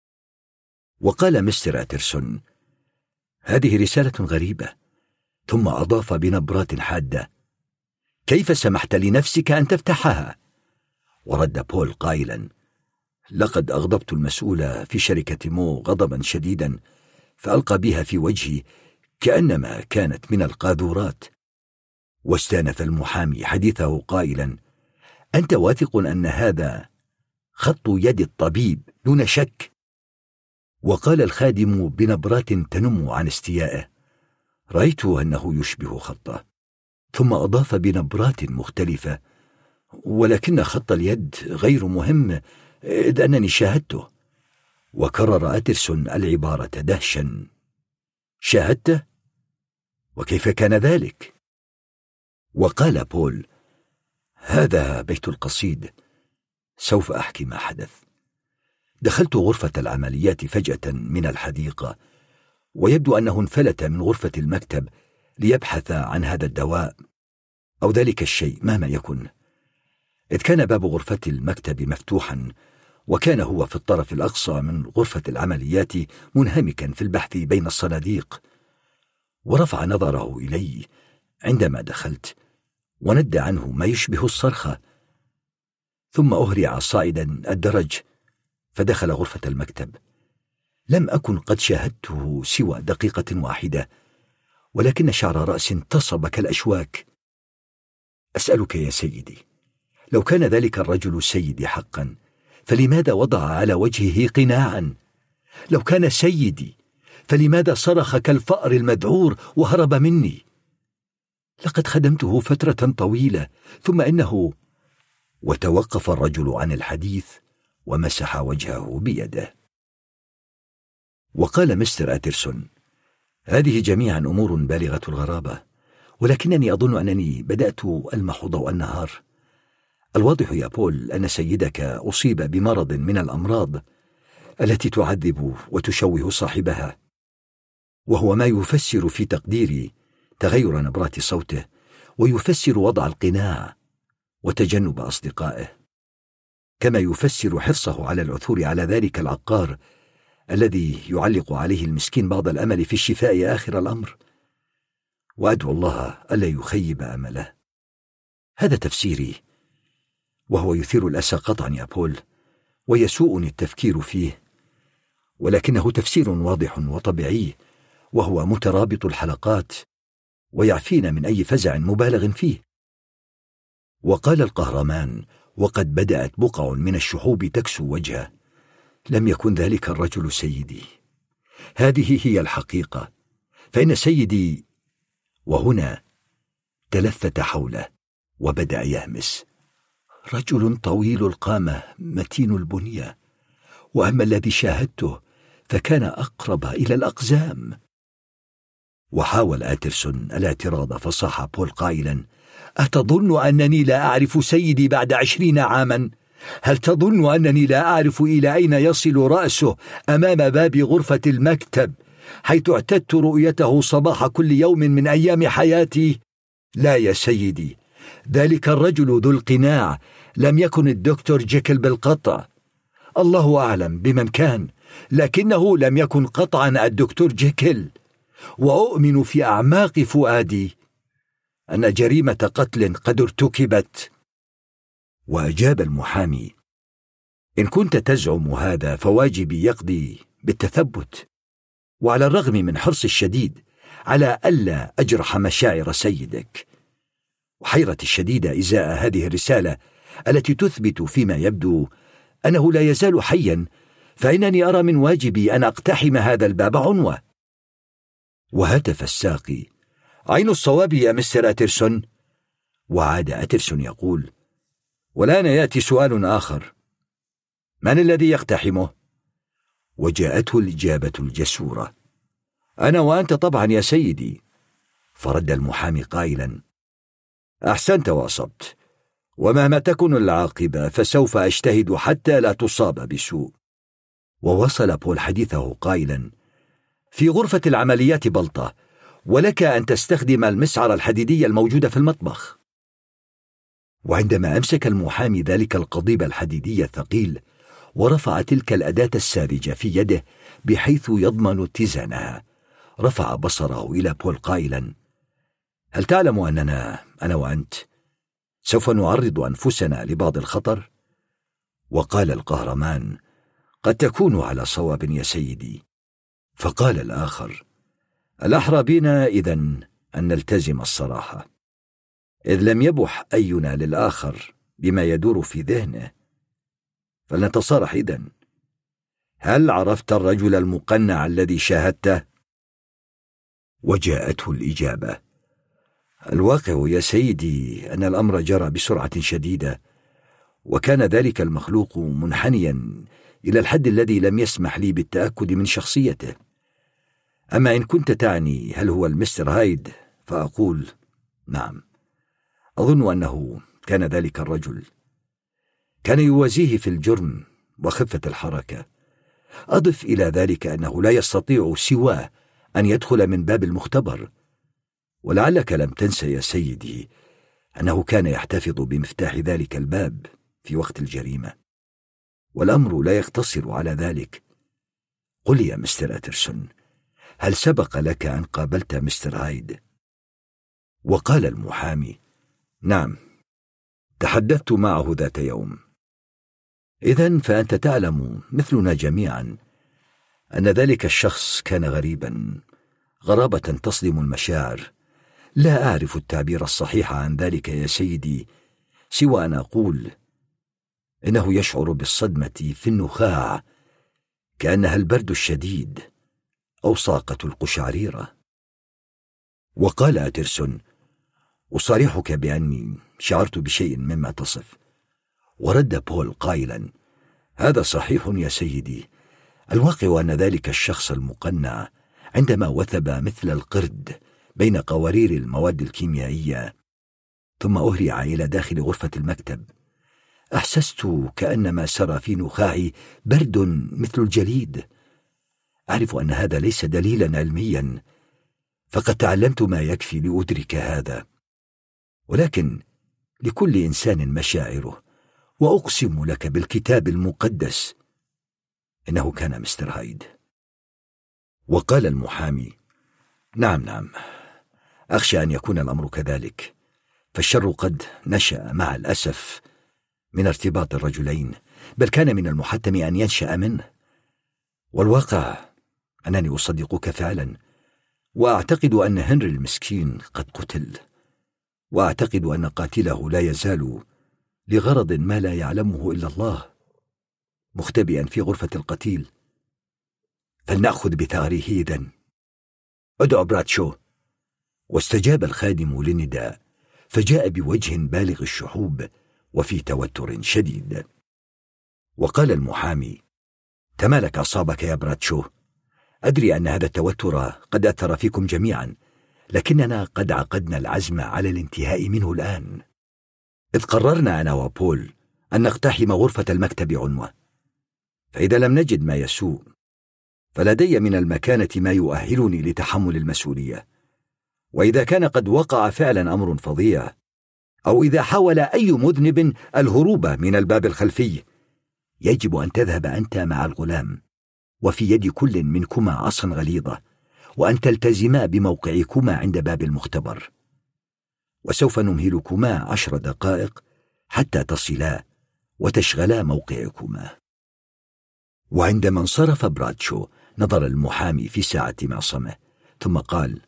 وقال مستر أترسون: هذه رسالة غريبة. ثم أضاف بنبرات حادة: كيف سمحت لنفسك أن تفتحها؟ ورد بول قائلا: لقد أغضبت المسؤول في شركة مو غضبا شديدا، فألقى بها في وجهي كأنما كانت من القاذورات. واستأنف المحامي حديثه قائلا: أنت واثق أن هذا خط يد الطبيب دون شك؟ وقال الخادم بنبرات تنم عن استيائه: رأيت أنه يشبه خطه. ثم أضاف بنبرات مختلفة: ولكن خط اليد غير مهم إذ أنني شاهدته. وكرر أترسون العبارة دهشا: شاهدته؟ وكيف كان ذلك؟ وقال بول: هذا بيت القصيد، سوف أحكي ما حدث. دخلت غرفة العمليات فجأة من الحديقة، ويبدو أنه انفلت من غرفة المكتب ليبحث عن هذا الدواء أو ذلك الشيء مهما يكن، إذ كان باب غرفة المكتب مفتوحا، وكان هو في الطرف الأقصى من غرفة العمليات منهمكا في البحث بين الصناديق. ورفع نظره إلي عندما دخلت، وندى عنه ما يشبه الصرخة، ثم أهرع صاعدا الدرج فدخل غرفة المكتب. لم أكن قد شاهدته سوى دقيقة واحدة، ولكن شعر رأسي انتصب كالأشواك. أسألك يا سيدي، لو كان ذلك الرجل سيدي حقا، فلماذا وضع على وجهه قناعا؟ لو كان سيدي، فلماذا صرخ كالفأر المذعور وهرب مني؟ لقد خدمته فترة طويلة، ثم إنه... وتوقف الرجل عن الحديث ومسح وجهه بيده. وقال مستر أترسون: هذه جميعا أمور بالغة الغرابة، ولكنني أظن أنني بدأت ألمح ضوء النهار. الواضح يا بول أن سيدك أصيب بمرض من الأمراض التي تعذب وتشوه صاحبها، وهو ما يفسر في تقديري تغير نبرات صوته، ويفسر وضع القناع وتجنب أصدقائه، كما يفسر حرصه على العثور على ذلك العقار الذي يعلق عليه المسكين بعض الأمل في الشفاء آخر الأمر. وأدعو الله ألا يخيب أمله. هذا تفسيري، وهو يثير الأسى قطعا يا بول، ويسوءني التفكير فيه، ولكنه تفسير واضح وطبيعي، وهو مترابط الحلقات، ويعفينا من أي فزع مبالغ فيه. وقال القهرمان وقد بدأت بقع من الشحوب تكسو وجهه: لم يكن ذلك الرجل سيدي، هذه هي الحقيقة، فإن سيدي... وهنا تلفت حوله وبدأ يهمس: رجل طويل القامة متين البنية، وأما الذي شاهدته فكان أقرب إلى الأقزام. وحاول آترسون الاعتراض، فصاح بول قائلا: أتظن أنني لا أعرف سيدي بعد عشرين عاما؟ هل تظن أنني لا أعرف إلى أين يصل رأسه أمام باب غرفة المكتب حيث اعتدت رؤيته صباح كل يوم من أيام حياتي؟ لا يا سيدي، ذلك الرجل ذو القناع لم يكن الدكتور جيكل بالقطع. الله أعلم بمن كان، لكنه لم يكن قطعا الدكتور جيكل. وأؤمن في أعماق فؤادي أن جريمة قتل قد ارتكبت. وأجاب المحامي: إن كنت تزعم هذا فواجبي يقضي بالتثبت، وعلى الرغم من حرصي الشديد على ألا أجرح مشاعر سيدك وحيرتي الشديدة إزاء هذه الرسالة التي تثبت فيما يبدو أنه لا يزال حيا، فإنني أرى من واجبي أن أقتحم هذا الباب عنوة. وهتف الساقي: عين الصواب يا مستر أترسون. وعاد أترسون يقول: والآن يأتي سؤال آخر، من الذي يقتحمه؟ وجاءته الإجابة الجسورة: أنا وأنت طبعا يا سيدي. فرد المحامي قائلا: أحسنت وأصبت، ومهما تكن العاقبة فسوف أجتهد حتى لا تصاب بسوء. ووصل بول حديثه قائلا: في غرفة العمليات بلطة، ولك أن تستخدم المسعر الحديدي الموجود في المطبخ. وعندما أمسك المحامي ذلك القضيب الحديدي الثقيل ورفع تلك الأداة الساذجة في يده بحيث يضمن اتزانها، رفع بصره إلى بول قائلا: هل تعلم أننا أنا وأنت سوف نعرض أنفسنا لبعض الخطر؟ وقال القهرمان: قد تكون على صواب يا سيدي، فقال الآخر: الأحرى بنا إذن أن نلتزم الصراحة، إذ لم يبح أينا للآخر بما يدور في ذهنه، فلنتصارح إذن. هل عرفت الرجل المقنع الذي شاهدته؟ وجاءته الإجابة: الواقع يا سيدي أن الأمر جرى بسرعة شديدة، وكان ذلك المخلوق منحنيا إلى الحد الذي لم يسمح لي بالتأكد من شخصيته. أما إن كنت تعني هل هو المستر هايد، فأقول نعم، أظن أنه كان ذلك الرجل. كان يوازيه في الجرم وخفة الحركة. أضف إلى ذلك أنه لا يستطيع سواه أن يدخل من باب المختبر. ولعلك لم تنس يا سيدي أنه كان يحتفظ بمفتاح ذلك الباب في وقت الجريمة. والأمر لا يقتصر على ذلك. قل لي يا مستر أترسون، هل سبق لك أن قابلت مستر هايد؟ وقال المحامي: نعم، تحدثت معه ذات يوم. إذن فأنت تعلم مثلنا جميعا أن ذلك الشخص كان غريبا، غرابة تصدم المشاعر. لا أعرف التعبير الصحيح عن ذلك يا سيدي، سوى أن أقول إنه يشعر بالصدمة في النخاع، كأنها البرد الشديد أو صاقة القشعريرة. وقال أترسون: أصارحك بأني شعرت بشيء مما تصف. ورد بول قائلا: هذا صحيح يا سيدي. الواقع أن ذلك الشخص المقنع عندما وثب مثل القرد بين قوارير المواد الكيميائية ثم أهرع إلى داخل غرفة المكتب، أحسست كأنما سرى في نخاعي برد مثل الجليد. أعرف أن هذا ليس دليلا علميا، فقد تعلمت ما يكفي لأدرك هذا، ولكن لكل إنسان مشاعره، وأقسم لك بالكتاب المقدس إنه كان مستر هايد. وقال المحامي: نعم نعم، أخشى أن يكون الأمر كذلك، فالشر قد نشأ مع الأسف من ارتباط الرجلين، بل كان من المحتم أن ينشأ منه. والواقع أنني أصدقك فعلا، وأعتقد أن هنري المسكين قد قتل، وأعتقد أن قاتله لا يزال لغرض ما لا يعلمه إلا الله مختبئا في غرفة القتيل. فلنأخذ بثغره إذن. ادع براتشو. واستجاب الخادم للنداء، فجاء بوجه بالغ الشحوب وفي توتر شديد. وقال المحامي: تمالك أصابك يا براتشو. أدري أن هذا التوتر قد أثر فيكم جميعا، لكننا قد عقدنا العزم على الانتهاء منه الآن، إذ قررنا أنا وبول أن نقتحم غرفة المكتب عنوة. فإذا لم نجد ما يسوء، فلدي من المكانة ما يؤهلني لتحمل المسؤولية. وإذا كان قد وقع فعلا أمر فظيع، أو إذا حاول أي مذنب الهروب من الباب الخلفي، يجب أن تذهب أنت مع الغلام، وفي يد كل منكما عصا غليظة، وأن تلتزما بموقعكما عند باب المختبر. وسوف نمهلكما عشر دقائق حتى تصلا وتشغلا موقعكما. وعندما انصرف براتشو، نظر المحامي في ساعة معصمه ثم قال: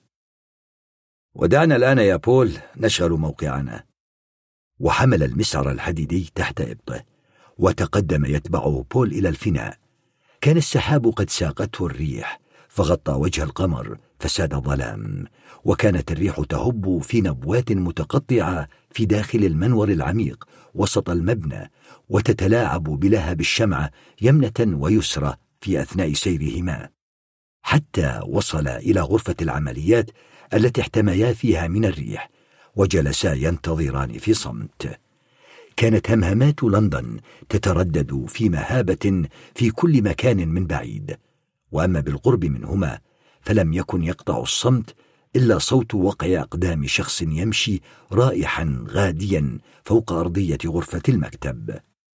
ودعنا الآن يا بول نشغل موقعنا. وحمل المسعر الحديدي تحت إبطه وتقدم يتبعه بول إلى الفناء. كان السحاب قد ساقته الريح فغطى وجه القمر فساد ظلام، وكانت الريح تهب في نبوات متقطعة في داخل المنور العميق وسط المبنى، وتتلاعب بلهب الشمعة يمنة ويسرى في أثناء سيرهما، حتى وصل إلى غرفة العمليات التي احتميا فيها من الريح، وجلسا ينتظران في صمت. كانت همهمات لندن تتردد في مهابة في كل مكان من بعيد، وأما بالقرب منهما فلم يكن يقطع الصمت إلا صوت وقع أقدام شخص يمشي رائحا غاديا فوق أرضية غرفة المكتب.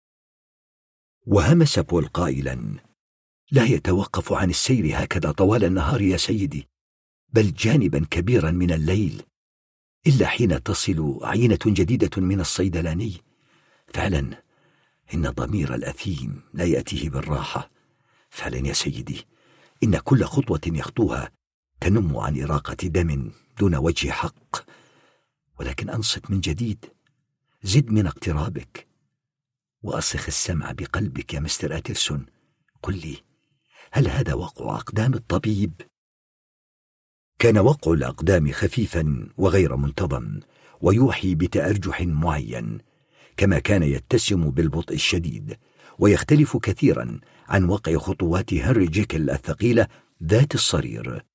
وهمس بول قائلا: لا يتوقف عن السير هكذا طوال النهار يا سيدي، بل جانبا كبيرا من الليل، إلا حين تصل عينة جديدة من الصيدلاني. فعلا إن ضمير الأثيم لا يأتيه بالراحة. فعلا يا سيدي، إن كل خطوة يخطوها تنم عن إراقة دم دون وجه حق. ولكن أنصت من جديد، زد من اقترابك، وأصخ السمع بقلبك يا مستر آترسون. قل لي، هل هذا وقع أقدام الطبيب؟ كان وقع الأقدام خفيفا وغير منتظم، ويوحي بتأرجح معين، كما كان يتسم بالبطء الشديد، ويختلف كثيرا عن وقع خطوات هنري جيكل الثقيلة ذات الصرير.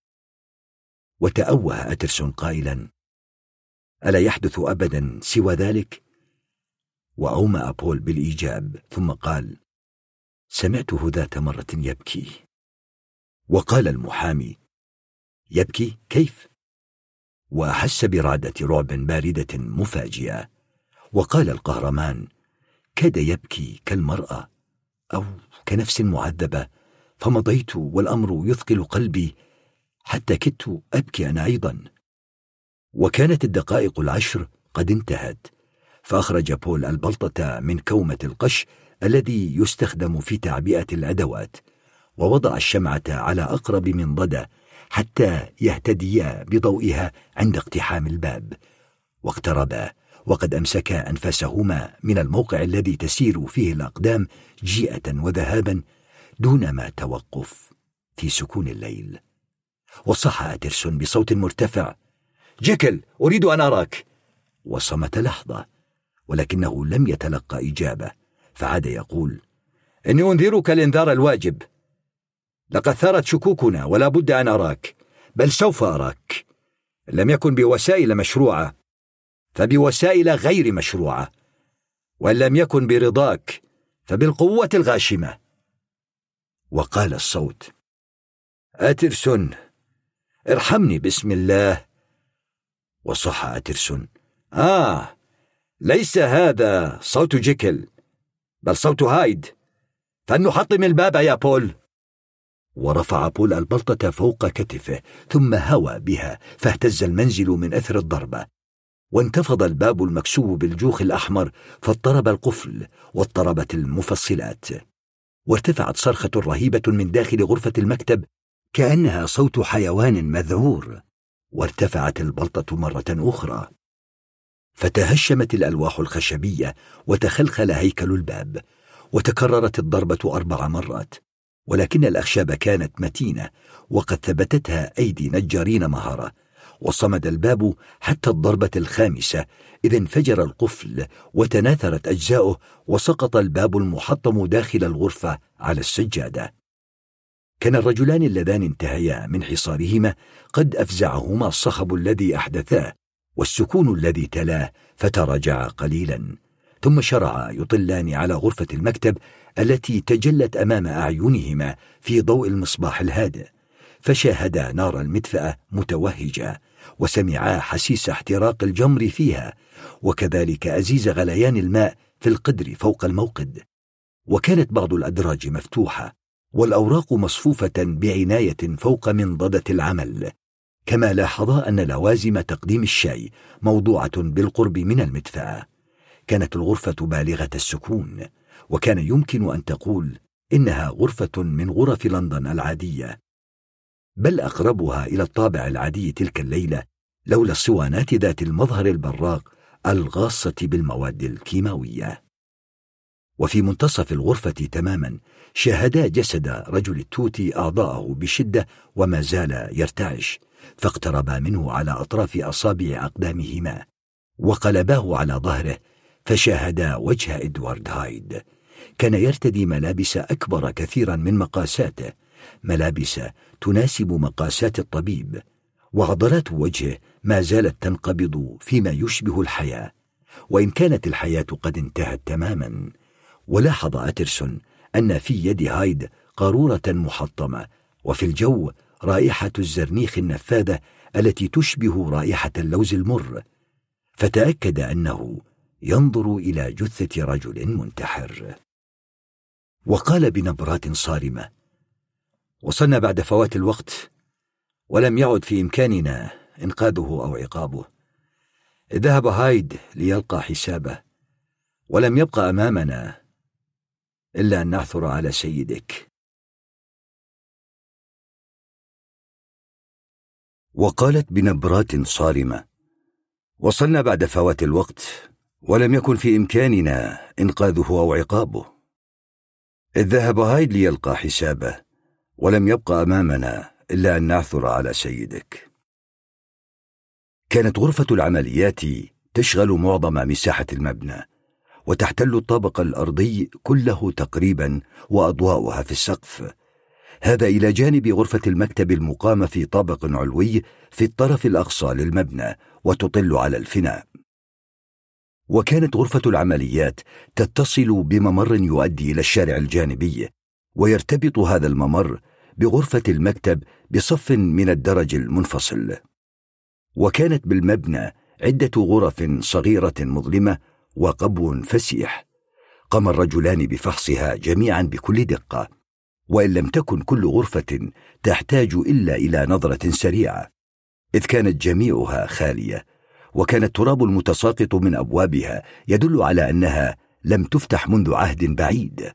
وتأوه آترسون قائلا: ألا يحدث أبدا سوى ذلك؟ وأومأ بول بالإيجاب، ثم قال: سمعته ذات مرة يبكي. وقال المحامي: يبكي كيف؟ وأحس برعدة رعب باردة مفاجئة. وقال القهرمان: كاد يبكي كالمرأة أو كنفس معذبة، فمضيت والأمر يثقل قلبي حتى كدت أبكي أنا أيضا. وكانت الدقائق العشر قد انتهت، فأخرج بول البلطة من كومة القش الذي يستخدم في تعبئة الأدوات، ووضع الشمعة على أقرب منضدة حتى يهتديا بضوئها عند اقتحام الباب. واقتربا وقد أمسكا أنفاسهما من الموقع الذي تسير فيه الأقدام جيئة وذهابا دون ما توقف في سكون الليل. وصح آترسون بصوت مرتفع: جيكل، أريد أن أراك. وصمت لحظة، ولكنه لم يتلقى إجابة، فعاد يقول: إني أنذرك الإنذار الواجب، لقد ثارت شكوكنا ولا بد أن أراك، بل سوف أراك. لم يكن بوسائل مشروعة فبوسائل غير مشروعة، وإن لم يكن برضاك فبالقوة الغاشمة. وقال الصوت: آترسون، ارحمني بسم الله. وصح آترسون: آه، ليس هذا صوت جيكل، بل صوت هايد، فلنحطم الباب يا بول. ورفع بول البلطة فوق كتفه، ثم هوى بها، فاهتز المنزل من أثر الضربة، وانتفض الباب المكسو بالجوخ الأحمر، فاضطرب القفل واضطربت المفصلات، وارتفعت صرخة رهيبة من داخل غرفة المكتب كأنها صوت حيوان مذعور، وارتفعت البلطة مرة أخرى، فتهشمت الألواح الخشبية وتخلخل هيكل الباب، وتكررت الضربة أربع مرات، ولكن الأخشاب كانت متينة وقد ثبتتها أيدي نجارين مهارة، وصمد الباب حتى الضربة الخامسة، إذ انفجر القفل وتناثرت أجزاؤه، وسقط الباب المحطم داخل الغرفة على السجادة. كان الرجلان اللذان انتهيا من حصارهما قد أفزعهما الصخب الذي أحدثاه والسكون الذي تلاه، فتراجعا قليلا، ثم شرعا يطلان على غرفة المكتب التي تجلت أمام أعينهما في ضوء المصباح الهادئ، فشاهدا نار المدفأة متوهجة، وسمعا حسيس احتراق الجمر فيها، وكذلك أزيز غليان الماء في القدر فوق الموقد. وكانت بعض الأدراج مفتوحة والأوراق مصفوفة بعناية فوق منضدة العمل، كما لاحظا أن لوازم تقديم الشاي موضوعة بالقرب من المدفأة. كانت الغرفة بالغة السكون، وكان يمكن أن تقول إنها غرفة من غرف لندن العادية، بل أقربها إلى الطابع العادي تلك الليلة، لولا الصوانات ذات المظهر البراق الغاصة بالمواد الكيماوية. وفي منتصف الغرفة تماما شاهدا جسد رجل التوت أعضاءه بشدة وما زال يرتعش، فاقتربا منه على أطراف أصابع أقدامهما، وقلباه على ظهره، فشاهدا وجه إدوارد هايد. كان يرتدي ملابس أكبر كثيرا من مقاساته، ملابس تناسب مقاسات الطبيب، وعضلات وجهه ما زالت تنقبض فيما يشبه الحياة، وإن كانت الحياة قد انتهت تماما. ولاحظ آترسون أن في يد هايد قارورة محطمة، وفي الجو رائحة الزرنيخ النفاذة التي تشبه رائحة اللوز المر، فتأكد أنه ينظر إلى جثة رجل منتحر. وقال بنبرات صارمة: وصلنا بعد فوات الوقت، ولم يعد في إمكاننا إنقاذه أو عقابه. ذهب هايد ليلقى حسابه، ولم يبقى أمامنا إلا أن نعثر على سيدك. وقالت بنبرات صارمة: وصلنا بعد فوات الوقت، ولم يكن في إمكاننا إنقاذه أو عقابه، إذ ذهب هايد ليلقى حسابه، ولم يبقى أمامنا إلا أن نعثر على سيدك. كانت غرفة العمليات تشغل معظم مساحة المبنى، وتحتل الطابق الأرضي كله تقريبا، وأضواؤها في السقف، هذا إلى جانب غرفة المكتب المقامة في طابق علوي في الطرف الأقصى للمبنى وتطل على الفناء. وكانت غرفة العمليات تتصل بممر يؤدي إلى الشارع الجانبي، ويرتبط هذا الممر بغرفة المكتب بصف من الدرج المنفصل. وكانت بالمبنى عدة غرف صغيرة مظلمة وقبو فسيح، قام الرجلان بفحصها جميعا بكل دقة، وإن لم تكن كل غرفة تحتاج إلا إلى نظرة سريعة، إذ كانت جميعها خالية، وكان التراب المتساقط من أبوابها يدل على أنها لم تفتح منذ عهد بعيد.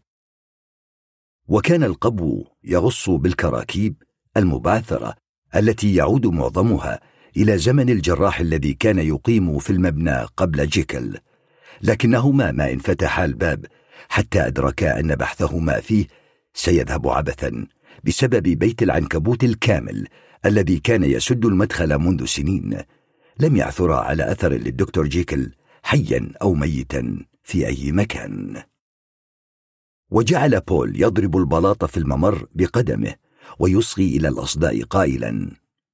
وكان القبو يغص بالكراكيب المبعثرة التي يعود معظمها إلى زمن الجراح الذي كان يقيم في المبنى قبل جيكل، لكنهما ما انفتحا الباب حتى أدركا أن بحثهما فيه سيذهب عبثا بسبب بيت العنكبوت الكامل الذي كان يسد المدخل منذ سنين. لم يعثرا على أثر للدكتور جيكل حيا أو ميتا في أي مكان. وجعل بول يضرب البلاط في الممر بقدمه ويصغي إلى الأصداء قائلا: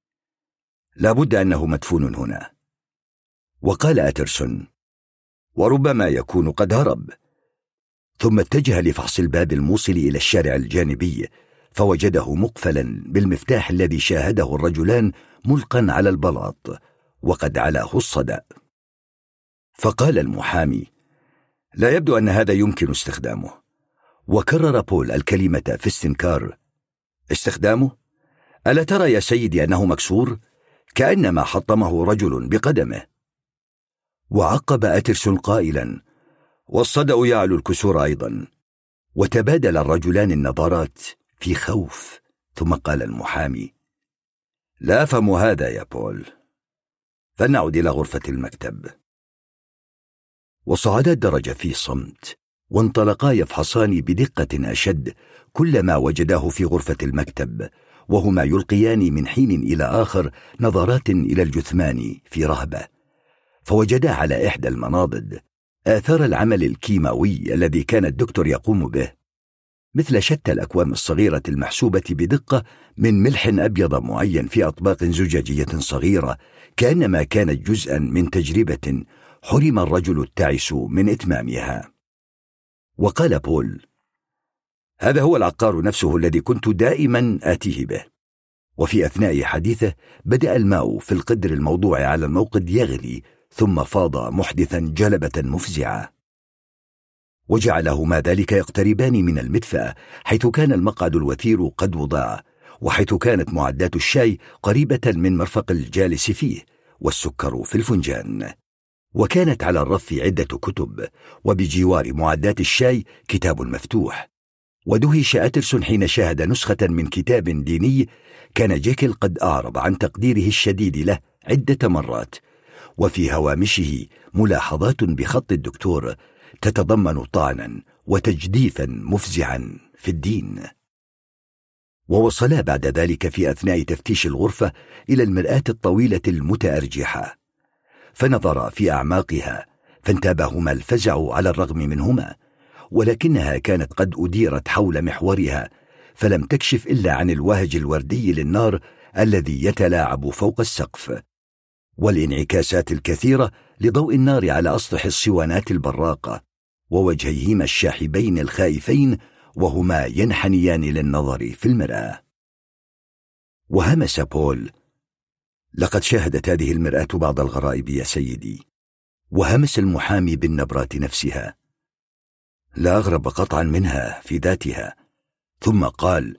لا بد أنه مدفون هنا. وقال أترسون: وربما يكون قد هرب. ثم اتجه لفحص الباب الموصل إلى الشارع الجانبي، فوجده مقفلا بالمفتاح الذي شاهده الرجلان ملقا على البلاط وقد علاه الصدأ. فقال المحامي: لا يبدو أن هذا يمكن استخدامه. وكرر بول الكلمة في استنكار: استخدامه؟ ألا ترى يا سيدي أنه مكسور؟ كأنما حطمه رجل بقدمه. وعقب أترسون قائلا: والصدأ يعلو الكسور أيضا. وتبادل الرجلان النظرات في خوف، ثم قال المحامي: لا أفهم هذا يا بول، فلنعد إلى غرفة المكتب. وصعدا الدرج في صمت، وانطلقا يفحصان بدقة أشد كل ما وجداه في غرفة المكتب، وهما يلقيان من حين إلى آخر نظرات إلى الجثمان في رهبة. فوجدا على إحدى المناضد آثار العمل الكيماوي الذي كان الدكتور يقوم به، مثل شتى الأكوام الصغيرة المحسوبة بدقة من ملح أبيض معين في أطباق زجاجية صغيرة، كأنما كانت جزءا من تجربة حرم الرجل التعس من إتمامها. وقال بول: هذا هو العقار نفسه الذي كنت دائما آتيه به. وفي أثناء حديثه بدأ الماء في القدر الموضوع على الموقد يغلي، ثم فاض محدثا جلبة مفزعة، وجعلهما ذلك يقتربان من المدفأة حيث كان المقعد الوثير قد وضع، وحيث كانت معدات الشاي قريبة من مرفق الجالس فيه، والسكر في الفنجان. وكانت على الرف عدة كتب، وبجوار معدات الشاي كتاب مفتوح. ودهش أترسون حين شاهد نسخة من كتاب ديني كان جيكل قد أعرب عن تقديره الشديد له عدة مرات، وفي هوامشه ملاحظات بخط الدكتور تتضمن طعنا وتجديفا مفزعا في الدين. ووصلا بعد ذلك في أثناء تفتيش الغرفة إلى المرآة الطويلة المتأرجحة، فنظرا في أعماقها فانتابهما الفزع على الرغم منهما، ولكنها كانت قد أديرت حول محورها، فلم تكشف إلا عن الوهج الوردي للنار الذي يتلاعب فوق السقف، والانعكاسات الكثيرة لضوء النار على أسطح الصوانات البراقة، ووجهيهما الشاحبين الخائفين وهما ينحنيان للنظر في المرآة. وهمس بول: لقد شاهدت هذه المرآة بعض الغرائب يا سيدي. وهمس المحامي بالنبرة نفسها: لا أغرب قطعا منها في ذاتها. ثم قال: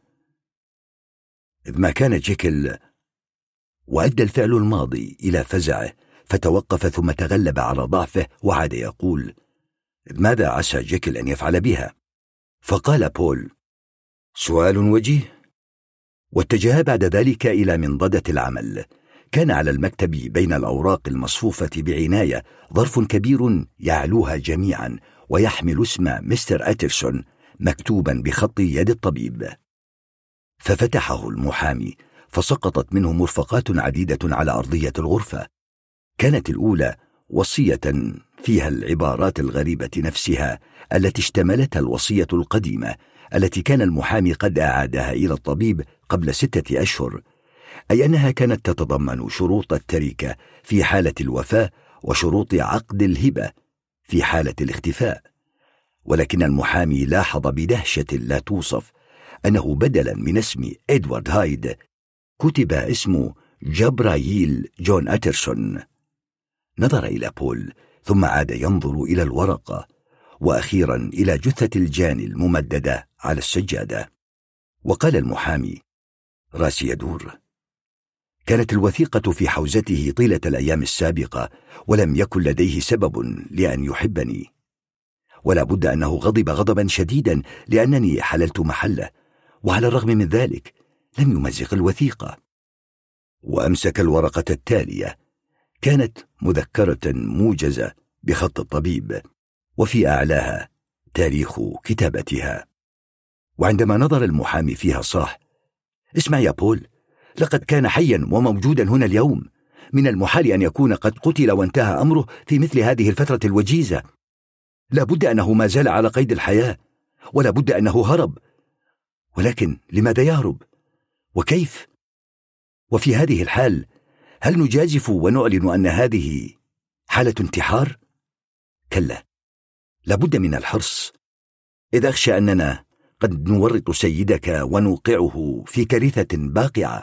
إذ ما كان جيكل. وأدى الفعل الماضي إلى فزعه، فتوقف ثم تغلب على ضعفه وعاد يقول: ماذا عسى جيكل أن يفعل بها؟ فقال بول: سؤال وجيه. واتجه بعد ذلك إلى منضدة العمل. كان على المكتب بين الأوراق المصفوفة بعناية ظرف كبير يعلوها جميعا ويحمل اسم مستر أترسون مكتوبا بخط يد الطبيب. ففتحه المحامي فسقطت منه مرفقات عديدة على أرضية الغرفة. كانت الأولى وصية فيها العبارات الغريبة نفسها التي اشتملتها الوصية القديمة التي كان المحامي قد أعادها إلى الطبيب قبل ستة أشهر، أي أنها كانت تتضمن شروط التركة في حالة الوفاة وشروط عقد الهبة في حالة الاختفاء. ولكن المحامي لاحظ بدهشة لا توصف أنه بدلا من اسم إدوارد هايد كتب اسمه جبرايل جون أترسون. نظر إلى بول ثم عاد ينظر إلى الورقة وأخيرا إلى جثة الجاني الممددة على السجادة. وقال المحامي: راسي يدور. كانت الوثيقة في حوزته طيلة الأيام السابقة ولم يكن لديه سبب لأن يحبني، ولا بد أنه غضب غضبا شديدا لأنني حللت محله، وعلى الرغم من ذلك لم يمزق الوثيقة. وأمسك الورقة التالية، كانت مذكرة موجزة بخط الطبيب وفي أعلاها تاريخ كتابتها. وعندما نظر المحامي فيها صاح: اسمع يا بول، لقد كان حيا وموجودا هنا اليوم، من المحال أن يكون قد قتل وانتهى أمره في مثل هذه الفترة الوجيزة. لا بد أنه ما زال على قيد الحياة، ولا بد أنه هرب. ولكن لماذا يهرب؟ وكيف؟ وفي هذه الحال هل نجازف ونعلن أن هذه حالة انتحار؟ كلا، لا بد من الحرص، إذ أخشى أننا قد نورط سيدك ونوقعه في كارثة باقعة.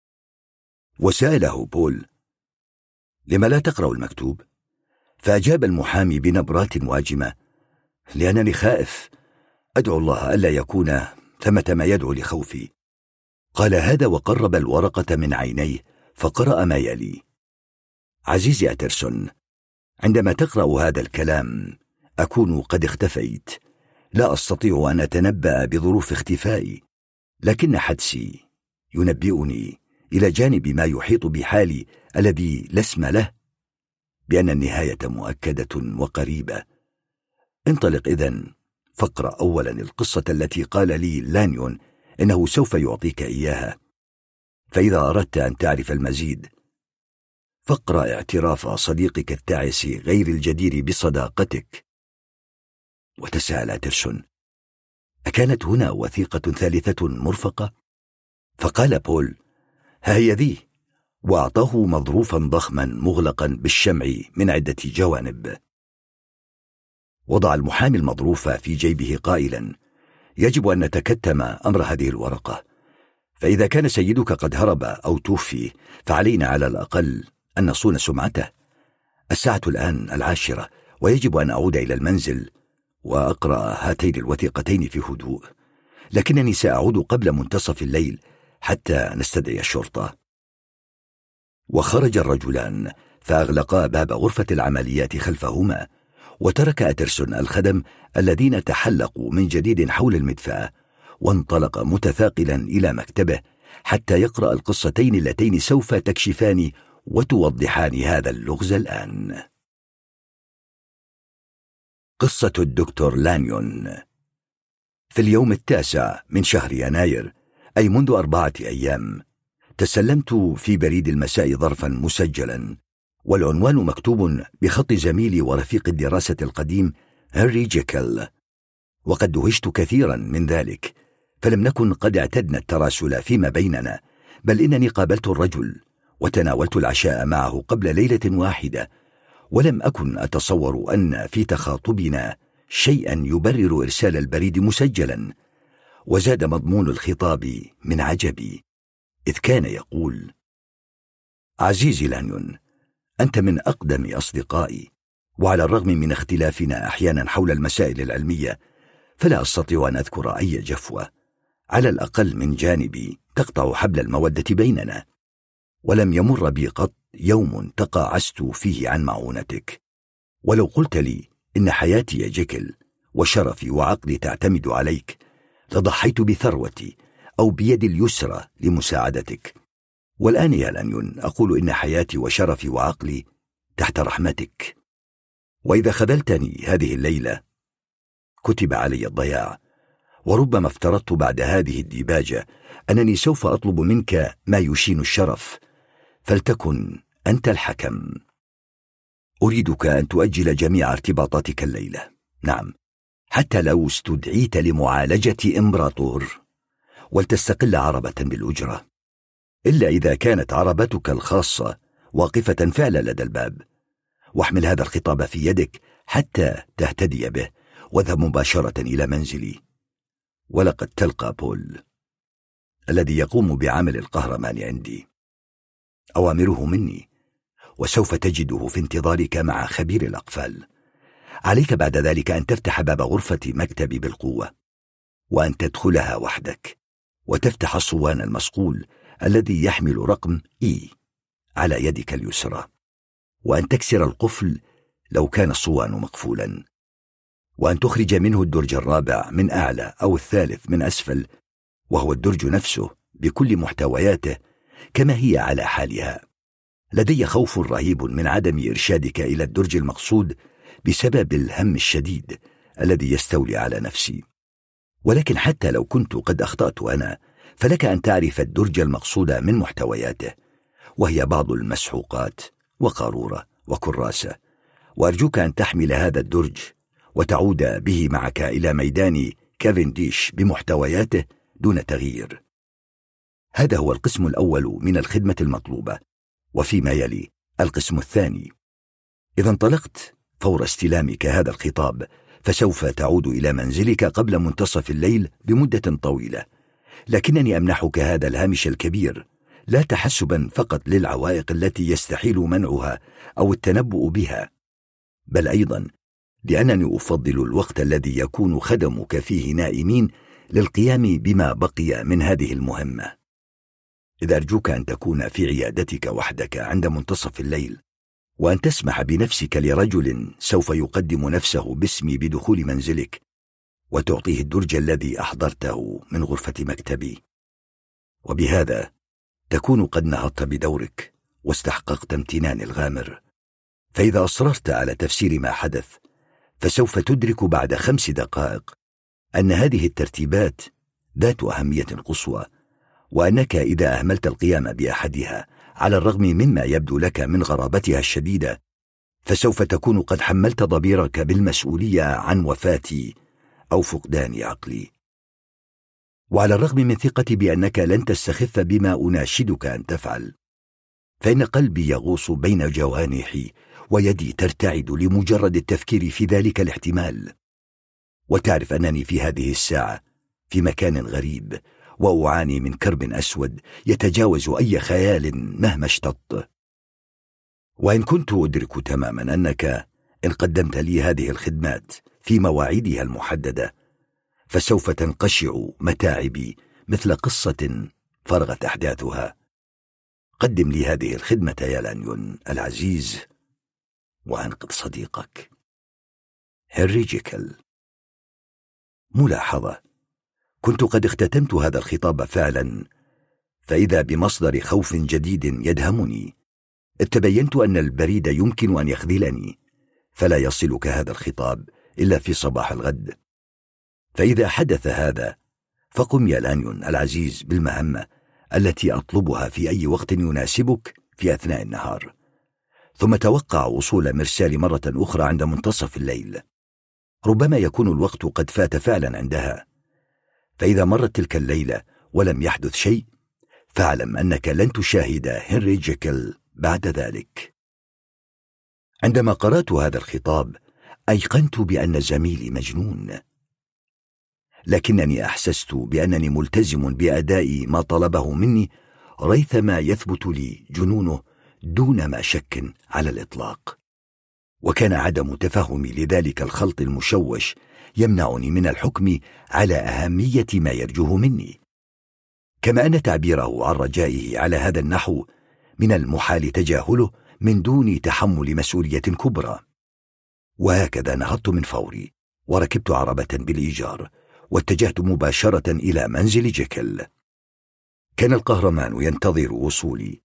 وسأله بول: لما لا تقرأ المكتوب؟ فأجاب المحامي بنبرات واجمة: لأنني خائف، أدعو الله ألا يكون ثمة ما يدعو لخوفي. قال هذا وقرب الورقة من عينيه فقرأ ما يلي: عزيزي أترسون، عندما تقرأ هذا الكلام أكون قد اختفيت، لا أستطيع أن أتنبأ بظروف اختفائي، لكن حدسي ينبئني إلى جانب ما يحيط بحالي الذي لا اسم له بأن النهاية مؤكدة وقريبة. انطلق إذن فاقرأ أولا القصة التي قال لي لانيون إنه سوف يعطيك إياها، فإذا أردت أن تعرف المزيد فاقرأ اعتراف صديقك التعس غير الجدير بصداقتك. وتساءل أترسون: أكانت هنا وثيقة ثالثة مرفقة؟ فقال بول: ها هي ذي، وأعطاه مظروفا ضخما مغلقا بالشمع من عدة جوانب. وضع المحامي المظروف في جيبه قائلا: يجب أن نتكتم أمر هذه الورقة، فإذا كان سيدك قد هرب أو توفي فعلينا على الأقل أن نصون سمعته. الساعة الآن العاشرة ويجب أن أعود إلى المنزل وأقرأ هاتين الوثيقتين في هدوء، لكنني سأعود قبل منتصف الليل حتى نستدعي الشرطة. وخرج الرجلان فأغلقا باب غرفة العمليات خلفهما، وترك أترسون الخدم الذين تحلقوا من جديد حول المدفأة، وانطلق متثاقلا إلى مكتبه حتى يقرأ القصتين اللتين سوف تكشفان وتوضحان هذا اللغز الآن. قصة الدكتور لانيون. في اليوم التاسع من شهر يناير، أي منذ أربعة أيام، تسلمت في بريد المساء ظرفا مسجلا، والعنوان مكتوب بخط زميلي ورفيق الدراسة القديم هنري جيكل. وقد دهشت كثيرا من ذلك، فلم نكن قد اعتدنا التراسل فيما بيننا، بل إنني قابلت الرجل وتناولت العشاء معه قبل ليلة واحدة، ولم أكن أتصور أن في تخاطبنا شيئا يبرر إرسال البريد مسجلا. وزاد مضمون الخطاب من عجبي، إذ كان يقول: عزيزي لانيون، أنت من أقدم أصدقائي، وعلى الرغم من اختلافنا أحيانا حول المسائل العلمية فلا أستطيع أن أذكر أي جفوة على الأقل من جانبي تقطع حبل المودة بيننا، ولم يمر بي قط يوم تقاعست فيه عن معونتك. ولو قلت لي إن حياتي يا جيكل وشرفي وعقلي تعتمد عليك لضحيت بثروتي أو بيدي اليسرى لمساعدتك. والآن يا لانيون أقول إن حياتي وشرفي وعقلي تحت رحمتك، وإذا خذلتني هذه الليلة كتب علي الضياع، وربما افترضت بعد هذه الديباجة أنني سوف أطلب منك ما يشين الشرف، فلتكن أنت الحكم. أريدك أن تؤجل جميع ارتباطاتك الليلة، نعم حتى لو استدعيت لمعالجة إمبراطور، ولتستقل عربة بالأجرة، إلا إذا كانت عربتك الخاصة واقفة فعلا لدى الباب. واحمل هذا الخطاب في يدك حتى تهتدي به، واذهب مباشرة إلى منزلي، ولقد تلقى بول الذي يقوم بعمل القهرمان عندي. أوامره مني، وسوف تجده في انتظارك مع خبير الأقفال. عليك بعد ذلك أن تفتح باب غرفة مكتبي بالقوة، وأن تدخلها وحدك، وتفتح الصوان المصقول الذي يحمل رقم إي على يدك اليسرى، وأن تكسر القفل لو كان الصوان مقفولا، وأن تخرج منه الدرج الرابع من أعلى أو الثالث من أسفل، وهو الدرج نفسه بكل محتوياته كما هي على حالها. لدي خوف رهيب من عدم إرشادك إلى الدرج المقصود بسبب الهم الشديد الذي يستولي على نفسي، ولكن حتى لو كنت قد أخطأت أنا، فلك أن تعرف الدرج المقصود من محتوياته، وهي بعض المسحوقات وقارورة وكراسة، وأرجوك أن تحمل هذا الدرج وتعود به معك إلى ميدان كافنديش بمحتوياته دون تغيير. هذا هو القسم الأول من الخدمة المطلوبة، وفيما يلي القسم الثاني. إذا انطلقت فور استلامك هذا الخطاب، فسوف تعود إلى منزلك قبل منتصف الليل بمدة طويلة، لكنني أمنحك هذا الهامش الكبير لا تحسبا فقط للعوائق التي يستحيل منعها أو التنبؤ بها، بل أيضا لأنني أفضل الوقت الذي يكون خدمك فيه نائمين للقيام بما بقي من هذه المهمة. إذا أرجوك أن تكون في عيادتك وحدك عند منتصف الليل، وأن تسمح بنفسك لرجل سوف يقدم نفسه باسمي بدخول منزلك، وتعطيه الدرج الذي أحضرته من غرفة مكتبي، وبهذا تكون قد نهضت بدورك واستحققت امتنان الغامر. فإذا أصررت على تفسير ما حدث، فسوف تدرك بعد خمس دقائق أن هذه الترتيبات ذات أهمية قصوى، وأنك إذا أهملت القيام بأحدها على الرغم مما يبدو لك من غرابتها الشديدة، فسوف تكون قد حملت ضميرك بالمسؤولية عن وفاتي أو فقدان عقلي. وعلى الرغم من ثقتي بأنك لن تستخف بما أناشدك أن تفعل، فإن قلبي يغوص بين جوانحي ويدي ترتعد لمجرد التفكير في ذلك الاحتمال. وتعرف أنني في هذه الساعة في مكان غريب، وأعاني من كرب أسود يتجاوز أي خيال مهما اشتط. وإن كنت أدرك تماما أنك إن قدمت لي هذه الخدمات في مواعيدها المحددة، فسوف تنقشع متاعبي مثل قصة فرغت أحداثها. قدم لي هذه الخدمة يا لانيون العزيز، وأنقذ صديقك هنري جيكل. ملاحظة: كنت قد اختتمت هذا الخطاب فعلا، فإذا بمصدر خوف جديد يدهمني. تبينت أن البريد يمكن أن يخذلني، فلا يصلك هذا الخطاب إلا في صباح الغد. فإذا حدث هذا، فقم يا لانيون العزيز بالمهمة التي أطلبها في أي وقت يناسبك في أثناء النهار، ثم توقع وصول مرسال مرة أخرى عند منتصف الليل. ربما يكون الوقت قد فات فعلا عندها، فإذا مرت تلك الليلة ولم يحدث شيء، فاعلم أنك لن تشاهد هنري جيكل بعد ذلك. عندما قرأت هذا الخطاب أيقنت بأن زميلي مجنون، لكنني أحسست بأنني ملتزم بأداء ما طلبه مني ريثما يثبت لي جنونه دون ما شك على الإطلاق. وكان عدم تفهمي لذلك الخلط المشوش يمنعني من الحكم على أهمية ما يرجوه مني، كما أن تعبيره عن رجائه على هذا النحو من المحال تجاهله من دون تحمل مسؤولية كبرى. وهكذا نهضت من فوري، وركبت عربة بالإيجار، واتجهت مباشرة إلى منزل جيكل. كان القهرمان ينتظر وصولي،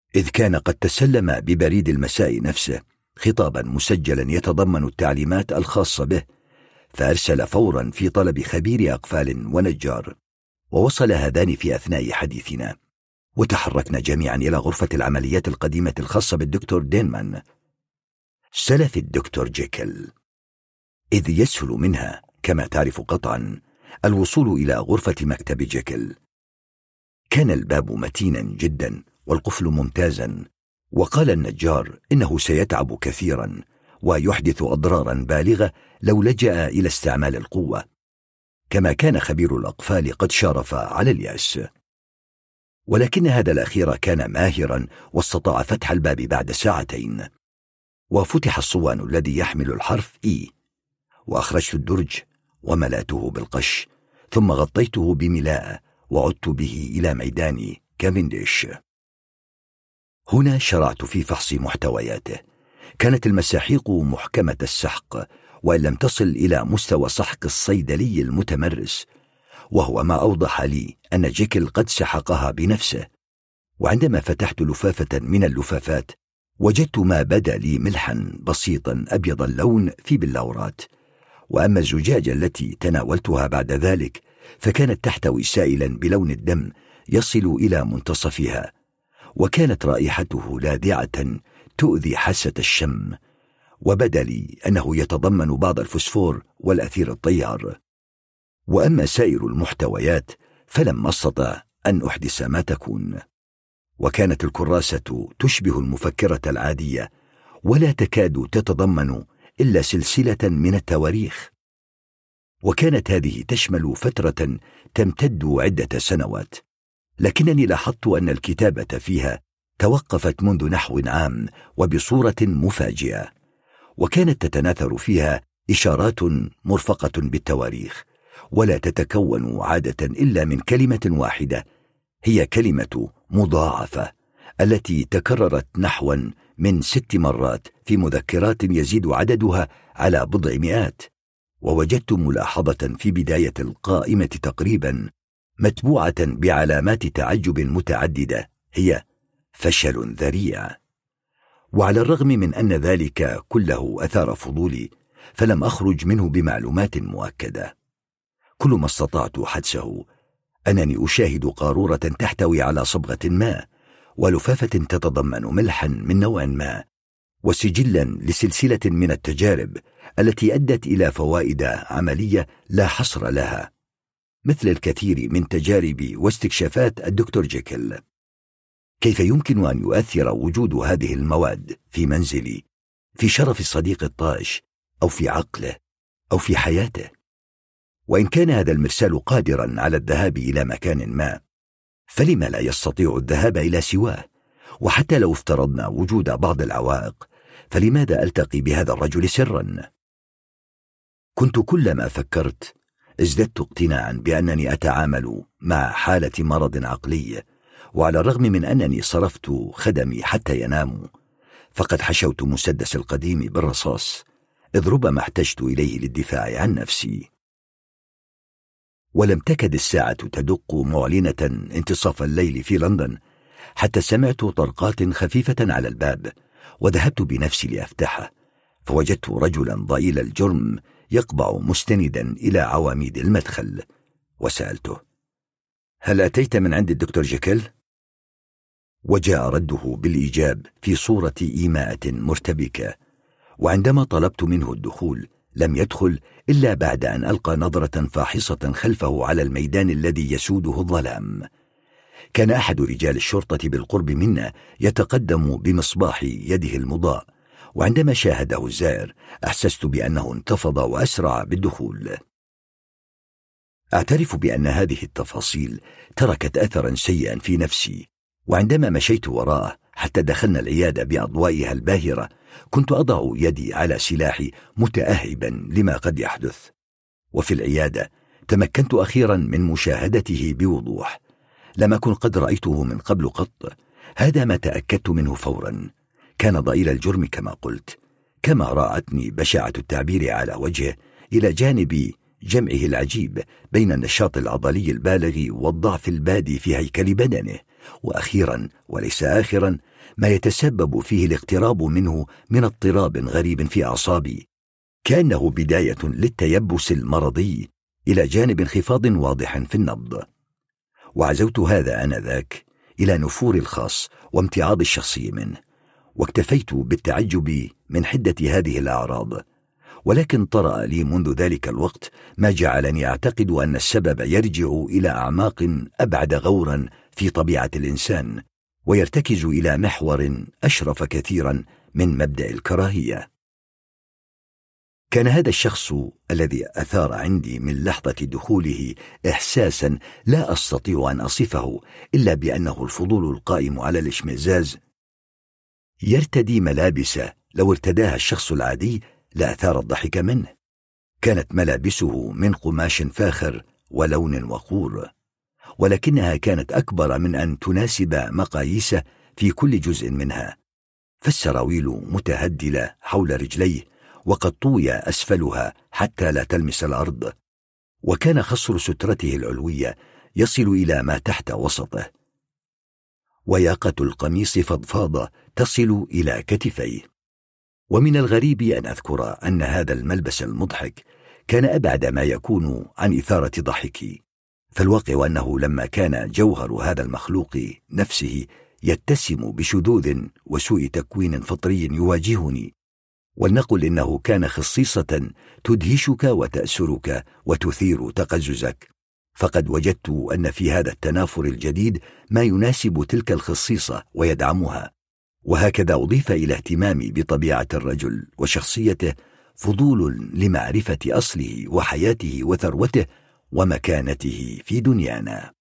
إذ كان قد تسلم ببريد المساء نفسه خطابا مسجلا يتضمن التعليمات الخاصة به، فأرسل فورا في طلب خبير أقفال ونجار. ووصل هذان في أثناء حديثنا، وتحركنا جميعا إلى غرفة العمليات القديمة الخاصة بالدكتور دينمان، سلف الدكتور جيكل، إذ يسهل منها كما تعرف قطعا الوصول إلى غرفة مكتب جيكل. كان الباب متينا جدا والقفل ممتازا، وقال النجار إنه سيتعب كثيرا ويحدث أضرارا بالغة لو لجأ إلى استعمال القوة، كما كان خبير الأقفال قد شارف على اليأس. ولكن هذا الأخير كان ماهرا واستطاع فتح الباب بعد ساعتين، وفتح الصوان الذي يحمل الحرف إي، وأخرجت الدرج وملأته بالقش، ثم غطيته بملاءة وعدت به إلى ميدان كافنديش. هنا شرعت في فحص محتوياته. كانت المساحيق محكمة السحق، وإن لم تصل إلى مستوى سحق الصيدلي المتمرس، وهو ما أوضح لي أن جيكل قد سحقها بنفسه. وعندما فتحت لفافة من اللفافات وجدت ما بدا لي ملحا بسيطا أبيض اللون في بلورات، وأما الزجاجة التي تناولتها بعد ذلك فكانت تحتوي سائلا بلون الدم يصل إلى منتصفها، وكانت رائحته لاذعة تؤذي حاسة الشم، وبدا لي أنه يتضمن بعض الفسفور والأثير الطيار. وأما سائر المحتويات فلم أستطع أن أحدث ما تكون، وكانت الكراسة تشبه المفكرة العادية، ولا تكاد تتضمن إلا سلسلة من التواريخ، وكانت هذه تشمل فترة تمتد عدة سنوات، لكنني لاحظت أن الكتابة فيها توقفت منذ نحو عام وبصورة مفاجئة، وكانت تتناثر فيها إشارات مرفقة بالتواريخ، ولا تتكون عادة إلا من كلمة واحدة، هي كلمة مضاعفة التي تكررت نحوا من ست مرات في مذكرات يزيد عددها على بضع مئات. ووجدت ملاحظة في بداية القائمة تقريبا متبوعة بعلامات تعجب متعددة، هي فشل ذريع. وعلى الرغم من أن ذلك كله أثار فضولي، فلم أخرج منه بمعلومات مؤكدة. كل ما استطعت حدسه أنني أشاهد قارورة تحتوي على صبغة ما، ولفافة تتضمن ملحا من نوع ما، وسجلا لسلسلة من التجارب التي أدت إلى فوائد عملية لا حصر لها، مثل الكثير من تجارب واستكشافات الدكتور جيكل. كيف يمكن أن يؤثر وجود هذه المواد في منزلي، في شرف الصديق الطائش، أو في عقله، أو في حياته؟ وإن كان هذا المرسال قادرا على الذهاب إلى مكان ما، فلما لا يستطيع الذهاب إلى سواه؟ وحتى لو افترضنا وجود بعض العوائق، فلماذا ألتقي بهذا الرجل سرا؟ كنت كلما فكرت ازددت اقتناعا بأنني أتعامل مع حالة مرض عقلي، وعلى الرغم من أنني صرفت خدمي حتى يناموا، فقد حشوت مسدس القديم بالرصاص، إذ ربما احتجت إليه للدفاع عن نفسي. ولم تكد الساعة تدق معلنة انتصاف الليل في لندن حتى سمعت طرقات خفيفة على الباب، وذهبت بنفسي لأفتحه، فوجدت رجلا ضئيل الجرم يقبع مستندا إلى عواميد المدخل، وسألته: هل أتيت من عند الدكتور جيكل؟ وجاء رده بالإيجاب في صورة إيماءة مرتبكة، وعندما طلبت منه الدخول لم يدخل إلا بعد أن ألقى نظرة فاحصة خلفه على الميدان الذي يسوده الظلام. كان أحد رجال الشرطة بالقرب منا يتقدم بمصباح يده المضاء، وعندما شاهده الزائر أحسست بأنه انتفض وأسرع بالدخول. أعترف بأن هذه التفاصيل تركت أثرا سيئا في نفسي، وعندما مشيت وراءه حتى دخلنا العيادة بأضوائها الباهرة كنت أضع يدي على سلاحي متأهبا لما قد يحدث. وفي العيادة تمكنت أخيرا من مشاهدته بوضوح، لم أكن قد رأيته من قبل قط. هذا ما تأكدت منه فورا، كان ضئيل الجرم كما قلت، كما راعتني بشاعة التعبير على وجهه إلى جانب جمعه العجيب بين النشاط العضلي البالغ والضعف البادي في هيكل بدنه، وأخيرا وليس آخرا ما يتسبب فيه الاقتراب منه من اضطراب غريب في أعصابي، كأنه بداية للتيبس المرضي إلى جانب انخفاض واضح في النبض. وعزوت هذا آنذاك إلى نفور الخاص وامتعاض الشخصي منه، واكتفيت بالتعجب من حدة هذه الأعراض. ولكن طرأ لي منذ ذلك الوقت ما جعلني أعتقد أن السبب يرجع إلى أعماق أبعد غورا في طبيعة الإنسان، ويرتكز إلى محور أشرف كثيرا من مبدأ الكراهية. كان هذا الشخص الذي أثار عندي من لحظة دخوله إحساسا لا أستطيع أن أصفه إلا بأنه الفضول القائم على الاشمئزاز، يرتدي ملابس لو ارتداها الشخص العادي لأثار الضحك منه. كانت ملابسه من قماش فاخر ولون وقور، ولكنها كانت أكبر من أن تناسب مقاييسه في كل جزء منها، فالسراويل متهدلة حول رجليه وقد طوي أسفلها حتى لا تلمس الأرض، وكان خصر سترته العلوية يصل إلى ما تحت وسطه، وياقة القميص فضفاضة تصل إلى كتفيه. ومن الغريب أن أذكر أن هذا الملبس المضحك كان أبعد ما يكون عن إثارة ضحكي، فالواقع أنه لما كان جوهر هذا المخلوق نفسه يتسم بشذوذ وسوء تكوين فطري يواجهني، ولنقل إنه كان خصيصة تدهشك وتأسرك وتثير تقززك، فقد وجدت أن في هذا التنافر الجديد ما يناسب تلك الخصيصة ويدعمها. وهكذا أضيف إلى اهتمامي بطبيعة الرجل وشخصيته فضول لمعرفة أصله وحياته وثروته ومكانته في دنيانا.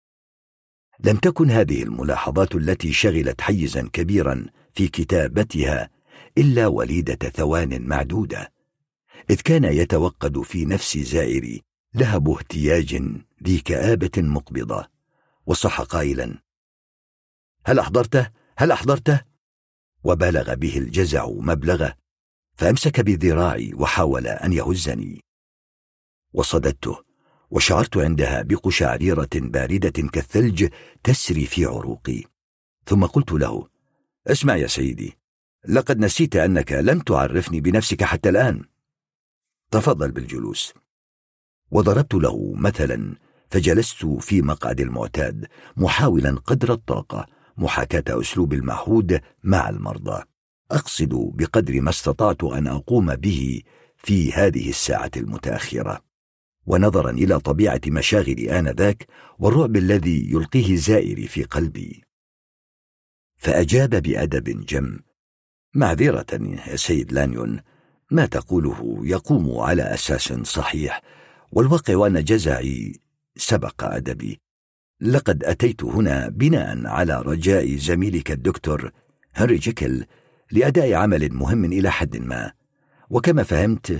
لم تكن هذه الملاحظات التي شغلت حيزا كبيرا في كتابتها إلا وليدة ثوان معدودة، إذ كان يتوقد في نفس زائري لهب اهتياج ذي كآبة مقبضة، وصح قائلا: هل أحضرته؟ هل أحضرته؟ وبلغ به الجزع مبلغه، فأمسك بذراعي وحاول أن يهزني، وصددته، وشعرت عندها بقشعريرة باردة كالثلج تسري في عروقي. ثم قلت له: اسمع يا سيدي، لقد نسيت أنك لم تعرفني بنفسك حتى الآن. تفضل بالجلوس. وضربت له مثلا، فجلست في مقعد المعتاد محاولا قدر الطاقة محاكاة أسلوب المعهود مع المرضى، أقصد بقدر ما استطعت أن أقوم به في هذه الساعة المتأخرة، ونظرا إلى طبيعة مشاغلي آنذاك والرعب الذي يلقيه زائري في قلبي، فأجاب بأدب جم: معذرة يا سيد لانيون، ما تقوله يقوم على أساس صحيح، والواقع أن جزعي سبق أدبي. لقد أتيت هنا بناء على رجاء زميلك الدكتور هنري جيكل لأداء عمل مهم إلى حد ما، وكما فهمت.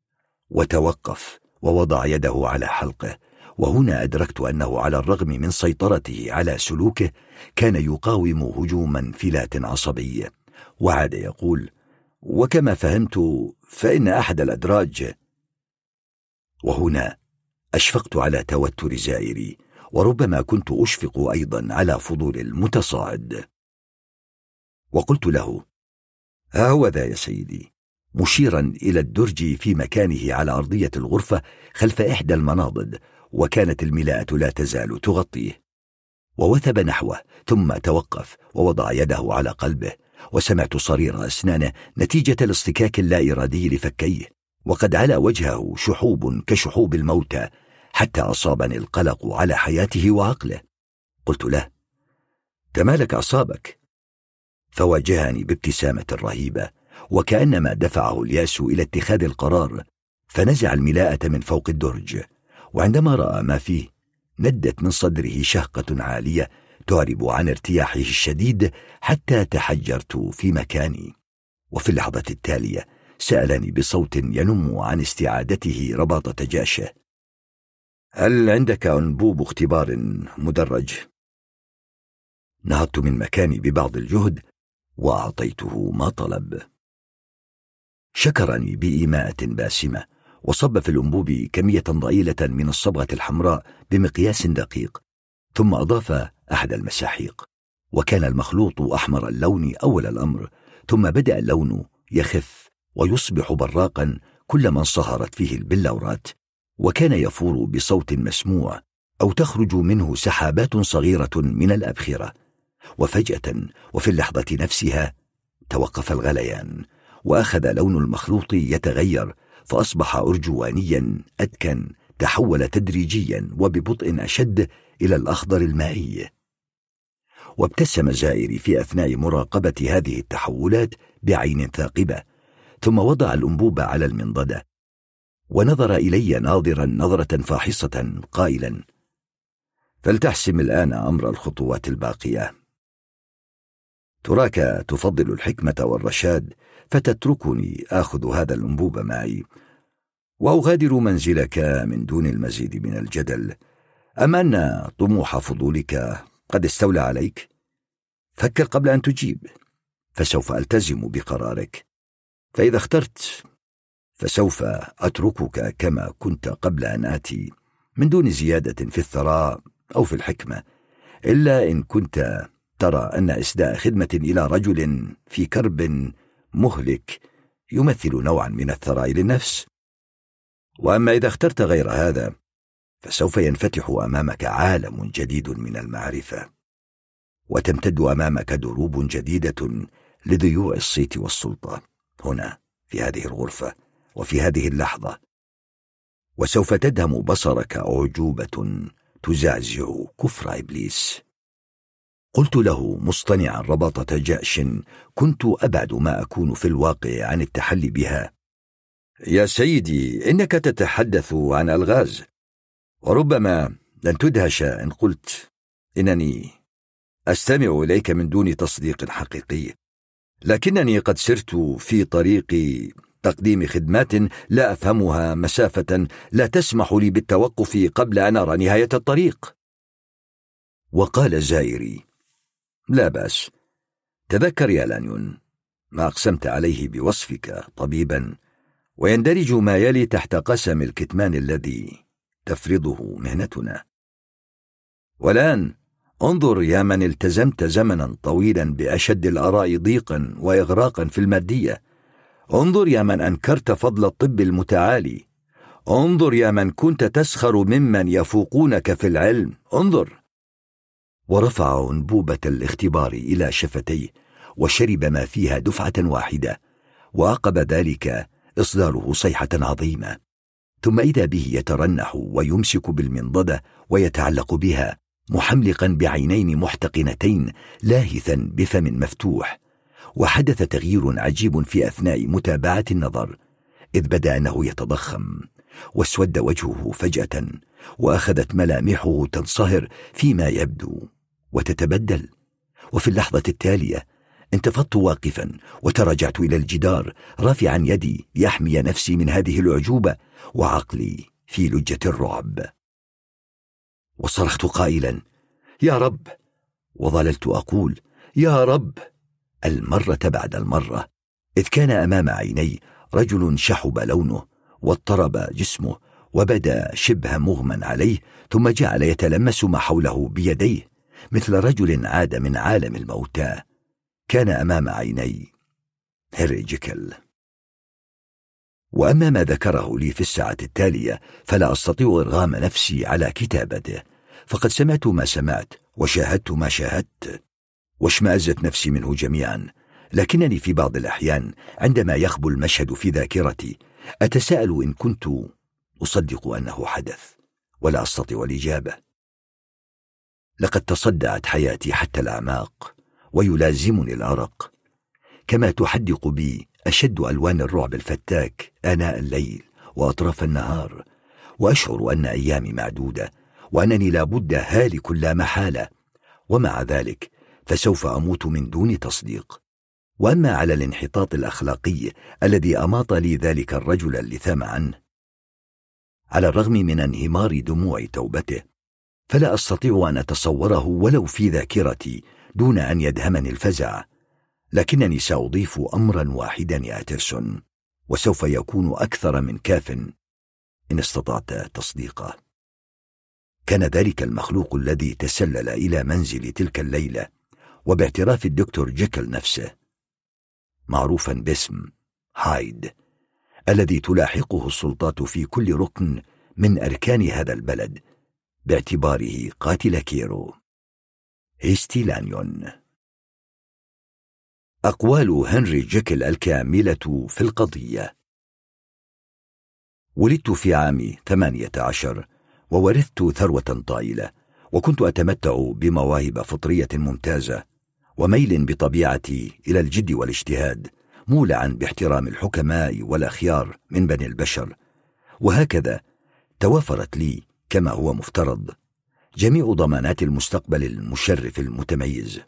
وتوقف ووضع يده على حلقه، وهنا أدركت أنه على الرغم من سيطرته على سلوكه كان يقاوم هجوما انفلات عصبي، وعاد يقول: وكما فهمت فإن أحد الأدراج. وهنا أشفقت على توتر زائري، وربما كنت أشفق أيضا على فضول المتصاعد، وقلت له: ها هو ذا يا سيدي، مشيرا إلى الدرج في مكانه على أرضية الغرفة خلف إحدى المناضد، وكانت الملاءة لا تزال تغطيه. ووثب نحوه، ثم توقف ووضع يده على قلبه، وسمعت صرير أسنانه نتيجة الاصطكاك اللا إرادي لفكيه، وقد علا وجهه شحوب كشحوب الموتى، حتى أصابني القلق على حياته وعقله. قلت له: تمالك أصابك؟ فواجهني بابتسامة رهيبة، وكأنما دفعه الياس إلى اتخاذ القرار، فنزع الملاءة من فوق الدرج، وعندما رأى ما فيه ندت من صدره شهقة عالية تعرب عن ارتياحه الشديد، حتى تحجرت في مكاني. وفي اللحظة التالية سألني بصوت ينم عن استعادته رباطة جاشه: هل عندك أنبوب اختبار مدرج؟ نهضت من مكاني ببعض الجهد وأعطيته ما طلب. شكرني بإيماءة باسمة، وصب في الأنبوب كمية ضئيلة من الصبغة الحمراء بمقياس دقيق، ثم أضاف أحد المساحيق، وكان المخلوط أحمر اللون أول الأمر، ثم بدأ اللون يخف ويصبح براقا كلما انصهرت فيه البلورات، وكان يفور بصوت مسموع أو تخرج منه سحابات صغيرة من الأبخرة. وفجأة وفي اللحظة نفسها توقف الغليان، وأخذ لون المخلوط يتغير، فأصبح أرجوانيا أدكن، تحول تدريجيا وببطء أشد إلى الأخضر المائي. وابتسم زائري في أثناء مراقبة هذه التحولات بعين ثاقبة، ثم وضع الأنبوب على المنضدة ونظر إلي ناظرا نظرة فاحصة قائلا: فلتحسم الآن أمر الخطوات الباقية. تراك تفضل الحكمة والرشاد، فتتركني آخذ هذا الأنبوب معي وأغادر منزلك من دون المزيد من الجدل، أم أن طموح فضولك قد استولى عليك؟ فكر قبل أن تجيب، فسوف ألتزم بقرارك. فإذا اخترت فسوف أتركك كما كنت قبل أن آتي، من دون زيادة في الثراء أو في الحكمة، إلا إن كنت ترى أن إسداء خدمة إلى رجل في كرب مهلك يمثل نوعا من الثراء للنفس. وأما إذا اخترت غير هذا فسوف ينفتح أمامك عالم جديد من المعرفة، وتمتد أمامك دروب جديدة لذيوع الصيت والسلطة هنا في هذه الغرفة وفي هذه اللحظة، وسوف تدهم بصرك أعجوبة تزعزع كفر إبليس. قلت له مصطنعا ربطة جأش كنت أبعد ما أكون في الواقع عن التحلي بها: يا سيدي، إنك تتحدث عن ألغاز، وربما لن تدهش إن قلت إنني أستمع إليك من دون تصديق حقيقي، لكنني قد سرت في طريق تقديم خدمات لا أفهمها مسافة لا تسمح لي بالتوقف قبل أن أرى نهاية الطريق. وقال زائري: لا بأس، تذكر يا لانيون ما أقسمت عليه بوصفك طبيبا، ويندرج ما يلي تحت قسم الكتمان الذي تفرضه مهنتنا. والآن انظر يا من التزمت زمنا طويلا بأشد الآراء ضيقا وإغراقا في المادية، انظر يا من أنكرت فضل الطب المتعالي، انظر يا من كنت تسخر ممن يفوقونك في العلم، انظر. ورفع أنبوبة الاختبار إلى شفتيه وشرب ما فيها دفعة واحدة، وعقب ذلك إصداره صيحة عظيمة، ثم إذا به يترنح ويمسك بالمنضدة ويتعلق بها محملقا بعينين محتقنتين لاهثا بفم مفتوح. وحدث تغيير عجيب في أثناء متابعة النظر، إذ بدأ أنه يتضخم واسود وجهه فجأة، وأخذت ملامحه تنصهر فيما يبدو وتتبدل. وفي اللحظة التالية انتفضت واقفا وتراجعت إلى الجدار رافعا يدي ليحمي نفسي من هذه الأعجوبة، وعقلي في لجة الرعب. وصرخت قائلا: يا رب! وظللت أقول: يا رب! المرة بعد المرة، إذ كان أمام عيني رجل شحب لونه واضطرب جسمه وبدا شبه مغمى عليه، ثم جعل يتلمس ما حوله بيديه مثل رجل عاد من عالم الموتى. كان أمام عيني هنري جيكل. وأما ما ذكره لي في الساعة التالية فلا أستطيع إرغام نفسي على كتابته، فقد سمعت ما سمعت وشاهدت ما شاهدت واشمأزت نفسي منه جميعا. لكنني في بعض الأحيان عندما يخبو المشهد في ذاكرتي أتساءل إن كنت أصدق أنه حدث، ولا أستطيع الإجابة. لقد تصدعت حياتي حتى الأعماق، ويلازمني الأرق، كما تحدق بي أشد ألوان الرعب الفتاك آناء الليل وأطراف النهار، وأشعر أن أيامي معدودة وأنني لابد هالك لا محالة، ومع ذلك فسوف أموت من دون تصديق. وأما على الانحطاط الأخلاقي الذي أماط لي ذلك الرجل اللثام عنه، على الرغم من انهمار دموع توبته، فلا أستطيع أن أتصوره ولو في ذاكرتي دون أن يدهمني الفزع. لكنني سأضيف أمرا واحدا يا تيرسون، وسوف يكون أكثر من كاف إن استطعت تصديقه. كان ذلك المخلوق الذي تسلل إلى منزل تلك الليلة، وباعتراف الدكتور جيكل نفسه، معروفا باسم هايد، الذي تلاحقه السلطات في كل ركن من أركان هذا البلد باعتباره قاتل كيرو. هيستي لانيون. أقوال هنري جيكل الكاملة في القضية. ولدت في عام ثمانية عشر، وورثت ثروة طائلة، وكنت أتمتع بمواهب فطرية ممتازة، وميل بطبيعتي إلى الجد والاجتهاد، مولعا باحترام الحكماء والأخيار من بني البشر. وهكذا توافرت لي كما هو مفترض جميع ضمانات المستقبل المشرف المتميز.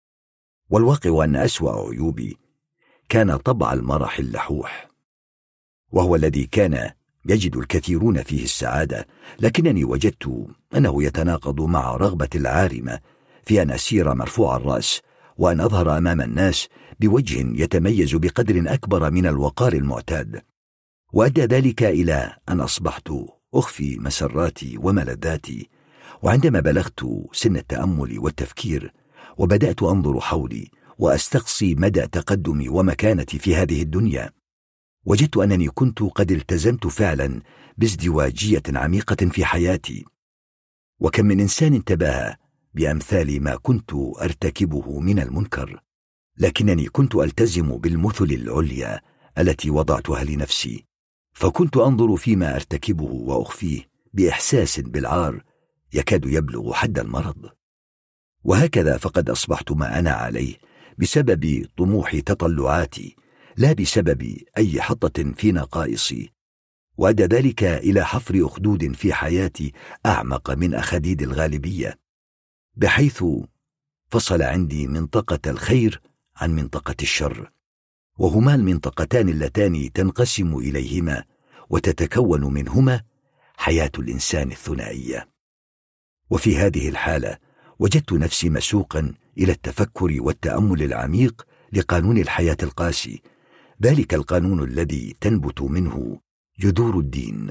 والواقع أن أسوأ عيوبي كان طبع المرح اللحوح، وهو الذي كان يجد الكثيرون فيه السعادة، لكنني وجدت أنه يتناقض مع رغبة العارمة في أن أسير مرفوع الرأس، وأن أظهر أمام الناس بوجه يتميز بقدر أكبر من الوقار المعتاد. وأدى ذلك إلى أن أصبحت أخفي مسراتي وملذاتي. وعندما بلغت سن التأمل والتفكير وبدأت أنظر حولي وأستقصي مدى تقدمي ومكانتي في هذه الدنيا، وجدت أنني كنت قد التزمت فعلا بازدواجية عميقة في حياتي. وكم من إنسان تباهى بأمثال ما كنت أرتكبه من المنكر، لكنني كنت ألتزم بالمثل العليا التي وضعتها لنفسي، فكنت أنظر فيما أرتكبه وأخفيه بإحساس بالعار يكاد يبلغ حد المرض. وهكذا فقد أصبحت ما أنا عليه بسبب طموح تطلعاتي، لا بسبب أي حطة في نقائصي. وأدى ذلك إلى حفر أخدود في حياتي أعمق من أخديد الغالبية، بحيث فصل عندي منطقة الخير عن منطقة الشر، وهما المنطقتان اللتان تنقسم إليهما وتتكون منهما حياة الإنسان الثنائية. وفي هذه الحالة وجدت نفسي مسوقا إلى التفكر والتأمل العميق لقانون الحياة القاسي، ذلك القانون الذي تنبت منه جذور الدين،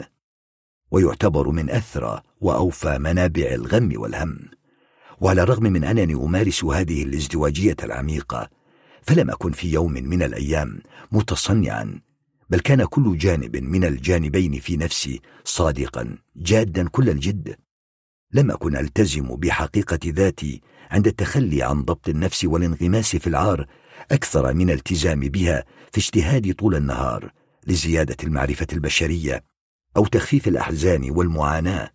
ويعتبر من أثرى وأوفى منابع الغم والهم. وعلى الرغم من أنني أمارس هذه الازدواجية العميقة، فلم أكن في يوم من الأيام متصنعا، بل كان كل جانب من الجانبين في نفسي صادقا جادا كل الجد. لم أكن ألتزم بحقيقة ذاتي عند التخلي عن ضبط النفس والانغماس في العار أكثر من التزام بها في اجتهادي طول النهار لزيادة المعرفة البشرية أو تخفيف الأحزان والمعاناة.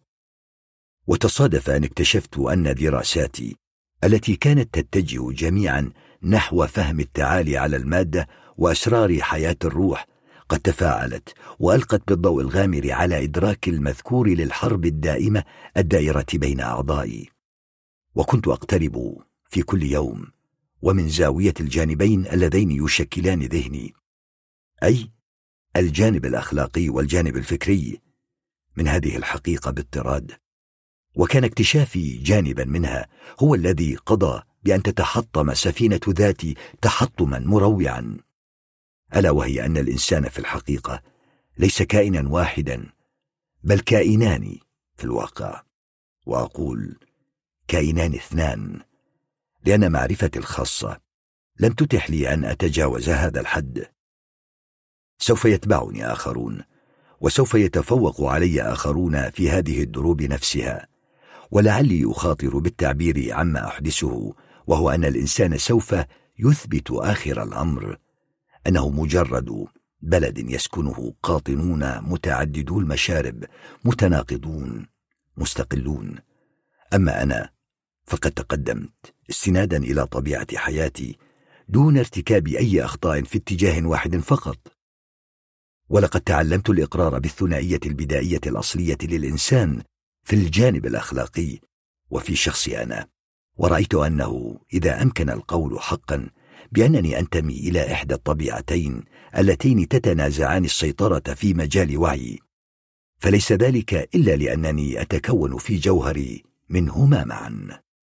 وتصادف أن اكتشفت أن دراساتي التي كانت تتجه جميعا نحو فهم التعالي على المادة وأسرار حياة الروح قد تفاعلت وألقت بالضوء الغامر على إدراك المذكور للحرب الدائمة الدائرة بين أعضائي. وكنت أقترب في كل يوم ومن زاوية الجانبين اللذين يشكلان ذهني، أي الجانب الأخلاقي والجانب الفكري، من هذه الحقيقة باضطراد. وكان اكتشافي جانبا منها هو الذي قضى بأن تتحطم سفينة ذاتي تحطما مروعا، ألا وهي أن الإنسان في الحقيقة ليس كائنا واحدا، بل كائنان في الواقع. وأقول كائنان اثنان، لأن معرفتي الخاصة لم تتح لي أن أتجاوز هذا الحد. سوف يتبعني آخرون، وسوف يتفوق علي آخرون في هذه الدروب نفسها، ولعلي أخاطر بالتعبير عما أحدثه، وهو أن الإنسان سوف يثبت آخر الأمر أنه مجرد بلد يسكنه قاطنون متعددو المشارب متناقضون مستقلون. أما أنا فقد تقدمت استنادا إلى طبيعة حياتي دون ارتكاب أي أخطاء في اتجاه واحد فقط. ولقد تعلمت الإقرار بالثنائية البدائية الأصلية للإنسان في الجانب الأخلاقي وفي شخصي أنا، ورأيت أنه إذا أمكن القول حقا بأنني أنتمي إلى إحدى الطبيعتين اللتين تتنازعان السيطرة في مجال وعي، فليس ذلك إلا لأنني أتكون في جوهري منهما معا.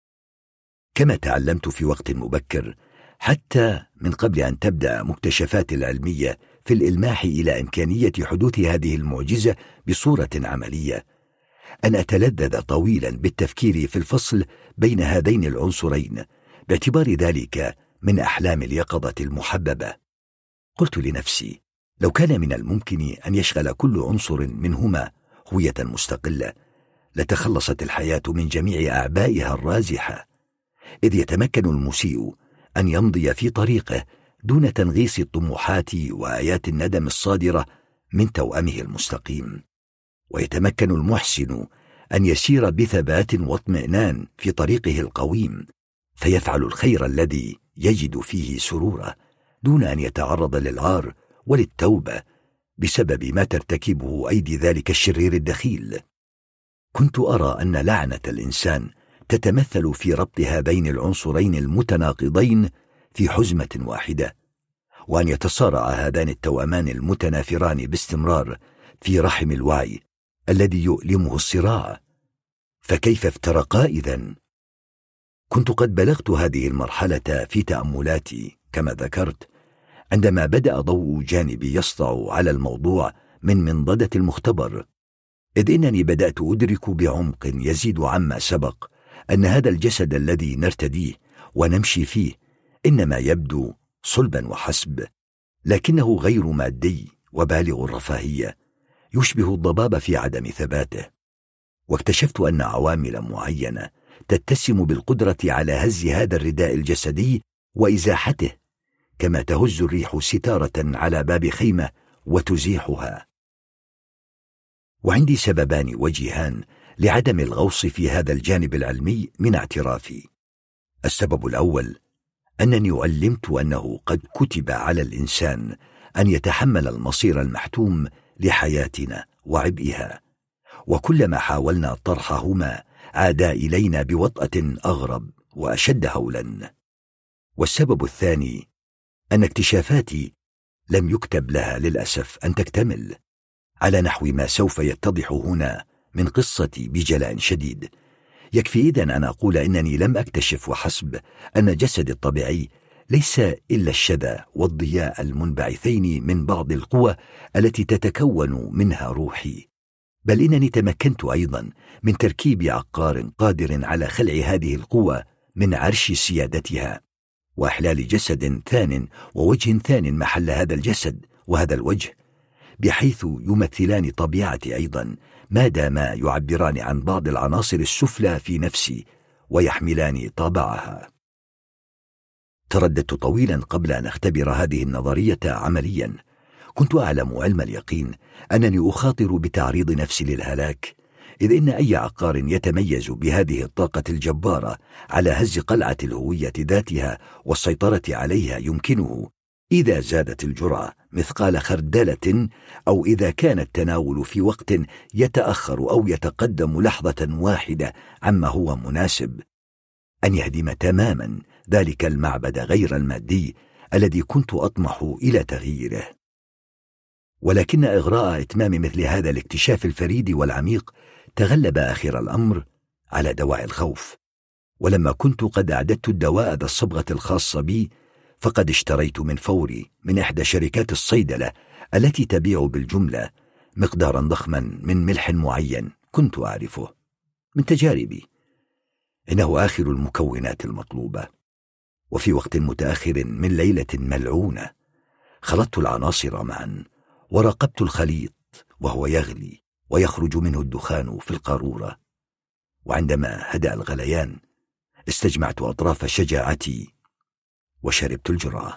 كما تعلمت في وقت مبكر، حتى من قبل أن تبدأ مكتشفات العلمية في الإلماح إلى إمكانية حدوث هذه المعجزة بصورة عملية، أن أتلذذ طويلا بالتفكير في الفصل بين هذين العنصرين، باعتبار ذلك من أحلام اليقظة المحببة. قلت لنفسي: لو كان من الممكن أن يشغل كل عنصر منهما هوية مستقلة لتخلصت الحياة من جميع أعبائها الرازحة، إذ يتمكن المسيء أن يمضي في طريقه دون تنغيص الطموحات وآيات الندم الصادرة من توأمه المستقيم، ويتمكن المحسن أن يسير بثبات واطمئنان في طريقه القويم، فيفعل الخير الذي يجد فيه سرورا دون أن يتعرض للعار وللتوبة بسبب ما ترتكبه أيدي ذلك الشرير الدخيل. كنت أرى أن لعنة الإنسان تتمثل في ربط هذين العنصرين المتناقضين في حزمة واحدة، وأن يتصارع هذان التوأمان المتنافران باستمرار في رحم الوعي الذي يؤلمه الصراع. فكيف افترقا إذن؟ كنت قد بلغت هذه المرحلة في تأملاتي كما ذكرت عندما بدأ ضوء جانبي يسطع على الموضوع من منضدة المختبر، إذ إنني بدأت أدرك بعمق يزيد عما سبق أن هذا الجسد الذي نرتديه ونمشي فيه إنما يبدو صلبا وحسب، لكنه غير مادي وبالغ الرفاهية، يشبه الضباب في عدم ثباته. واكتشفت أن عوامل معينة تتسم بالقدرة على هز هذا الرداء الجسدي وإزاحته، كما تهز الريح ستارة على باب خيمة وتزيحها. وعندي سببان وجيهان لعدم الغوص في هذا الجانب العلمي من اعترافي. السبب الأول أنني علمت أنه قد كتب على الإنسان أن يتحمل المصير المحتوم لحياتنا وعبئها، وكلما حاولنا طرحهما عادا إلينا بوطأة أغرب وأشد هولا. والسبب الثاني أن اكتشافاتي لم يكتب لها للأسف أن تكتمل، على نحو ما سوف يتضح هنا من قصتي بجلاء شديد. يكفي إذن أن أقول إنني لم أكتشف وحسب أن جسدي الطبيعي ليس إلا الشذا والضياء المنبعثين من بعض القوى التي تتكون منها روحي، بل إنني تمكنت أيضا من تركيب عقار قادر على خلع هذه القوى من عرش سيادتها، وإحلال جسد ثان ووجه ثان محل هذا الجسد وهذا الوجه، بحيث يمثلان طبيعتي أيضا ما داما يعبران عن بعض العناصر السفلى في نفسي ويحملان طابعها. ترددت طويلا قبل أن أختبر هذه النظرية عمليا. كنت أعلم علم اليقين أنني أخاطر بتعريض نفسي للهلاك، إذ إن أي عقار يتميز بهذه الطاقة الجبارة على هز قلعة الهوية ذاتها والسيطرة عليها يمكنه، إذا زادت الجرعة مثقال خردلة، أو إذا كان التناول في وقت يتأخر أو يتقدم لحظة واحدة عما هو مناسب، أن يهدم تماما ذلك المعبد غير المادي الذي كنت أطمح إلى تغييره. ولكن إغراء إتمام مثل هذا الاكتشاف الفريد والعميق تغلب آخر الأمر على دواعي الخوف. ولما كنت قد أعددت الدواء ذا الصبغة الخاصة بي، فقد اشتريت من فوري من إحدى شركات الصيدلة التي تبيع بالجملة مقدارا ضخما من ملح معين كنت أعرفه من تجاربي إنه آخر المكونات المطلوبة. وفي وقت متأخر من ليلة ملعونة خلطت العناصر معا وراقبت الخليط وهو يغلي ويخرج منه الدخان في القارورة، وعندما هدأ الغليان استجمعت أطراف شجاعتي وشربت الجرعة.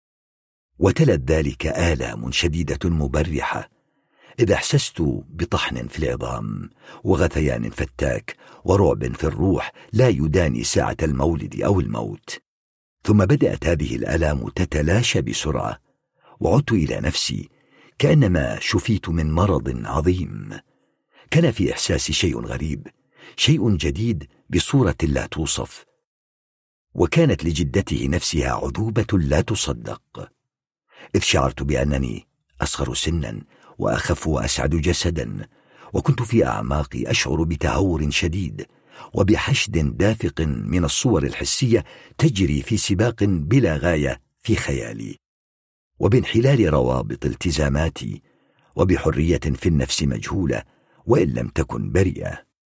وتلت ذلك آلام شديدة مبرحة، إذا أحسست بطحن في العظام وغثيان فتاك ورعب في الروح لا يداني ساعة المولد أو الموت. ثم بدأت هذه الآلام تتلاشى بسرعة، وعدت إلى نفسي كأنما شفيت من مرض عظيم. كان في إحساسي شيء غريب، شيء جديد بصورة لا توصف، وكانت لجدته نفسها عذوبة لا تصدق، إذ شعرت بأنني أصغر سنا وأخف وأسعد جسدا، وكنت في أعماقي أشعر بتهور شديد وبحشد دافق من الصور الحسية تجري في سباق بلا غاية في خيالي، وبانحلال روابط التزاماتي، وبحرية في النفس مجهولة وإن لم تكن بريئة.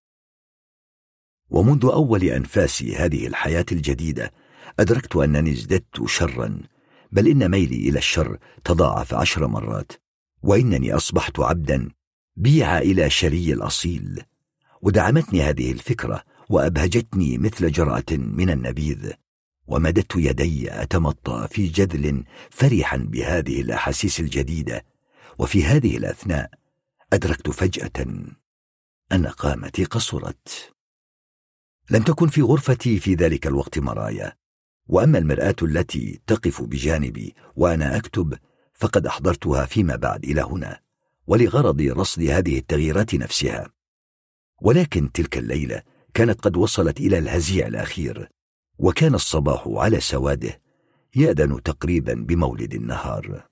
ومنذ أول أنفاس هذه الحياة الجديدة أدركت أنني ازددت شرا، بل إن ميلي إلى الشر تضاعف عشر مرات، وإنني أصبحت عبدا بيع إلى شري الأصيل. ودعمتني هذه الفكرة وأبهجتني مثل جرعة من النبيذ، ومددت يدي أتمطى في جذل فرحا بهذه الأحاسيس الجديدة. وفي هذه الأثناء أدركت فجأة أن قامتي قصرت. لم تكن في غرفتي في ذلك الوقت مرايا، وأما المرآة التي تقف بجانبي وأنا أكتب فقد أحضرتها فيما بعد إلى هنا، ولغرض رصد هذه التغييرات نفسها. ولكن تلك الليلة كانت قد وصلت إلى الهزيع الأخير، وكان الصباح على سواده يأذن تقريبا بمولد النهار،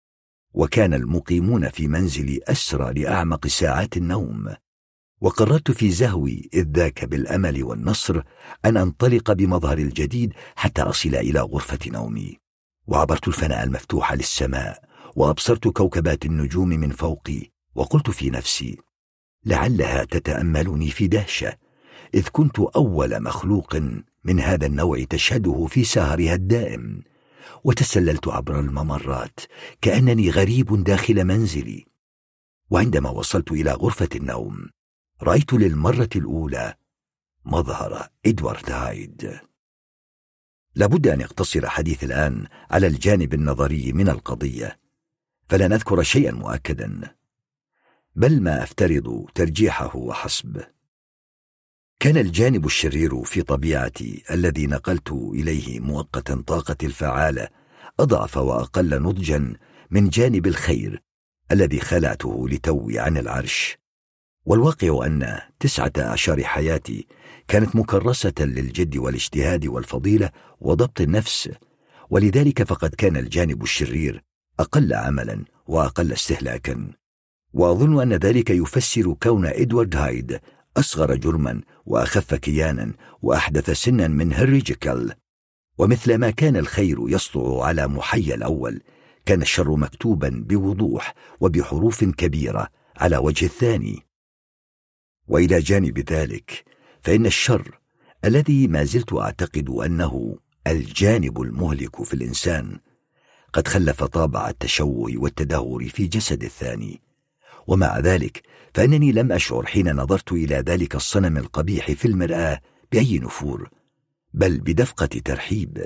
وكان المقيمون في منزلي أسرى لأعمق ساعات النوم. وقررت في زهوي إذ ذاك بالأمل والنصر أن أنطلق بمظهر الجديد حتى أصل إلى غرفة نومي. وعبرت الفناء المفتوح للسماء وأبصرت كوكبات النجوم من فوقي، وقلت في نفسي لعلها تتأملني في دهشة، إذ كنت أول مخلوق من هذا النوع تشهده في سهرها الدائم. وتسللت عبر الممرات كأنني غريب داخل منزلي. وعندما وصلت إلى غرفة النوم رأيت للمرة الأولى مظهر إدوارد هايد. لابد أن يقتصر حديث الآن على الجانب النظري من القضية، فلن أذكر شيئا مؤكدا، بل ما أفترض ترجيحه وحسب. كان الجانب الشرير في طبيعتي الذي نقلت إليه مؤقتا طاقتي الفعالة أضعف وأقل نضجا من جانب الخير الذي خلعته لتوي عن العرش. والواقع أن تسعة أعشار حياتي كانت مكرسة للجد والاجتهاد والفضيلة وضبط النفس، ولذلك فقد كان الجانب الشرير أقل عملا وأقل استهلاكا. وأظن أن ذلك يفسر كون إدوارد هايد أصغر جرما وأخف كيانا وأحدث سنا من هنري جيكل. ومثل ما كان الخير يسطع على محيا الأول، كان الشر مكتوبا بوضوح وبحروف كبيرة على وجه الثاني. وإلى جانب ذلك فإن الشر الذي ما زلت أعتقد أنه الجانب المهلك في الإنسان قد خلف طابع التشوه والتدهور في جسد الثاني. ومع ذلك فإنني لم أشعر حين نظرت إلى ذلك الصنم القبيح في المرآة بأي نفور، بل بدفقة ترحيب.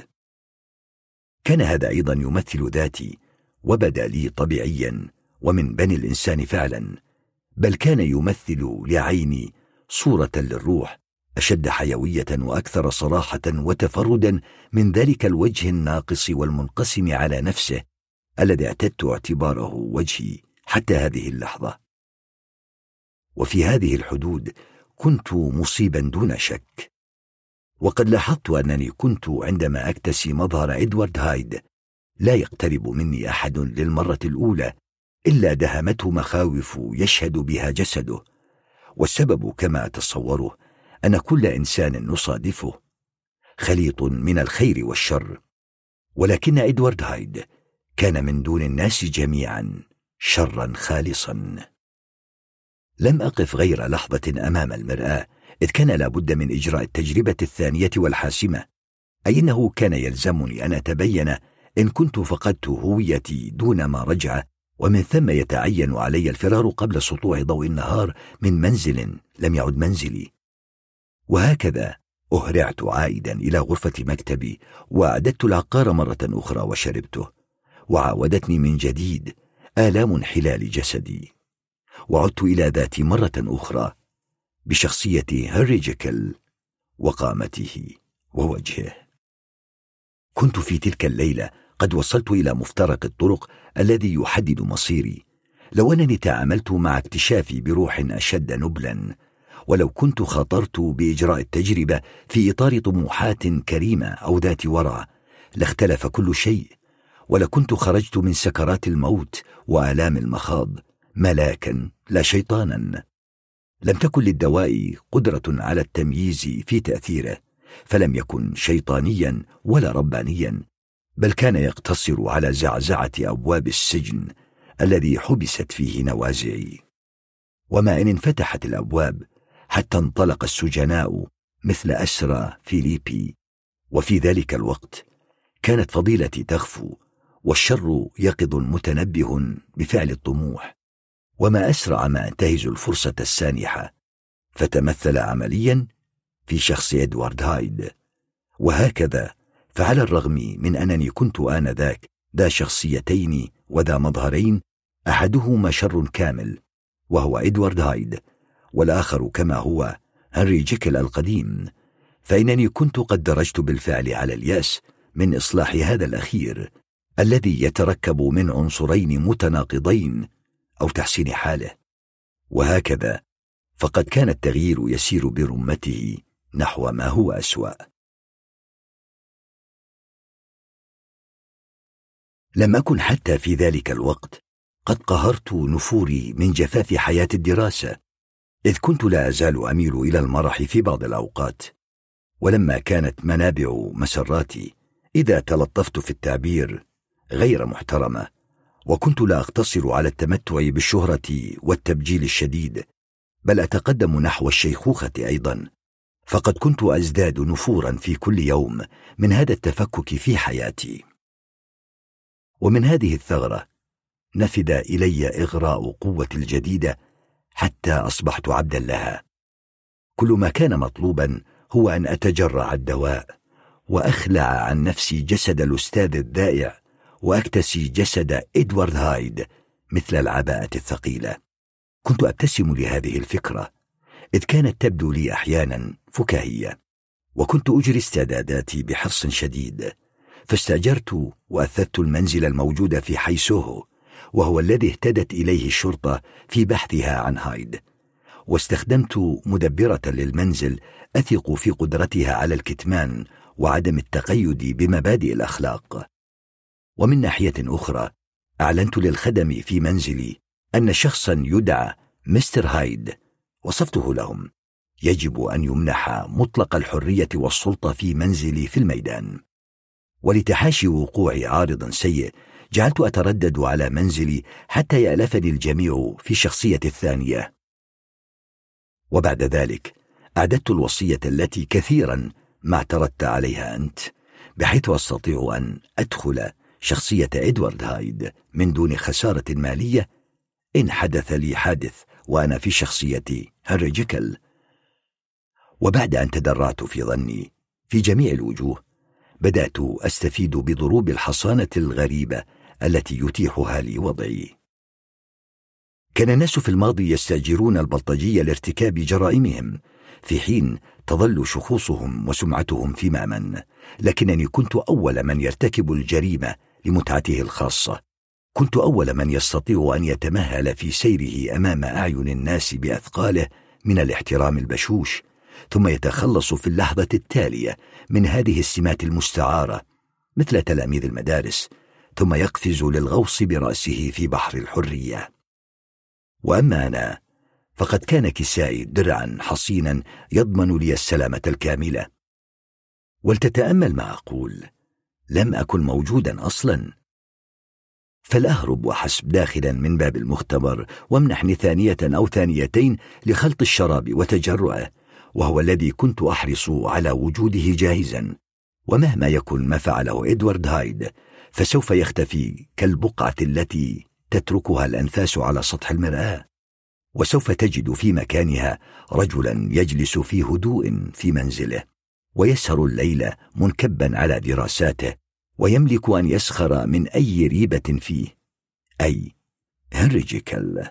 كان هذا أيضا يمثل ذاتي وبدا لي طبيعيا ومن بني الإنسان فعلا، بل كان يمثل لعيني صورة للروح أشد حيوية وأكثر صراحة وتفردا من ذلك الوجه الناقص والمنقسم على نفسه الذي اعتدت اعتباره وجهي حتى هذه اللحظة. وفي هذه الحدود كنت مصيبا دون شك. وقد لاحظت أنني كنت عندما أكتسي مظهر إدوارد هايد لا يقترب مني أحد للمرة الأولى إلا دهمته مخاوف يشهد بها جسده. والسبب كما أتصوره أن كل إنسان نصادفه خليط من الخير والشر، ولكن إدوارد هايد كان من دون الناس جميعا شرا خالصا. لم أقف غير لحظة أمام المرآة، إذ كان لابد من إجراء التجربة الثانية والحاسمة، أي أنه كان يلزمني أن أتبين إن كنت فقدت هويتي دون ما رجع، ومن ثم يتعين علي الفرار قبل سطوع ضوء النهار من منزل لم يعد منزلي. وهكذا أهرعت عائدا إلى غرفة مكتبي، وأعددت العقار مرة أخرى وشربته، وعاودتني من جديد آلام انحلال جسدي. وعدت إلى ذاتي مرة أخرى بشخصية هنري جيكل وقامته ووجهه. كنت في تلك الليلة قد وصلت إلى مفترق الطرق الذي يحدد مصيري، لو أنني تعاملت مع اكتشافي بروح أشد نبلا، ولو كنت خاطرت بإجراء التجربة في إطار طموحات كريمة أو ذات ورع لاختلف كل شيء، ولكنت خرجت من سكرات الموت وآلام المخاض ملاكا لا شيطانا. لم تكن للدواء قدرة على التمييز في تأثيره، فلم يكن شيطانيا ولا ربانيا، بل كان يقتصر على زعزعة أبواب السجن الذي حبست فيه نوازعي. وما إن انفتحت الأبواب حتى انطلق السجناء مثل أسرى فيليبي. وفي ذلك الوقت كانت فضيلتي تخفو، والشر يقظ متنبه بفعل الطموح، وما أسرع ما أنتهز الفرصة السانحة، فتمثل عمليا في شخص إدوارد هايد. وهكذا، فعلى الرغم من أنني كنت آنذاك ذا شخصيتين وذا مظهرين، أحدهما شر كامل وهو إدوارد هايد، والآخر كما هو هنري جيكل القديم، فإنني كنت قد درجت بالفعل على اليأس من إصلاح هذا الأخير الذي يتركب من عنصرين متناقضين أو تحسين حاله. وهكذا فقد كان التغيير يسير برمته نحو ما هو أسوأ. لم أكن حتى في ذلك الوقت قد قهرت نفوري من جفاف حياة الدراسة، إذ كنت لا أزال أميل إلى المرح في بعض الأوقات. ولما كانت منابع مسراتي، إذا تلطفت في التعبير، غير محترمة، وكنت لا أقتصر على التمتع بالشهرة والتبجيل الشديد، بل أتقدم نحو الشيخوخة أيضا، فقد كنت أزداد نفورا في كل يوم من هذا التفكك في حياتي. ومن هذه الثغرة نفد إلي إغراء قوة الجديدة حتى أصبحت عبدا لها. كل ما كان مطلوبا هو أن أتجرع الدواء وأخلع عن نفسي جسد الأستاذ الذائع، وأكتسي جسد إدوارد هايد مثل العباءة الثقيلة. كنت أبتسم لهذه الفكرة، إذ كانت تبدو لي أحيانا فكاهية، وكنت أجري استعداداتي بحرص شديد. فاستأجرت وأثثت المنزل الموجود في حي سوهو، وهو الذي اهتدت إليه الشرطة في بحثها عن هايد، واستخدمت مدبرة للمنزل أثق في قدرتها على الكتمان وعدم التقيد بمبادئ الأخلاق. ومن ناحية أخرى، أعلنت للخدم في منزلي أن شخصا يدعى مستر هايد، وصفته لهم، يجب أن يمنح مطلق الحرية والسلطة في منزلي في الميدان. ولتحاشي وقوع عارض سيء، جعلت أتردد على منزلي حتى يألفني الجميع في شخصية الثانية. وبعد ذلك أعددت الوصية التي كثيرا ما اعترضت عليها أنت، بحيث أستطيع أن أدخل شخصية إدوارد هايد من دون خسارة مالية إن حدث لي حادث وأنا في شخصية هنري جيكل. وبعد أن تدرعت في ظني في جميع الوجوه، بدأت أستفيد بضروب الحصانة الغريبة التي يتيحها لي وضعي. كان الناس في الماضي يستأجرون البلطجية لارتكاب جرائمهم، في حين تظل شخوصهم وسمعتهم في مأمن، لكنني كنت أول من يرتكب الجريمة لمتعته الخاصة. كنت أول من يستطيع أن يتمهل في سيره أمام أعين الناس بأثقاله من الاحترام البشوش، ثم يتخلص في اللحظة التالية من هذه السمات المستعارة مثل تلاميذ المدارس، ثم يقفز للغوص برأسه في بحر الحرية. وأما أنا فقد كان كسائي درعا حصينا يضمن لي السلامة الكاملة. ولتتأمل ما أقول، لم أكن موجودا أصلا، فلأهرب وحسب داخلا من باب المختبر وامنحني ثانية أو ثانيتين لخلط الشراب وتجرعه، وهو الذي كنت أحرص على وجوده جاهزا. ومهما يكن ما فعله إدوارد هايد فسوف يختفي كالبقعة التي تتركها الأنفاس على سطح المرآة، وسوف تجد في مكانها رجلا يجلس في هدوء في منزله ويسهر الليل منكبا على دراساته، ويملك أن يسخر من أي ريبة فيه، أي هنري جيكل.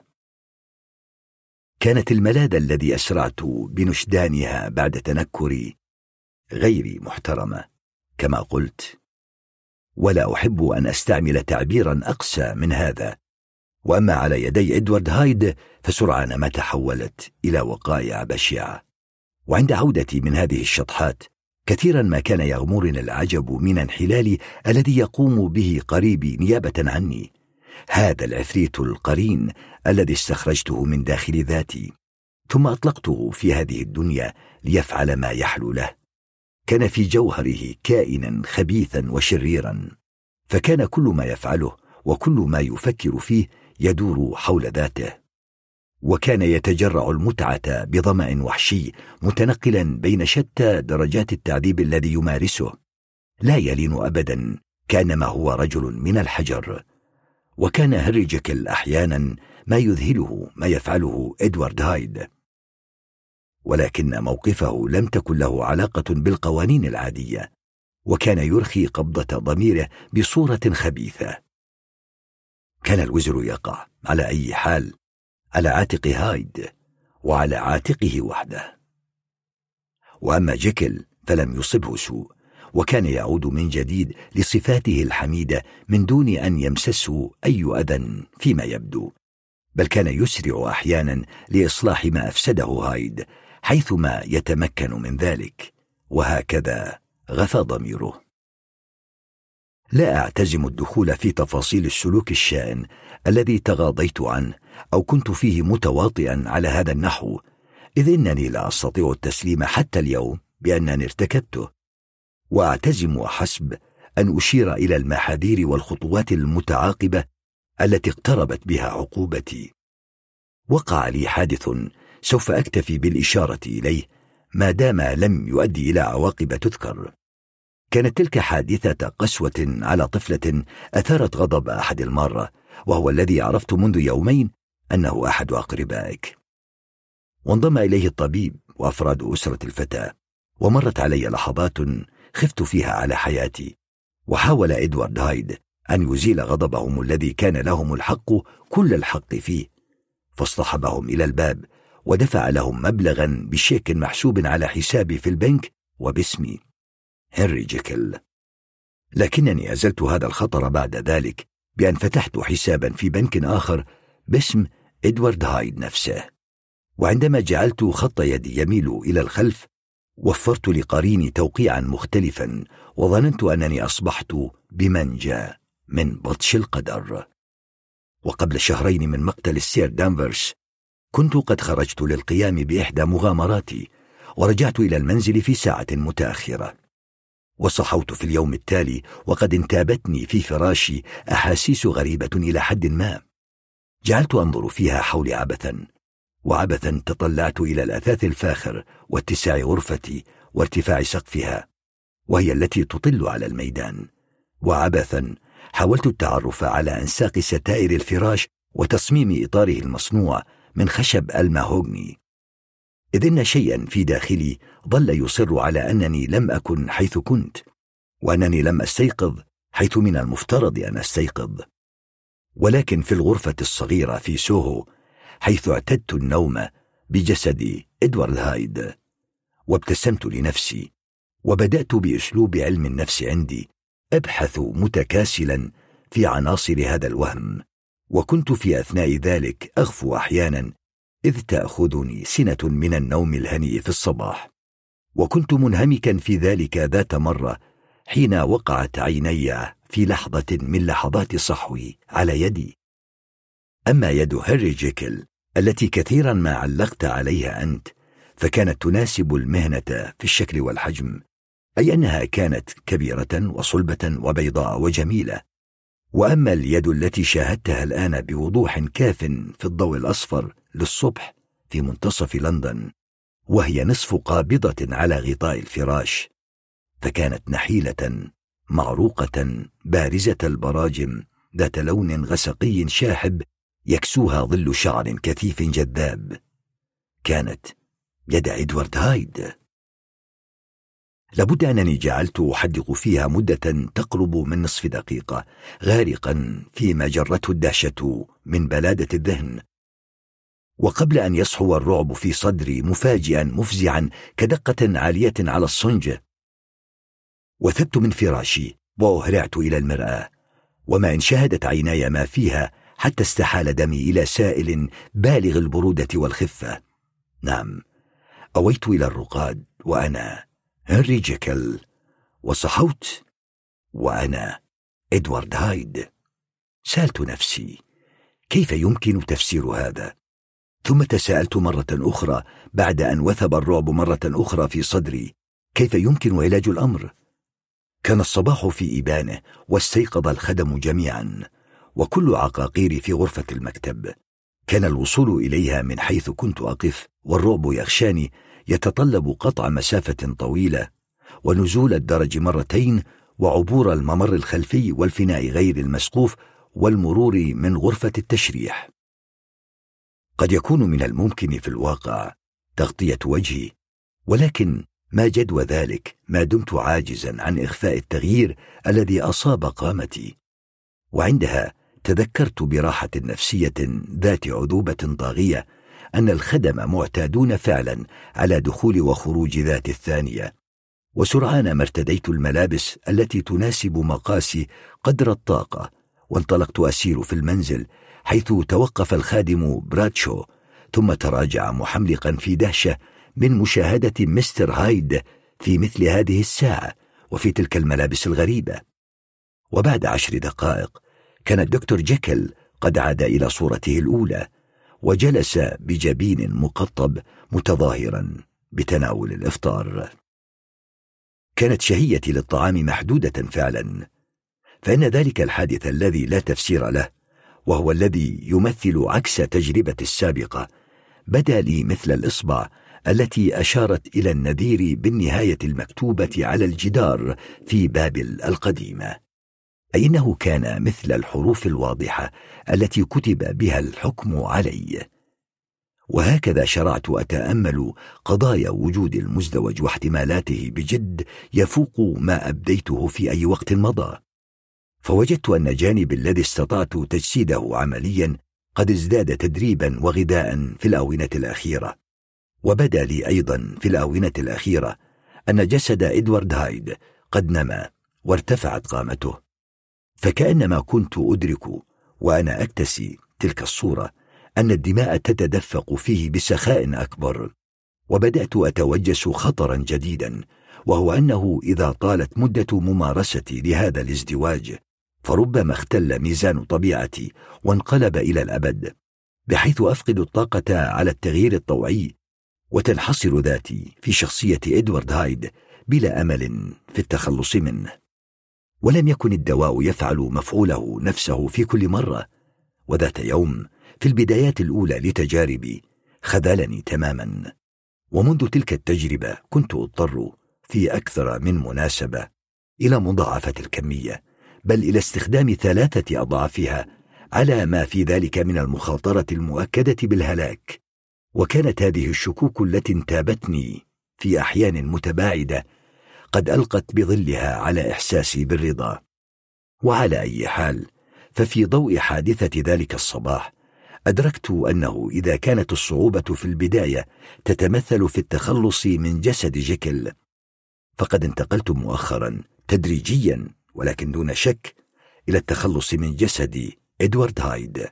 كانت الملاذ الذي أسرعت بنشدانها بعد تنكري غير محترمة كما قلت، ولا أحب أن أستعمل تعبيرا أقسى من هذا. وأما على يدي إدوارد هايد فسرعان ما تحولت إلى وقائع بشعة. وعند عودتي من هذه الشطحات كثيرا ما كان يغمرني العجب من انحلالي الذي يقوم به قريبي نيابة عني، هذا العفريت القرين الذي استخرجته من داخل ذاتي ثم أطلقته في هذه الدنيا ليفعل ما يحلو له. كان في جوهره كائنا خبيثا وشريرا، فكان كل ما يفعله وكل ما يفكر فيه يدور حول ذاته. وكان يتجرع المتعة بظمأ وحشي متنقلا بين شتى درجات التعذيب الذي يمارسه، لا يلين أبدا، كانما هو رجل من الحجر. وكان هنري جيكل أحيانا ما يذهله ما يفعله إدوارد هايد، ولكن موقفه لم تكن له علاقة بالقوانين العادية، وكان يرخي قبضة ضميره بصورة خبيثة. كان الوزر يقع على أي حال على عاتق هايد وعلى عاتقه وحده. وأما جيكل فلم يصبه سوء، وكان يعود من جديد لصفاته الحميدة من دون أن يمسسه أي أذى فيما يبدو، بل كان يسرع أحيانا لإصلاح ما أفسده هايد حيثما يتمكن من ذلك، وهكذا غفى ضميره. لا أعتزم الدخول في تفاصيل السلوك الشائن الذي تغاضيت عنه أو كنت فيه متواطئا على هذا النحو، إذ إنني لا أستطيع التسليم حتى اليوم بأنني ارتكبته، وأعتزم حسب أن أشير إلى المحاذير والخطوات المتعاقبة التي اقتربت بها عقوبتي. وقع لي حادث سوف أكتفي بالإشارة إليه ما دام لم يؤدي إلى عواقب تذكر. كانت تلك حادثة قسوة على طفلة أثارت غضب أحد المارة، وهو الذي عرفت منذ يومين أنه أحد أقربائك. وانضم إليه الطبيب وأفراد أسرة الفتاة، ومرت علي لحظات خفت فيها على حياتي، وحاول إدوارد هايد أن يزيل غضبهم الذي كان لهم الحق كل الحق فيه، فاصطحبهم إلى الباب ودفع لهم مبلغا بشيك محسوب على حسابي في البنك وباسمي هنري جيكل. لكنني أزلت هذا الخطر بعد ذلك بأن فتحت حسابا في بنك آخر باسم إدوارد هايد نفسه، وعندما جعلت خط يدي يميل إلى الخلف وفرت لقريني توقيعا مختلفا، وظننت أنني أصبحت بمنجى من بطش القدر. وقبل شهرين من مقتل السير دانفرس كنت قد خرجت للقيام بإحدى مغامراتي، ورجعت إلى المنزل في ساعة متأخرة، وصحوت في اليوم التالي وقد انتابتني في فراشي أحاسيس غريبة إلى حد ما. جعلت أنظر فيها حولي عبثا، وعبثا تطلعت إلى الأثاث الفاخر واتساع غرفتي وارتفاع سقفها، وهي التي تطل على الميدان، وعبثا حاولت التعرف على أنساق ستائر الفراش وتصميم إطاره المصنوع من خشب الماهوغني، إذ إن شيئا في داخلي ظل يصر على أنني لم أكن حيث كنت، وأنني لم أستيقظ حيث من المفترض أن أستيقظ، ولكن في الغرفة الصغيرة في سوهو حيث اعتدت النوم بجسد إدوارد هايد. وابتسمت لنفسي، وبدأت بأسلوب علم النفس عندي أبحث متكاسلا في عناصر هذا الوهم، وكنت في أثناء ذلك أغفو أحيانا إذ تأخذني سنة من النوم الهنيء في الصباح، وكنت منهمكا في ذلك ذات مرة حين وقعت عيني في لحظة من لحظات صحوي على يدي. أما يد هنري جيكل التي كثيرا ما علقت عليها أنت فكانت تناسب المهنة في الشكل والحجم، أي أنها كانت كبيرة وصلبة وبيضاء وجميلة. وأما اليد التي شاهدتها الآن بوضوح كاف في الضوء الأصفر للصبح في منتصف لندن وهي نصف قابضة على غطاء الفراش، فكانت نحيلة معروقة بارزة البراجم ذات لون غسقي شاحب يكسوها ظل شعر كثيف جذاب. كانت يد إدوارد هايد. لابد أنني جعلت أحدق فيها مدة تقرب من نصف دقيقة، غارقا فيما جرته الدهشة من بلادة الذهن، وقبل أن يصحو الرعب في صدري مفاجئا مفزعا كدقة عالية على الصنج، وثبت من فراشي وأهرعت إلى المرآة، وما إن شاهدت عيناي ما فيها حتى استحال دمي إلى سائل بالغ البرودة والخفة. نعم، أويت إلى الرقاد وأنا هنري جيكل، وصحوت وأنا إدوارد هايد. سألت نفسي كيف يمكن تفسير هذا، ثم تساءلت مرة أخرى بعد أن وثب الرعب مرة أخرى في صدري كيف يمكن علاج الأمر. كان الصباح في إبانه، واستيقظ الخدم جميعا، وكل عقاقيري في غرفة المكتب، كان الوصول إليها من حيث كنت أقف والرعب يغشاني يتطلب قطع مسافة طويلة ونزول الدرج مرتين وعبور الممر الخلفي والفناء غير المسقوف والمرور من غرفة التشريح. قد يكون من الممكن في الواقع تغطية وجهي، ولكن ما جدوى ذلك ما دمت عاجزا عن إخفاء التغيير الذي أصاب قامتي. وعندها تذكرت براحة نفسية ذات عذوبة طاغية أن الخدم معتادون فعلا على دخول وخروج ذات الثانية، وسرعان ما ارتديت الملابس التي تناسب مقاسي قدر الطاقة، وانطلقت أسير في المنزل حيث توقف الخادم برادشو، ثم تراجع محملقا في دهشة من مشاهدة مستر هايد في مثل هذه الساعة وفي تلك الملابس الغريبة. وبعد عشر دقائق كان الدكتور جيكل قد عاد إلى صورته الأولى، وجلس بجبين مقطب متظاهرا بتناول الإفطار. كانت شهيتي للطعام محدودة فعلا، فإن ذلك الحادث الذي لا تفسير له، وهو الذي يمثل عكس تجربة السابقة، بدا لي مثل الإصبع التي أشارت إلى النذير بالنهاية المكتوبة على الجدار في بابل القديمة، أي أنه كان مثل الحروف الواضحة التي كتب بها الحكم علي. وهكذا شرعت أتأمل قضايا وجود المزدوج واحتمالاته بجد يفوق ما أبديته في أي وقت مضى، فوجدت أن الجانب الذي استطعت تجسيده عمليا قد ازداد تدريبا وغذاء في الآونة الأخيرة. وبدا لي أيضا في الآونة الأخيرة أن جسد إدوارد هايد قد نما وارتفعت قامته، فكأنما كنت أدرك وأنا أكتسي تلك الصورة أن الدماء تتدفق فيه بسخاء أكبر. وبدأت أتوجس خطرا جديدا، وهو أنه إذا طالت مدة ممارستي لهذا الازدواج فربما اختل ميزان طبيعتي وانقلب إلى الأبد، بحيث أفقد الطاقة على التغيير الطوعي، وتنحصر ذاتي في شخصية إدوارد هايد بلا أمل في التخلص منه. ولم يكن الدواء يفعل مفعوله نفسه في كل مرة، وذات يوم في البدايات الأولى لتجاربي خذلني تماما. ومنذ تلك التجربة كنت أضطر في أكثر من مناسبة إلى مضاعفة الكمية، بل إلى استخدام ثلاثة أضعافها، على ما في ذلك من المخاطرة المؤكدة بالهلاك. وكانت هذه الشكوك التي انتابتني في أحيان متباعدة قد ألقت بظلها على إحساسي بالرضا. وعلى أي حال، ففي ضوء حادثة ذلك الصباح أدركت أنه إذا كانت الصعوبة في البداية تتمثل في التخلص من جسد جيكل، فقد انتقلت مؤخرا تدريجيا ولكن دون شك إلى التخلص من جسد إدوارد هايد.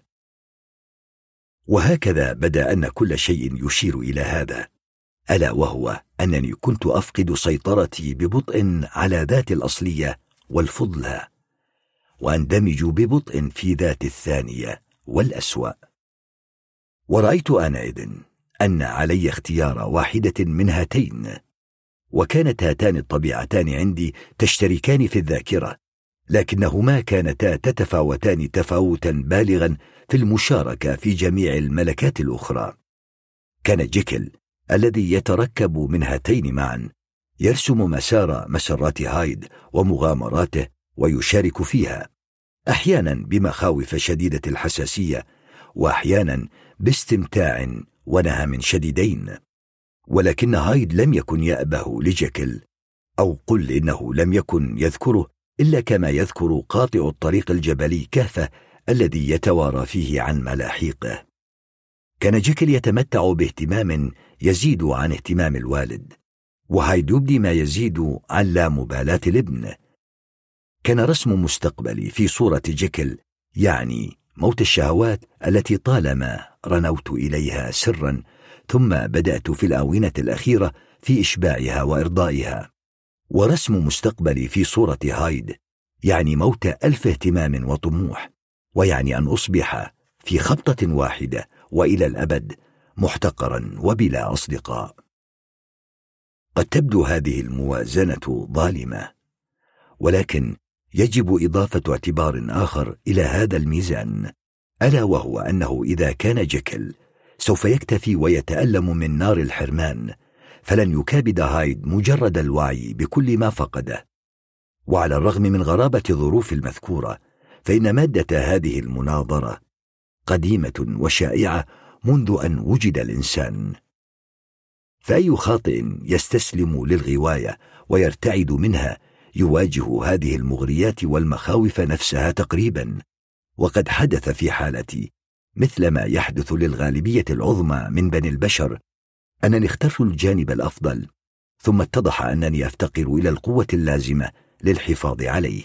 وهكذا بدأ أن كل شيء يشير إلى هذا، ألا وهو أنني كنت أفقد سيطرتي ببطء على ذات الأصلية والفضلى، وأندمج ببطء في ذات الثانية والأسوأ. ورأيت آنئذ أن علي اختيار واحدة من هاتين، وكانت هاتان الطبيعتان عندي تشتركان في الذاكرة، لكنهما كانتا تتفاوتان تفاوتا بالغا في المشاركة في جميع الملكات الأخرى. كان جيكل الذي يتركب من هاتين معا يرسم مسار مسارات هايد ومغامراته ويشارك فيها، أحيانا بمخاوف شديدة الحساسية، وأحيانا باستمتاع ونهم شديدين. ولكن هايد لم يكن يأبه لجيكل، أو قل إنه لم يكن يذكره إلا كما يذكر قاطع الطريق الجبلي كهفة الذي يتوارى فيه عن ملاحقه. كان جيكل يتمتع باهتمام يزيد عن اهتمام الوالد، وهايد يبدي ما يزيد عن لا مبالاة الابن. كان رسم مستقبلي في صورة جيكل يعني موت الشهوات التي طالما رنوت إليها سرا، ثم بدأت في الآونة الأخيرة في إشباعها وإرضائها. ورسم مستقبلي في صورة هايد يعني موت ألف اهتمام وطموح، ويعني أن أصبح في خبطة واحدة وإلى الأبد محتقرا وبلا أصدقاء. قد تبدو هذه الموازنة ظالمة، ولكن يجب إضافة اعتبار آخر إلى هذا الميزان، ألا وهو أنه إذا كان جيكل سوف يكتفي ويتألم من نار الحرمان، فلن يكابد هايد مجرد الوعي بكل ما فقده. وعلى الرغم من غرابة الظروف المذكورة، فإن مادة هذه المناظرة قديمة وشائعة منذ أن وجد الإنسان. فأي خاطئ يستسلم للغواية ويرتعد منها يواجه هذه المغريات والمخاوف نفسها تقريبا. وقد حدث في حالتي مثل ما يحدث للغالبية العظمى من بني البشر، أنني اخترت الجانب الأفضل، ثم اتضح أنني أفتقر إلى القوة اللازمة للحفاظ عليه.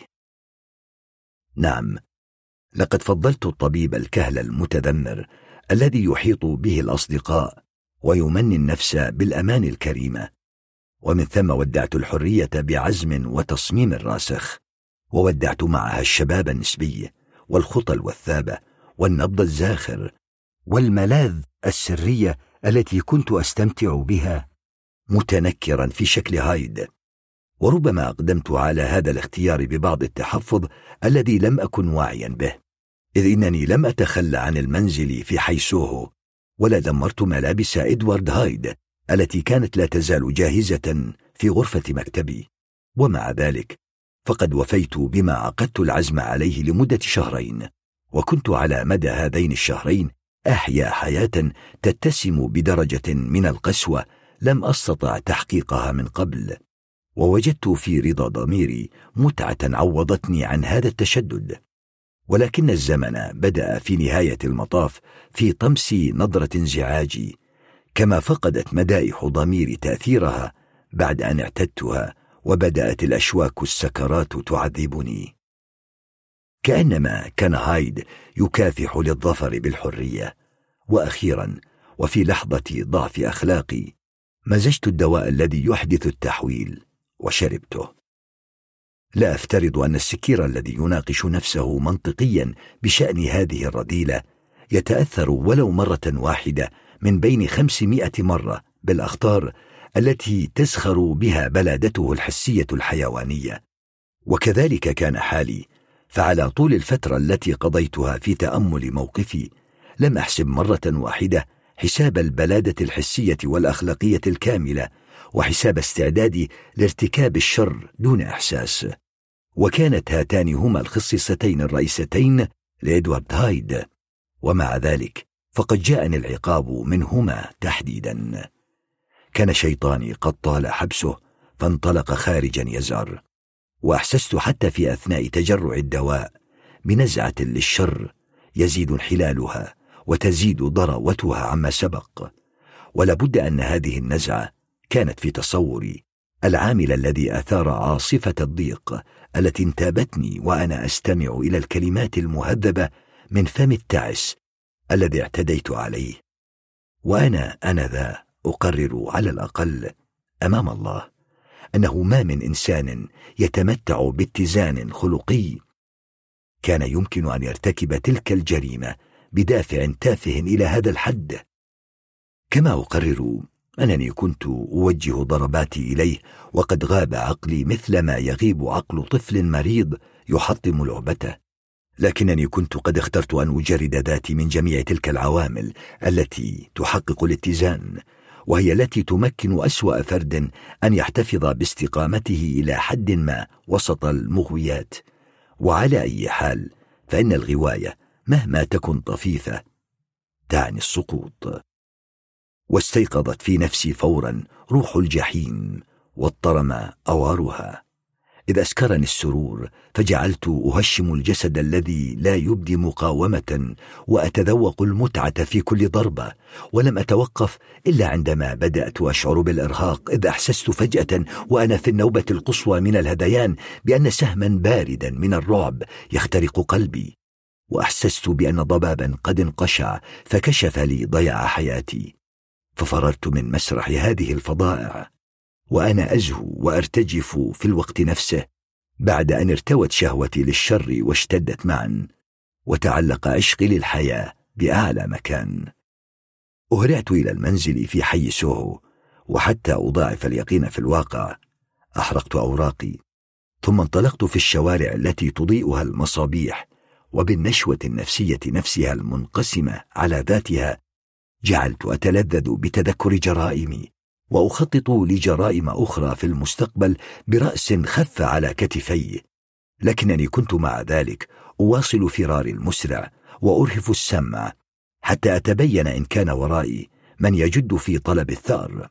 نعم، لقد فضلت الطبيب الكهل المتذمر الذي يحيط به الأصدقاء ويمني النفس بالأمان الكريمة، ومن ثم ودعت الحرية بعزم وتصميم راسخ، وودعت معها الشباب النسبي والخطى الوثابة والنبض الزاخر والملاذ السرية التي كنت أستمتع بها متنكرا في شكل هايد. وربما أقدمت على هذا الاختيار ببعض التحفظ الذي لم أكن واعيا به، إذ إنني لم أتخلى عن المنزل في حي سوهو، ولا دمرت ملابس إدوارد هايد التي كانت لا تزال جاهزة في غرفة مكتبي. ومع ذلك فقد وفيت بما عقدت العزم عليه لمدة شهرين، وكنت على مدى هذين الشهرين أحيا حياة تتسم بدرجة من القسوة لم أستطع تحقيقها من قبل. ووجدت في رضا ضميري متعة عوضتني عن هذا التشدد. ولكن الزمن بدأ في نهاية المطاف في طمس نظرة انزعاجي، كما فقدت مدائح ضميري تأثيرها بعد أن اعتدتها، وبدأت الأشواك السكرات تعذبني. كأنما كان هايد يكافح للظفر بالحرية. وأخيرا، وفي لحظة ضعف أخلاقي، مزجت الدواء الذي يحدث التحويل وشربته. لا أفترض أن السكير الذي يناقش نفسه منطقيا بشأن هذه الرذيلة يتأثر ولو مرة واحدة من بين خمسمائة مرة بالأخطار التي تزخر بها بلادته الحسية الحيوانية. وكذلك كان حالي، فعلى طول الفترة التي قضيتها في تأمل موقفي لم أحسب مرة واحدة حساب البلادة الحسية والأخلاقية الكاملة، وحساب استعدادي لارتكاب الشر دون إحساس. وكانت هاتان هما الخصيصتين الرئيستين لإدوارد هايد، ومع ذلك فقد جاءني العقاب منهما تحديدا. كان شيطاني قد طال حبسه فانطلق خارجا يزعر، وأحسست حتى في أثناء تجرع الدواء بنزعة للشر يزيد انحلالها وتزيد ضراوتها عما سبق. ولابد أن هذه النزعة كانت في تصوري العامل الذي أثار عاصفة الضيق التي انتابتني وأنا أستمع إلى الكلمات المهذبة من فم التعس الذي اعتديت عليه. وأنا أنذا أقرر على الأقل أمام الله أنه ما من إنسان يتمتع باتزان خلقي كان يمكن أن يرتكب تلك الجريمة بدافع تافه إلى هذا الحد. كما أقرر أنني كنت أوجه ضرباتي إليه وقد غاب عقلي مثل ما يغيب عقل طفل مريض يحطم لعبته، لكنني كنت قد اخترت أن أجرد ذاتي من جميع تلك العوامل التي تحقق الاتزان، وهي التي تمكن أسوأ فرد أن يحتفظ باستقامته إلى حد ما وسط المغويات. وعلى أي حال فإن الغواية مهما تكن طفيفة تعني السقوط. واستيقظت في نفسي فورا روح الجحيم واضطرم أوارها، إذ أسكرني السرور فجعلت أهشم الجسد الذي لا يبدي مقاومة وأتذوق المتعة في كل ضربة. ولم أتوقف إلا عندما بدأت أشعر بالإرهاق، إذ أحسست فجأة وأنا في النوبة القصوى من الهذيان بأن سهما باردا من الرعب يخترق قلبي، وأحسست بأن ضبابا قد انقشع فكشف لي ضياع حياتي. ففررت من مسرح هذه الفظائع وأنا أزهو وأرتجف في الوقت نفسه، بعد أن ارتوت شهوتي للشر واشتدت معا، وتعلق عشقي للحياة بأعلى مكان. أهرعت إلى المنزل في حي سوهو، وحتى أضاعف اليقين في الواقع أحرقت أوراقي، ثم انطلقت في الشوارع التي تضيئها المصابيح، وبالنشوة النفسية نفسها المنقسمة على ذاتها، جعلت أتلذذ بتذكر جرائمي وأخطط لجرائم أخرى في المستقبل برأس خف على كتفي، لكنني كنت مع ذلك أواصل فراري المسرع وأرهف السمع حتى أتبين إن كان ورائي من يجد في طلب الثأر.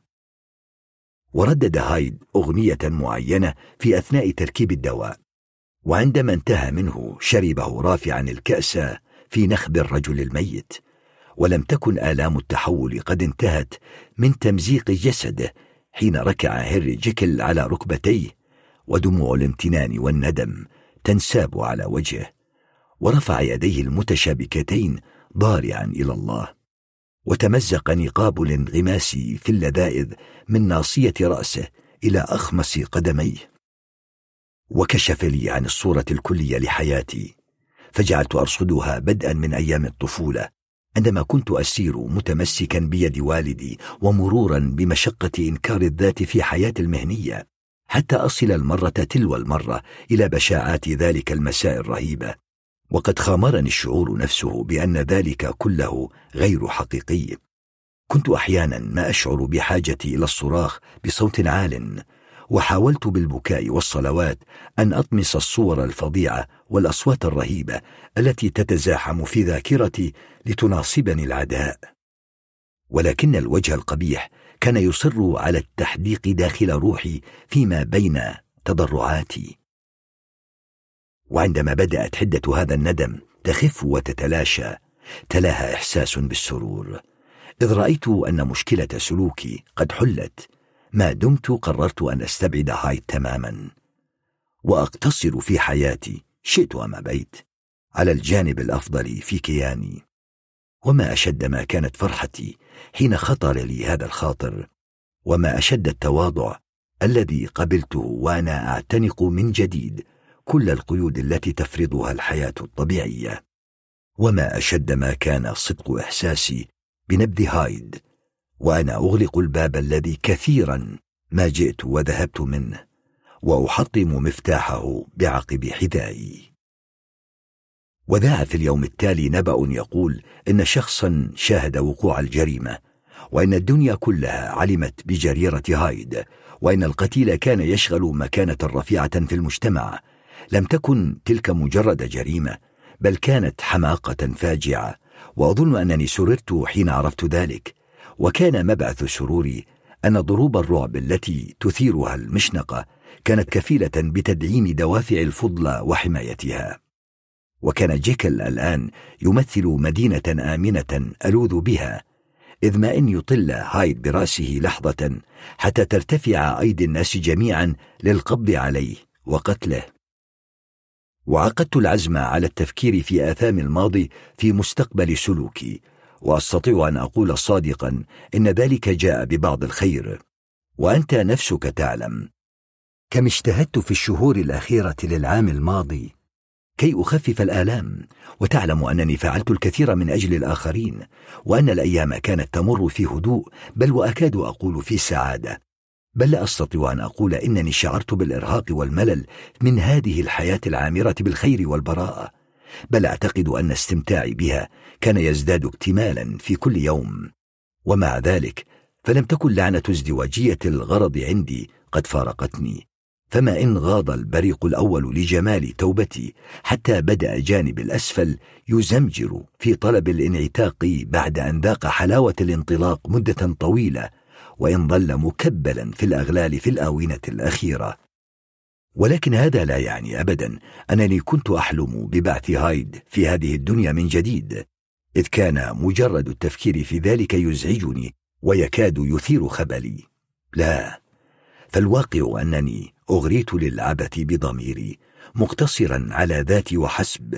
وردد هايد أغنية معينة في أثناء تركيب الدواء، وعندما انتهى منه شربه رافعا الكأس في نخب الرجل الميت، ولم تكن آلام التحول قد انتهت من تمزيق جسده حين ركع هنري جيكل على ركبتيه، ودموع الامتنان والندم تنساب على وجهه، ورفع يديه المتشابكتين ضارعا إلى الله، وتمزق نقاب الانغماس في اللذائذ من ناصية رأسه إلى أخمص قدميه، وكشف لي عن الصورة الكلية لحياتي، فجعلت أرصدها بدءا من أيام الطفولة عندما كنت أسير متمسكا بيد والدي، ومرورا بمشقة إنكار الذات في حياة المهنية، حتى أصل المرة تلو المرة إلى بشاعات ذلك المساء الرهيبة، وقد خامرني الشعور نفسه بأن ذلك كله غير حقيقي. كنت أحيانا ما أشعر بحاجتي إلى الصراخ بصوت عال، وحاولت بالبكاء والصلوات أن أطمس الصور الفظيعة والأصوات الرهيبة التي تتزاحم في ذاكرتي لتناصبني العداء، ولكن الوجه القبيح كان يصر على التحديق داخل روحي فيما بين تضرعاتي. وعندما بدأت حدة هذا الندم تخف وتتلاشى، تلاها إحساس بالسرور، إذ رأيت أن مشكلة سلوكي قد حلت ما دمت قررت أن أستبعد هايد تماما، وأقتصر في حياتي شئت أم أبيت على الجانب الأفضل في كياني. وما أشد ما كانت فرحتي حين خطر لي هذا الخاطر، وما أشد التواضع الذي قبلته وأنا أعتنق من جديد كل القيود التي تفرضها الحياة الطبيعية، وما أشد ما كان صدق إحساسي بنبذ هايد وأنا أغلق الباب الذي كثيرا ما جئت وذهبت منه، وأحطم مفتاحه بعقب حذائي. وذاع في اليوم التالي نبأ يقول إن شخصا شاهد وقوع الجريمة، وإن الدنيا كلها علمت بجريرة هايد، وإن القتيل كان يشغل مكانة رفيعة في المجتمع. لم تكن تلك مجرد جريمة، بل كانت حماقة فاجعة، وأظن أنني سررت حين عرفت ذلك. وكان مبعث سروري أن ضروب الرعب التي تثيرها المشنقة كانت كفيلة بتدعيم دوافع الفضل وحمايتها. وكان جيكل الآن يمثل مدينة آمنة ألوذ بها، إذ ما إن يطل هايد برأسه لحظة حتى ترتفع أيدي الناس جميعا للقبض عليه وقتله. وعقدت العزم على التفكير في آثام الماضي في مستقبل سلوكي، وأستطيع أن أقول صادقا إن ذلك جاء ببعض الخير. وأنت نفسك تعلم كم اجتهدت في الشهور الأخيرة للعام الماضي كي أخفف الآلام، وتعلم أنني فعلت الكثير من أجل الآخرين، وأن الأيام كانت تمر في هدوء، بل وأكاد أقول في سعادة. بل لا أستطيع أن أقول إنني شعرت بالإرهاق والملل من هذه الحياة العامرة بالخير والبراءة، بل أعتقد أن استمتاعي بها كان يزداد اكتمالا في كل يوم. ومع ذلك فلم تكن لعنة ازدواجية الغرض عندي قد فارقتني، فما إن غاض البريق الأول لجمال توبتي حتى بدأ جانب الأسفل يزمجر في طلب الانعتاق بعد أن ذاق حلاوة الانطلاق مدة طويلة، وإن ظل مكبلا في الأغلال في الآونة الأخيرة. ولكن هذا لا يعني أبدا أنني كنت أحلم ببعث هايد في هذه الدنيا من جديد، إذ كان مجرد التفكير في ذلك يزعجني ويكاد يثير خبلي. لا، فالواقع أنني أغريت للعبث بضميري مقتصرا على ذاتي وحسب،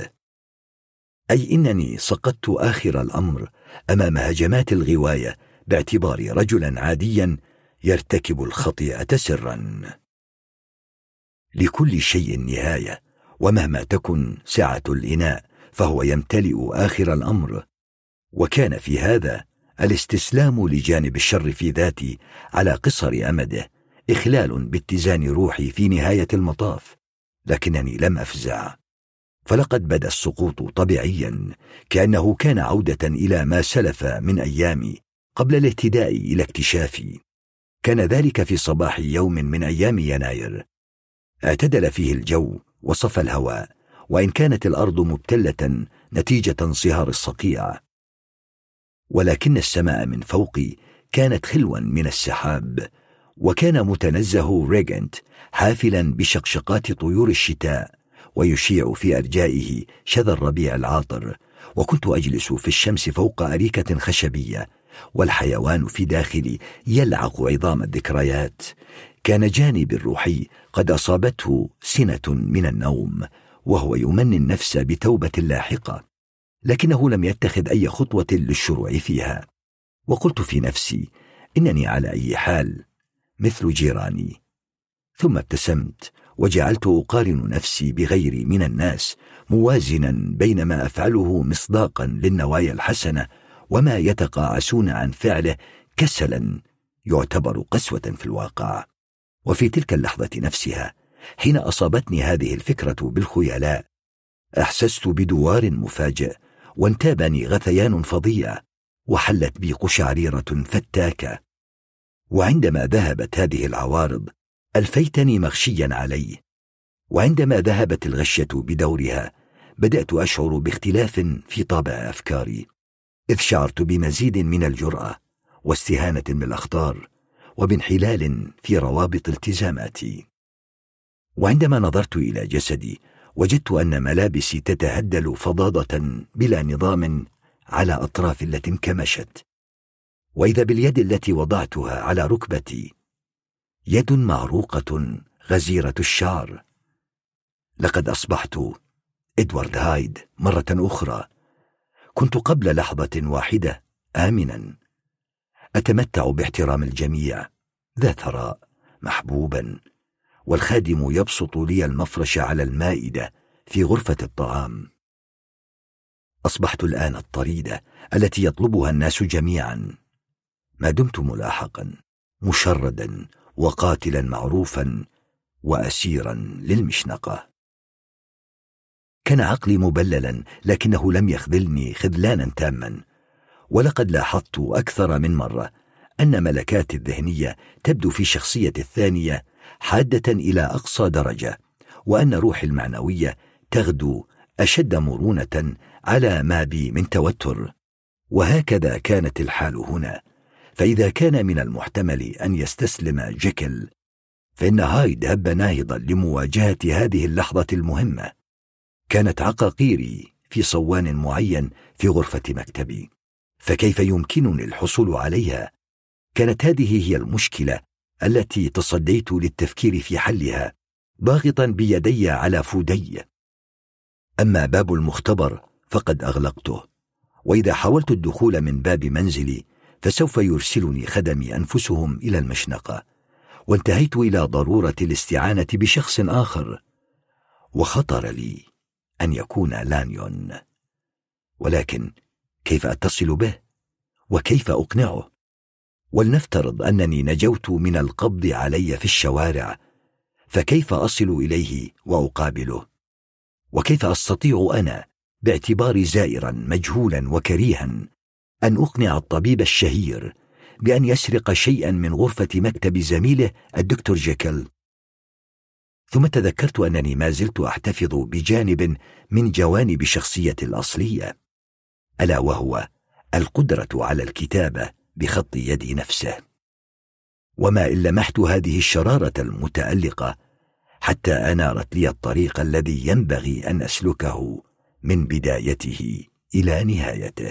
أي إنني سقطت آخر الأمر أمام هجمات الغواية باعتباري رجلا عاديا يرتكب الخطيئة سرا. لكل شيء نهاية، ومهما تكن سعة الإناء فهو يمتلئ آخر الأمر. وكان في هذا الاستسلام لجانب الشر في ذاتي على قصر أمده إخلال باتزان روحي في نهاية المطاف، لكنني لم أفزع، فلقد بدا السقوط طبيعيا، كأنه كان عودة إلى ما سلف من أيامي قبل الاهتداء إلى اكتشافي. كان ذلك في صباح يوم من أيام يناير، اعتدل فيه الجو وصفى الهواء، وإن كانت الأرض مبتلة نتيجة انصهار الصقيع، ولكن السماء من فوقي كانت خلوا من السحاب، وكان متنزه ريغنت حافلا بشقشقات طيور الشتاء ويشيع في أرجائه شذا الربيع العاطر، وكنت أجلس في الشمس فوق أريكة خشبية، والحيوان في داخلي يلعق عظام الذكريات. كان جانبي الروحي قد أصابته سنة من النوم، وهو يمني النفس بتوبة لاحقة، لكنه لم يتخذ أي خطوة للشروع فيها. وقلت في نفسي إنني على أي حال مثل جيراني. ثم ابتسمت وجعلت أقارن نفسي بغيري من الناس، موازنا بين ما أفعله مصداقا للنوايا الحسنة وما يتقاعسون عن فعله كسلا يعتبر قسوة في الواقع. وفي تلك اللحظة نفسها، حين أصابتني هذه الفكرة بالخيلاء، أحسست بدوار مفاجئ، وانتابني غثيان فظيع، وحلت بي قشعريرة فتاكة. وعندما ذهبت هذه العوارض ألفيتني مغشيا عليه، وعندما ذهبت الغشية بدورها بدأت أشعر باختلاف في طابع أفكاري، إذ شعرت بمزيد من الجرأة واستهانة بالأخطار وبانحلال في روابط التزاماتي. وعندما نظرت إلى جسدي وجدت أن ملابسي تتهدل فضاضة بلا نظام على أطراف التي انكمشت، وإذا باليد التي وضعتها على ركبتي، يد معروقة غزيرة الشعر. لقد أصبحت إدوارد هايد مرة أخرى. كنت قبل لحظة واحدة آمنا، أتمتع باحترام الجميع، ذا ثراء، محبوبا، والخادم يبسط لي المفرش على المائدة في غرفة الطعام. أصبحت الآن الطريدة التي يطلبها الناس جميعا، ما دمت ملاحقا، مشردا وقاتلا معروفا وأسيرا للمشنقة. كان عقلي مبللا، لكنه لم يخذلني خذلانا تاما. ولقد لاحظت أكثر من مرة أن ملكاتي الذهنية تبدو في شخصية الثانية حادة إلى أقصى درجة، وأن روحي المعنوية تغدو أشد مرونة على ما بي من توتر. وهكذا كانت الحال هنا. فإذا كان من المحتمل أن يستسلم جيكل، فإن هايد هب ناهضا لمواجهة هذه اللحظة المهمة. كانت عقاقيري في صوان معين في غرفة مكتبي، فكيف يمكنني الحصول عليها؟ كانت هذه هي المشكلة التي تصديت للتفكير في حلها، ضاغطا بيدي على فودي. أما باب المختبر فقد أغلقته، وإذا حاولت الدخول من باب منزلي فسوف يرسلني خدمي أنفسهم إلى المشنقة، وانتهيت إلى ضرورة الاستعانة بشخص آخر. وخطر لي أن يكون لانيون، ولكن كيف أتصل به؟ وكيف أقنعه؟ ولنفترض أنني نجوت من القبض علي في الشوارع، فكيف أصل إليه وأقابله؟ وكيف أستطيع أنا باعتباري زائرا مجهولا وكريها أن أقنع الطبيب الشهير بأن يسرق شيئا من غرفة مكتب زميله الدكتور جيكل؟ ثم تذكرت أنني ما زلت أحتفظ بجانب من جوانب شخصيتي الأصلية، ألا وهو القدرة على الكتابة بخط يدي نفسه. وما إن لمحت هذه الشرارة المتألقة حتى أنارت لي الطريق الذي ينبغي أن أسلكه من بدايته إلى نهايته.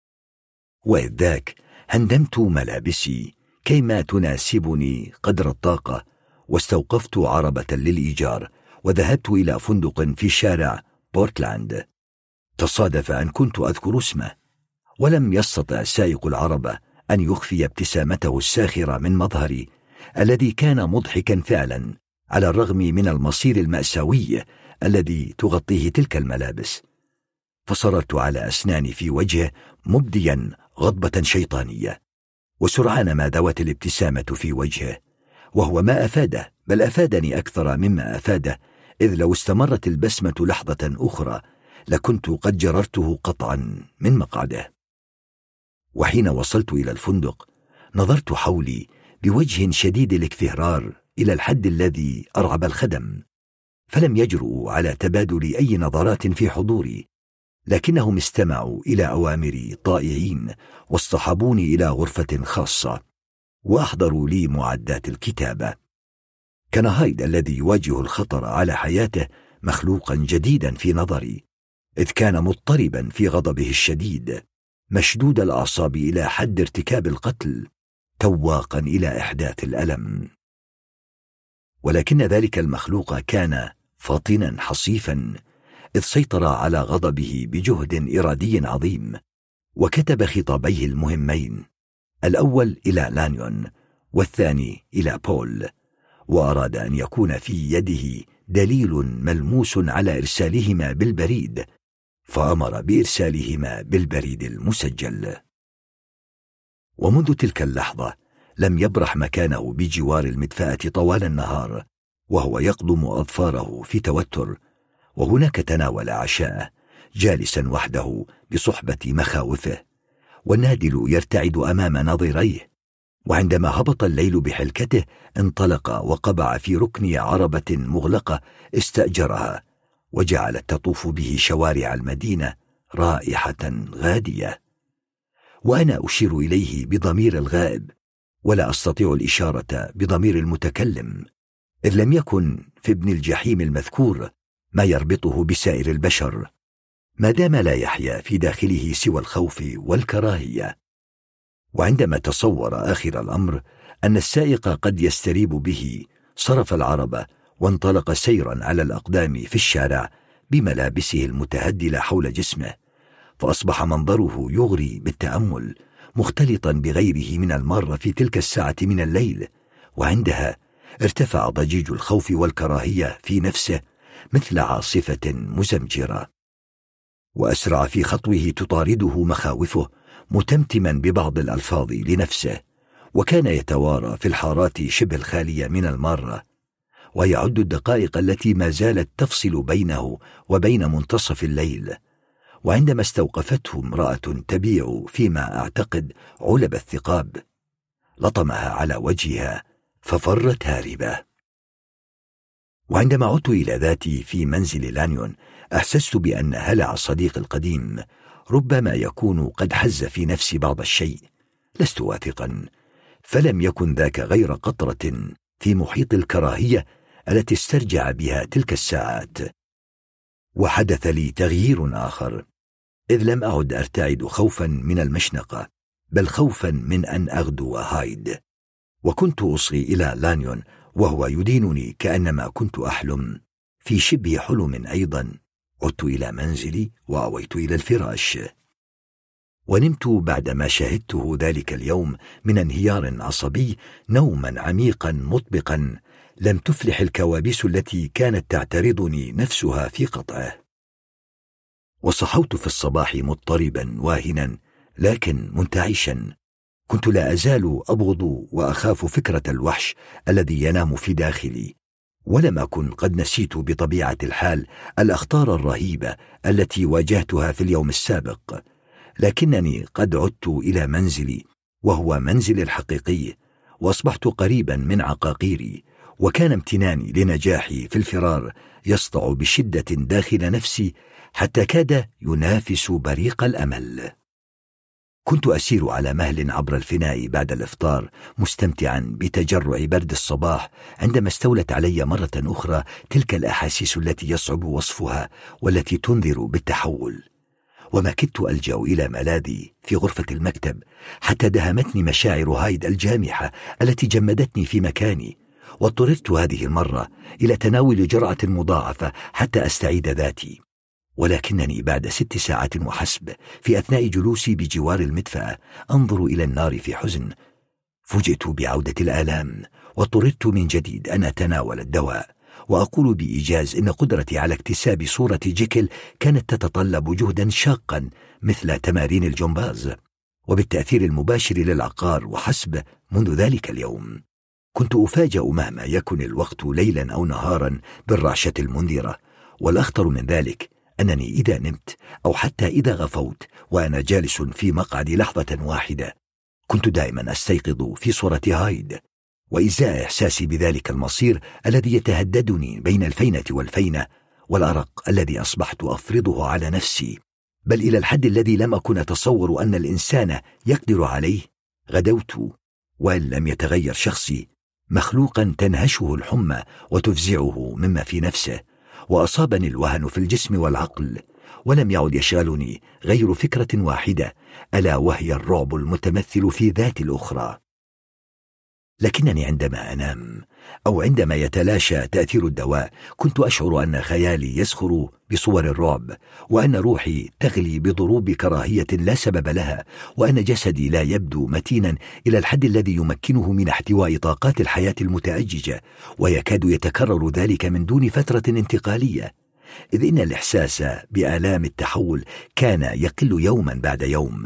وإذ ذاك هندمت ملابسي كيما تناسبني قدر الطاقة، واستوقفت عربة للإيجار، وذهبت إلى فندق في شارع بورتلاند. تصادف أن كنت أذكر اسمه، ولم يستطع سائق العربة أن يخفي ابتسامته الساخرة من مظهري الذي كان مضحكا فعلا، على الرغم من المصير المأساوي الذي تغطيه تلك الملابس. فصررت على أسناني في وجهه مبديا غضبة شيطانية، وسرعان ما ذوت الابتسامة في وجهه، وهو ما أفاده، بل أفادني أكثر مما أفاده، إذ لو استمرت البسمة لحظة أخرى لكنت قد جررته قطعا من مقعده. وحين وصلت إلى الفندق نظرت حولي بوجه شديد الاكفهرار إلى الحد الذي أرعب الخدم، فلم يجرؤوا على تبادل أي نظرات في حضوري، لكنهم استمعوا إلى أوامري طائعين واصطحبوني إلى غرفة خاصة وأحضروا لي معدات الكتابة. كان هايد الذي يواجه الخطر على حياته مخلوقا جديدا في نظري، إذ كان مضطربا في غضبه الشديد، مشدود الأعصاب إلى حد ارتكاب القتل، تواقا إلى إحداث الألم. ولكن ذلك المخلوق كان فاطنا حصيفا، إذ سيطر على غضبه بجهد إرادي عظيم، وكتب خطابيه المهمين، الأول إلى لانيون والثاني إلى بول، وأراد أن يكون في يده دليل ملموس على إرسالهما بالبريد، فأمر بإرسالهما بالبريد المسجل. ومنذ تلك اللحظة لم يبرح مكانه بجوار المدفأة طوال النهار، وهو يقضم أظفاره في توتر، وهناك تناول عشاءه جالسا وحده بصحبة مخاوفه، والنادل يرتعد أمام ناظريه. وعندما هبط الليل بحلكته انطلق وقبع في ركن عربة مغلقة استأجرها، وجعلت تطوف به شوارع المدينة رائحة غادية. وأنا أشير إليه بضمير الغائب، ولا أستطيع الإشارة بضمير المتكلم، إذ لم يكن في ابن الجحيم المذكور ما يربطه بسائر البشر، ما دام لا يحيا في داخله سوى الخوف والكراهية. وعندما تصور آخر الأمر أن السائق قد يستريب به، صرف العربة وانطلق سيرا على الأقدام في الشارع بملابسه المتهدلة حول جسمه، فأصبح منظره يغري بالتأمل، مختلطا بغيره من المارة في تلك الساعة من الليل. وعندها ارتفع ضجيج الخوف والكراهية في نفسه مثل عاصفة مزمجرة، وأسرع في خطوه تطارده مخاوفه، متمتما ببعض الألفاظ لنفسه، وكان يتوارى في الحارات شبه الخالية من المارة، ويعد الدقائق التي ما زالت تفصل بينه وبين منتصف الليل. وعندما استوقفته امرأة تبيع فيما أعتقد علب الثقاب، لطمها على وجهها ففرت هاربة. وعندما عدت إلى ذاتي في منزل لانيون أحسست بأن هلع الصديق القديم ربما يكون قد حز في نفسي بعض الشيء، لست واثقا، فلم يكن ذاك غير قطرة في محيط الكراهية التي استرجع بها تلك الساعات. وحدث لي تغيير آخر، إذ لم أعد أرتعد خوفا من المشنقة، بل خوفا من أن أغدو هايد. وكنت أصغي إلى لانيون وهو يدينني كأنما كنت أحلم في شبه حلم أيضا. عدت إلى منزلي وأويت إلى الفراش، ونمت بعدما شاهدته ذلك اليوم من انهيار عصبي نوما عميقا مطبقا لم تفلح الكوابيس التي كانت تعترضني نفسها في قطعه. وصحوت في الصباح مضطربا واهنا لكن منتعشا. كنت لا أزال أبغض وأخاف فكرة الوحش الذي ينام في داخلي، ولم أكن قد نسيت بطبيعة الحال الأخطار الرهيبة التي واجهتها في اليوم السابق، لكنني قد عدت إلى منزلي وهو منزلي الحقيقي، وأصبحت قريبا من عقاقيري، وكان امتناني لنجاحي في الفرار يسطع بشدة داخل نفسي حتى كاد ينافس بريق الأمل. كنت أسير على مهل عبر الفناء بعد الإفطار مستمتعا بتجرع برد الصباح، عندما استولت علي مرة أخرى تلك الأحاسيس التي يصعب وصفها والتي تنذر بالتحول. وما كدت ألجأ إلى ملاذي في غرفة المكتب حتى دهمتني مشاعر هايد الجامحة التي جمدتني في مكاني، واضطررت هذه المرة إلى تناول جرعة مضاعفة حتى أستعيد ذاتي. ولكنني بعد ست ساعات وحسب في أثناء جلوسي بجوار المدفأة أنظر إلى النار في حزن، فوجئت بعودة الآلام، واضطررت من جديد أن أتناول الدواء، وأقول بإيجاز إن قدرتي على اكتساب صورة جيكل كانت تتطلب جهدا شاقا مثل تمارين الجمباز، وبالتأثير المباشر للعقار وحسب منذ ذلك اليوم كنت أفاجأ مهما يكن الوقت ليلا أو نهارا بالرعشة المنذرة، والأخطر من ذلك أنني إذا نمت أو حتى إذا غفوت وأنا جالس في مقعدي لحظة واحدة كنت دائما أستيقظ في صورة هايد. وإزاء إحساسي بذلك المصير الذي يتهددني بين الفينة والفينة والأرق الذي أصبحت أفرضه على نفسي، بل إلى الحد الذي لم أكن أتصور أن الإنسان يقدر عليه، غدوت وإن لم يتغير شخصي مخلوقا تنهشه الحمى وتفزعه مما في نفسه، وأصابني الوهن في الجسم والعقل، ولم يعد يشغلني غير فكرة واحدة ألا وهي الرعب المتمثل في ذات الأخرى. لكنني عندما أنام أو عندما يتلاشى تأثير الدواء كنت أشعر أن خيالي يسخر بصور الرعب، وأن روحي تغلي بضروب كراهية لا سبب لها، وأن جسدي لا يبدو متينا إلى الحد الذي يمكنه من احتواء طاقات الحياة المتأججة، ويكاد يتكرر ذلك من دون فترة انتقالية، إذ إن الإحساس بآلام التحول كان يقل يوما بعد يوم.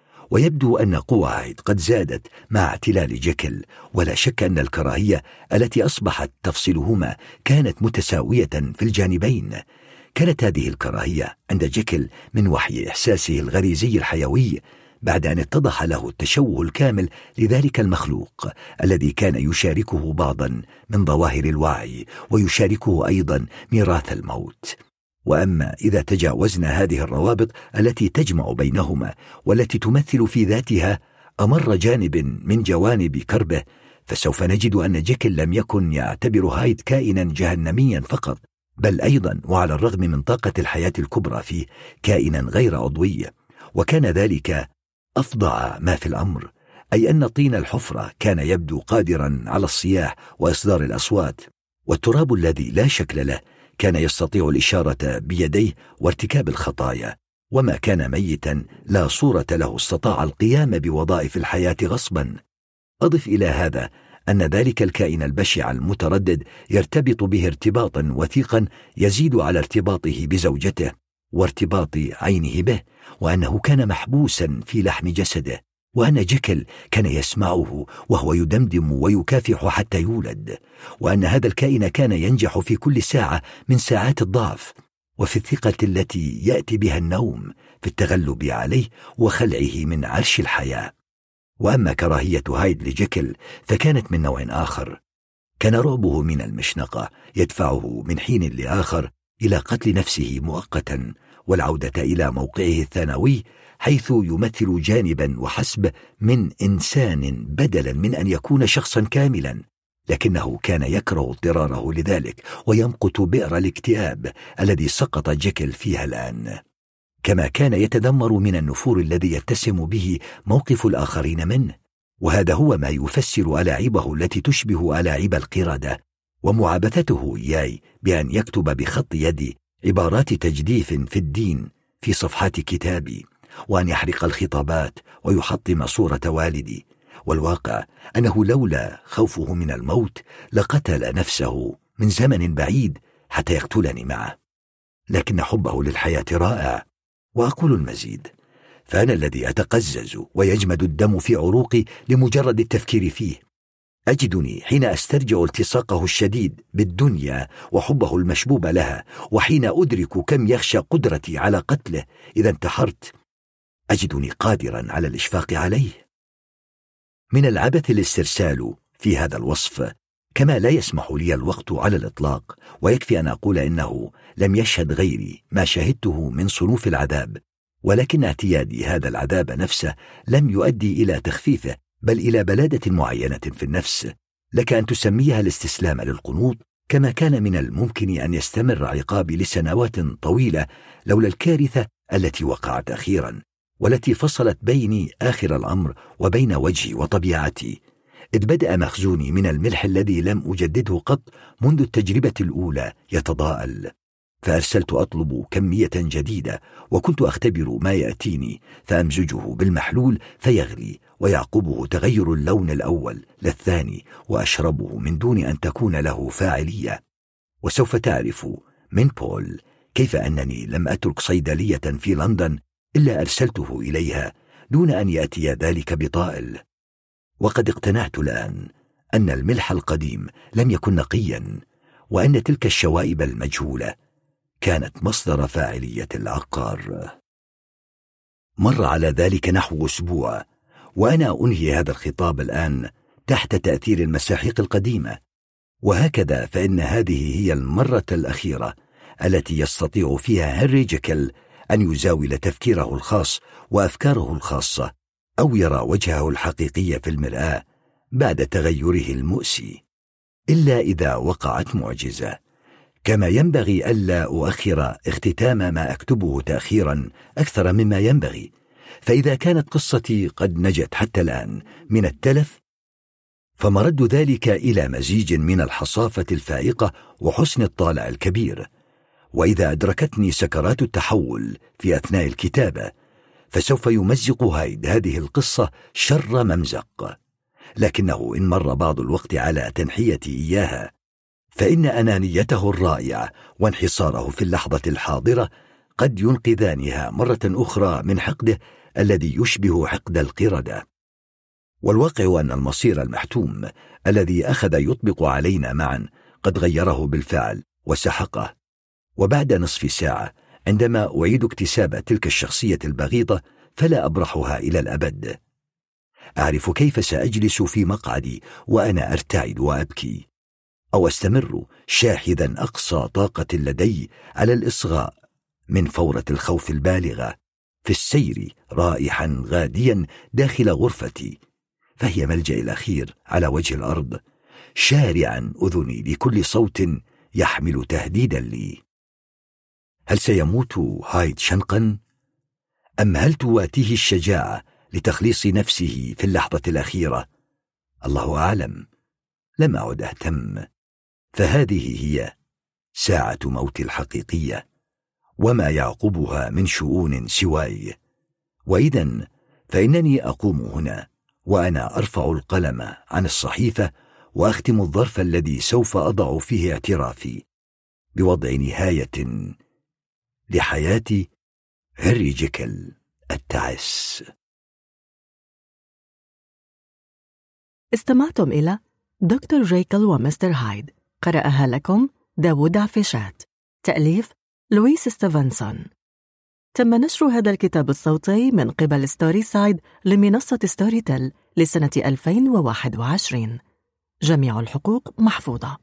ويبدو أن قوى هايد قد زادت مع اعتلال جيكل، ولا شك أن الكراهية التي أصبحت تفصلهما كانت متساوية في الجانبين. كانت هذه الكراهية عند جيكل من وحي إحساسه الغريزي الحيوي بعد أن اتضح له التشوه الكامل لذلك المخلوق الذي كان يشاركه بعضا من ظواهر الوعي ويشاركه أيضا ميراث الموت. وأما إذا تجاوزنا هذه الروابط التي تجمع بينهما والتي تمثل في ذاتها أمر جانب من جوانب كربه، فسوف نجد أن جيكل لم يكن يعتبر هايد كائنا جهنميا فقط، بل أيضا وعلى الرغم من طاقة الحياة الكبرى فيه كائنا غير عضوي. وكان ذلك أفظع ما في الأمر، أي أن طين الحفرة كان يبدو قادرا على الصياح وإصدار الأصوات، والتراب الذي لا شكل له كان يستطيع الإشارة بيديه وارتكاب الخطايا، وما كان ميتا لا صورة له استطاع القيام بوظائف الحياة غصبا. أضف إلى هذا أن ذلك الكائن البشع المتردد يرتبط به ارتباطا وثيقا يزيد على ارتباطه بزوجته وارتباط عينه به، وأنه كان محبوسا في لحم جسده، وأن جيكل كان يسمعه وهو يدمدم ويكافح حتى يولد، وأن هذا الكائن كان ينجح في كل ساعة من ساعات الضعف وفي الثقة التي يأتي بها النوم في التغلب عليه وخلعه من عرش الحياة. وأما كراهية هايد لجيكل فكانت من نوع آخر، كان رعبه من المشنقة يدفعه من حين لآخر إلى قتل نفسه مؤقتا والعودة إلى موقعه الثانوي حيث يمثل جانبا وحسب من إنسان بدلا من أن يكون شخصا كاملا، لكنه كان يكره اضطراره لذلك ويمقت بئر الاكتئاب الذي سقط جيكل فيها الآن، كما كان يتذمر من النفور الذي يتسم به موقف الآخرين منه. وهذا هو ما يفسر ألاعيبه التي تشبه ألاعيب القردة، ومعابثته إياي بأن يكتب بخط يدي عبارات تجديف في الدين في صفحات كتابي، وأن يحرق الخطابات ويحطم صورة والدي. والواقع أنه لولا خوفه من الموت لقتل نفسه من زمن بعيد حتى يقتلني معه، لكن حبه للحياة رائع. وأقول المزيد، فأنا الذي أتقزز ويجمد الدم في عروقي لمجرد التفكير فيه. أجدني حين أسترجع التصاقه الشديد بالدنيا وحبه المشبوب لها، وحين أدرك كم يخشى قدرتي على قتله إذا انتحرت، أجدني قادرا على الإشفاق عليه. من العبث الاسترسال في هذا الوصف، كما لا يسمح لي الوقت على الإطلاق، ويكفي أن أقول إنه لم يشهد غيري ما شهدته من صنوف العذاب، ولكن اعتيادي هذا العذاب نفسه لم يؤدي إلى تخفيفه، بل إلى بلادة معينة في النفس لك أن تسميها الاستسلام للقنوط، كما كان من الممكن أن يستمر عقابي لسنوات طويلة لولا الكارثة التي وقعت أخيرا، والتي فصلت بيني آخر الأمر وبين وجهي وطبيعتي، إذ بدأ مخزوني من الملح الذي لم أجدده قط منذ التجربة الأولى يتضاءل، فأرسلت أطلب كمية جديدة، وكنت أختبر ما يأتيني فأمزجه بالمحلول فيغلي، ويعقبه تغير اللون الأول للثاني، وأشربه من دون أن تكون له فاعلية. وسوف تعرف من بول كيف أنني لم أترك صيدلية في لندن إلا أرسلته إليها دون أن يأتي ذلك بطائل. وقد اقتنعت الآن أن الملح القديم لم يكن نقيا، وأن تلك الشوائب المجهولة كانت مصدر فاعلية العقار. مر على ذلك نحو أسبوع وأنا أنهي هذا الخطاب الآن تحت تأثير المساحيق القديمة، وهكذا فإن هذه هي المرة الأخيرة التي يستطيع فيها هنري جيكل أن يزاول تفكيره الخاص وأفكاره الخاصة أو يرى وجهه الحقيقي في المرآة بعد تغيره المؤسي، إلا إذا وقعت معجزة. كما ينبغي ألا أؤخر اختتام ما أكتبه تأخيرا أكثر مما ينبغي، فإذا كانت قصتي قد نجت حتى الآن من التلف فمرد ذلك إلى مزيج من الحصافة الفائقة وحسن الطالع الكبير. وإذا أدركتني سكرات التحول في أثناء الكتابة فسوف يمزق هايد هذه القصة شر ممزق، لكنه إن مر بعض الوقت على تنحيتي إياها فإن أنانيته الرائعة وانحصاره في اللحظة الحاضرة قد ينقذانها مرة أخرى من حقده الذي يشبه حقد القردة. والواقع أن المصير المحتوم الذي أخذ يطبق علينا معا قد غيره بالفعل وسحقه. وبعد نصف ساعة عندما أعيد اكتساب تلك الشخصية البغيضة فلا أبرحها إلى الأبد. أعرف كيف سأجلس في مقعدي وأنا أرتعد وأبكي، أو أستمر شاحذا أقصى طاقة لدي على الإصغاء من فورة الخوف البالغة في السير رائحا غاديا داخل غرفتي، فهي ملجأ الأخير على وجه الأرض، شارعا أذني لكل صوت يحمل تهديدا لي. هل سيموت هايد شنقا؟ أم هل تواتيه الشجاعة لتخليص نفسه في اللحظة الأخيرة؟ الله أعلم، لم أعد أهتم، فهذه هي ساعة موت الحقيقية وما يعقبها من شؤون سواي. وإذن فإنني أقوم هنا وأنا أرفع القلم عن الصحيفة وأختم الظرف الذي سوف أضع فيه اعترافي بوضع نهاية لحياة هنري جيكل التعس. استمعتم إلى دكتور جيكل ومستر هايد، قرأها لكم داوود عفيشات، تأليف لويس ستيفنسون. تم نشر هذا الكتاب الصوتي من قبل ستوري سايد لمنصة ستوري تيل لسنة ألفين وواحد وعشرين. جميع الحقوق محفوظة.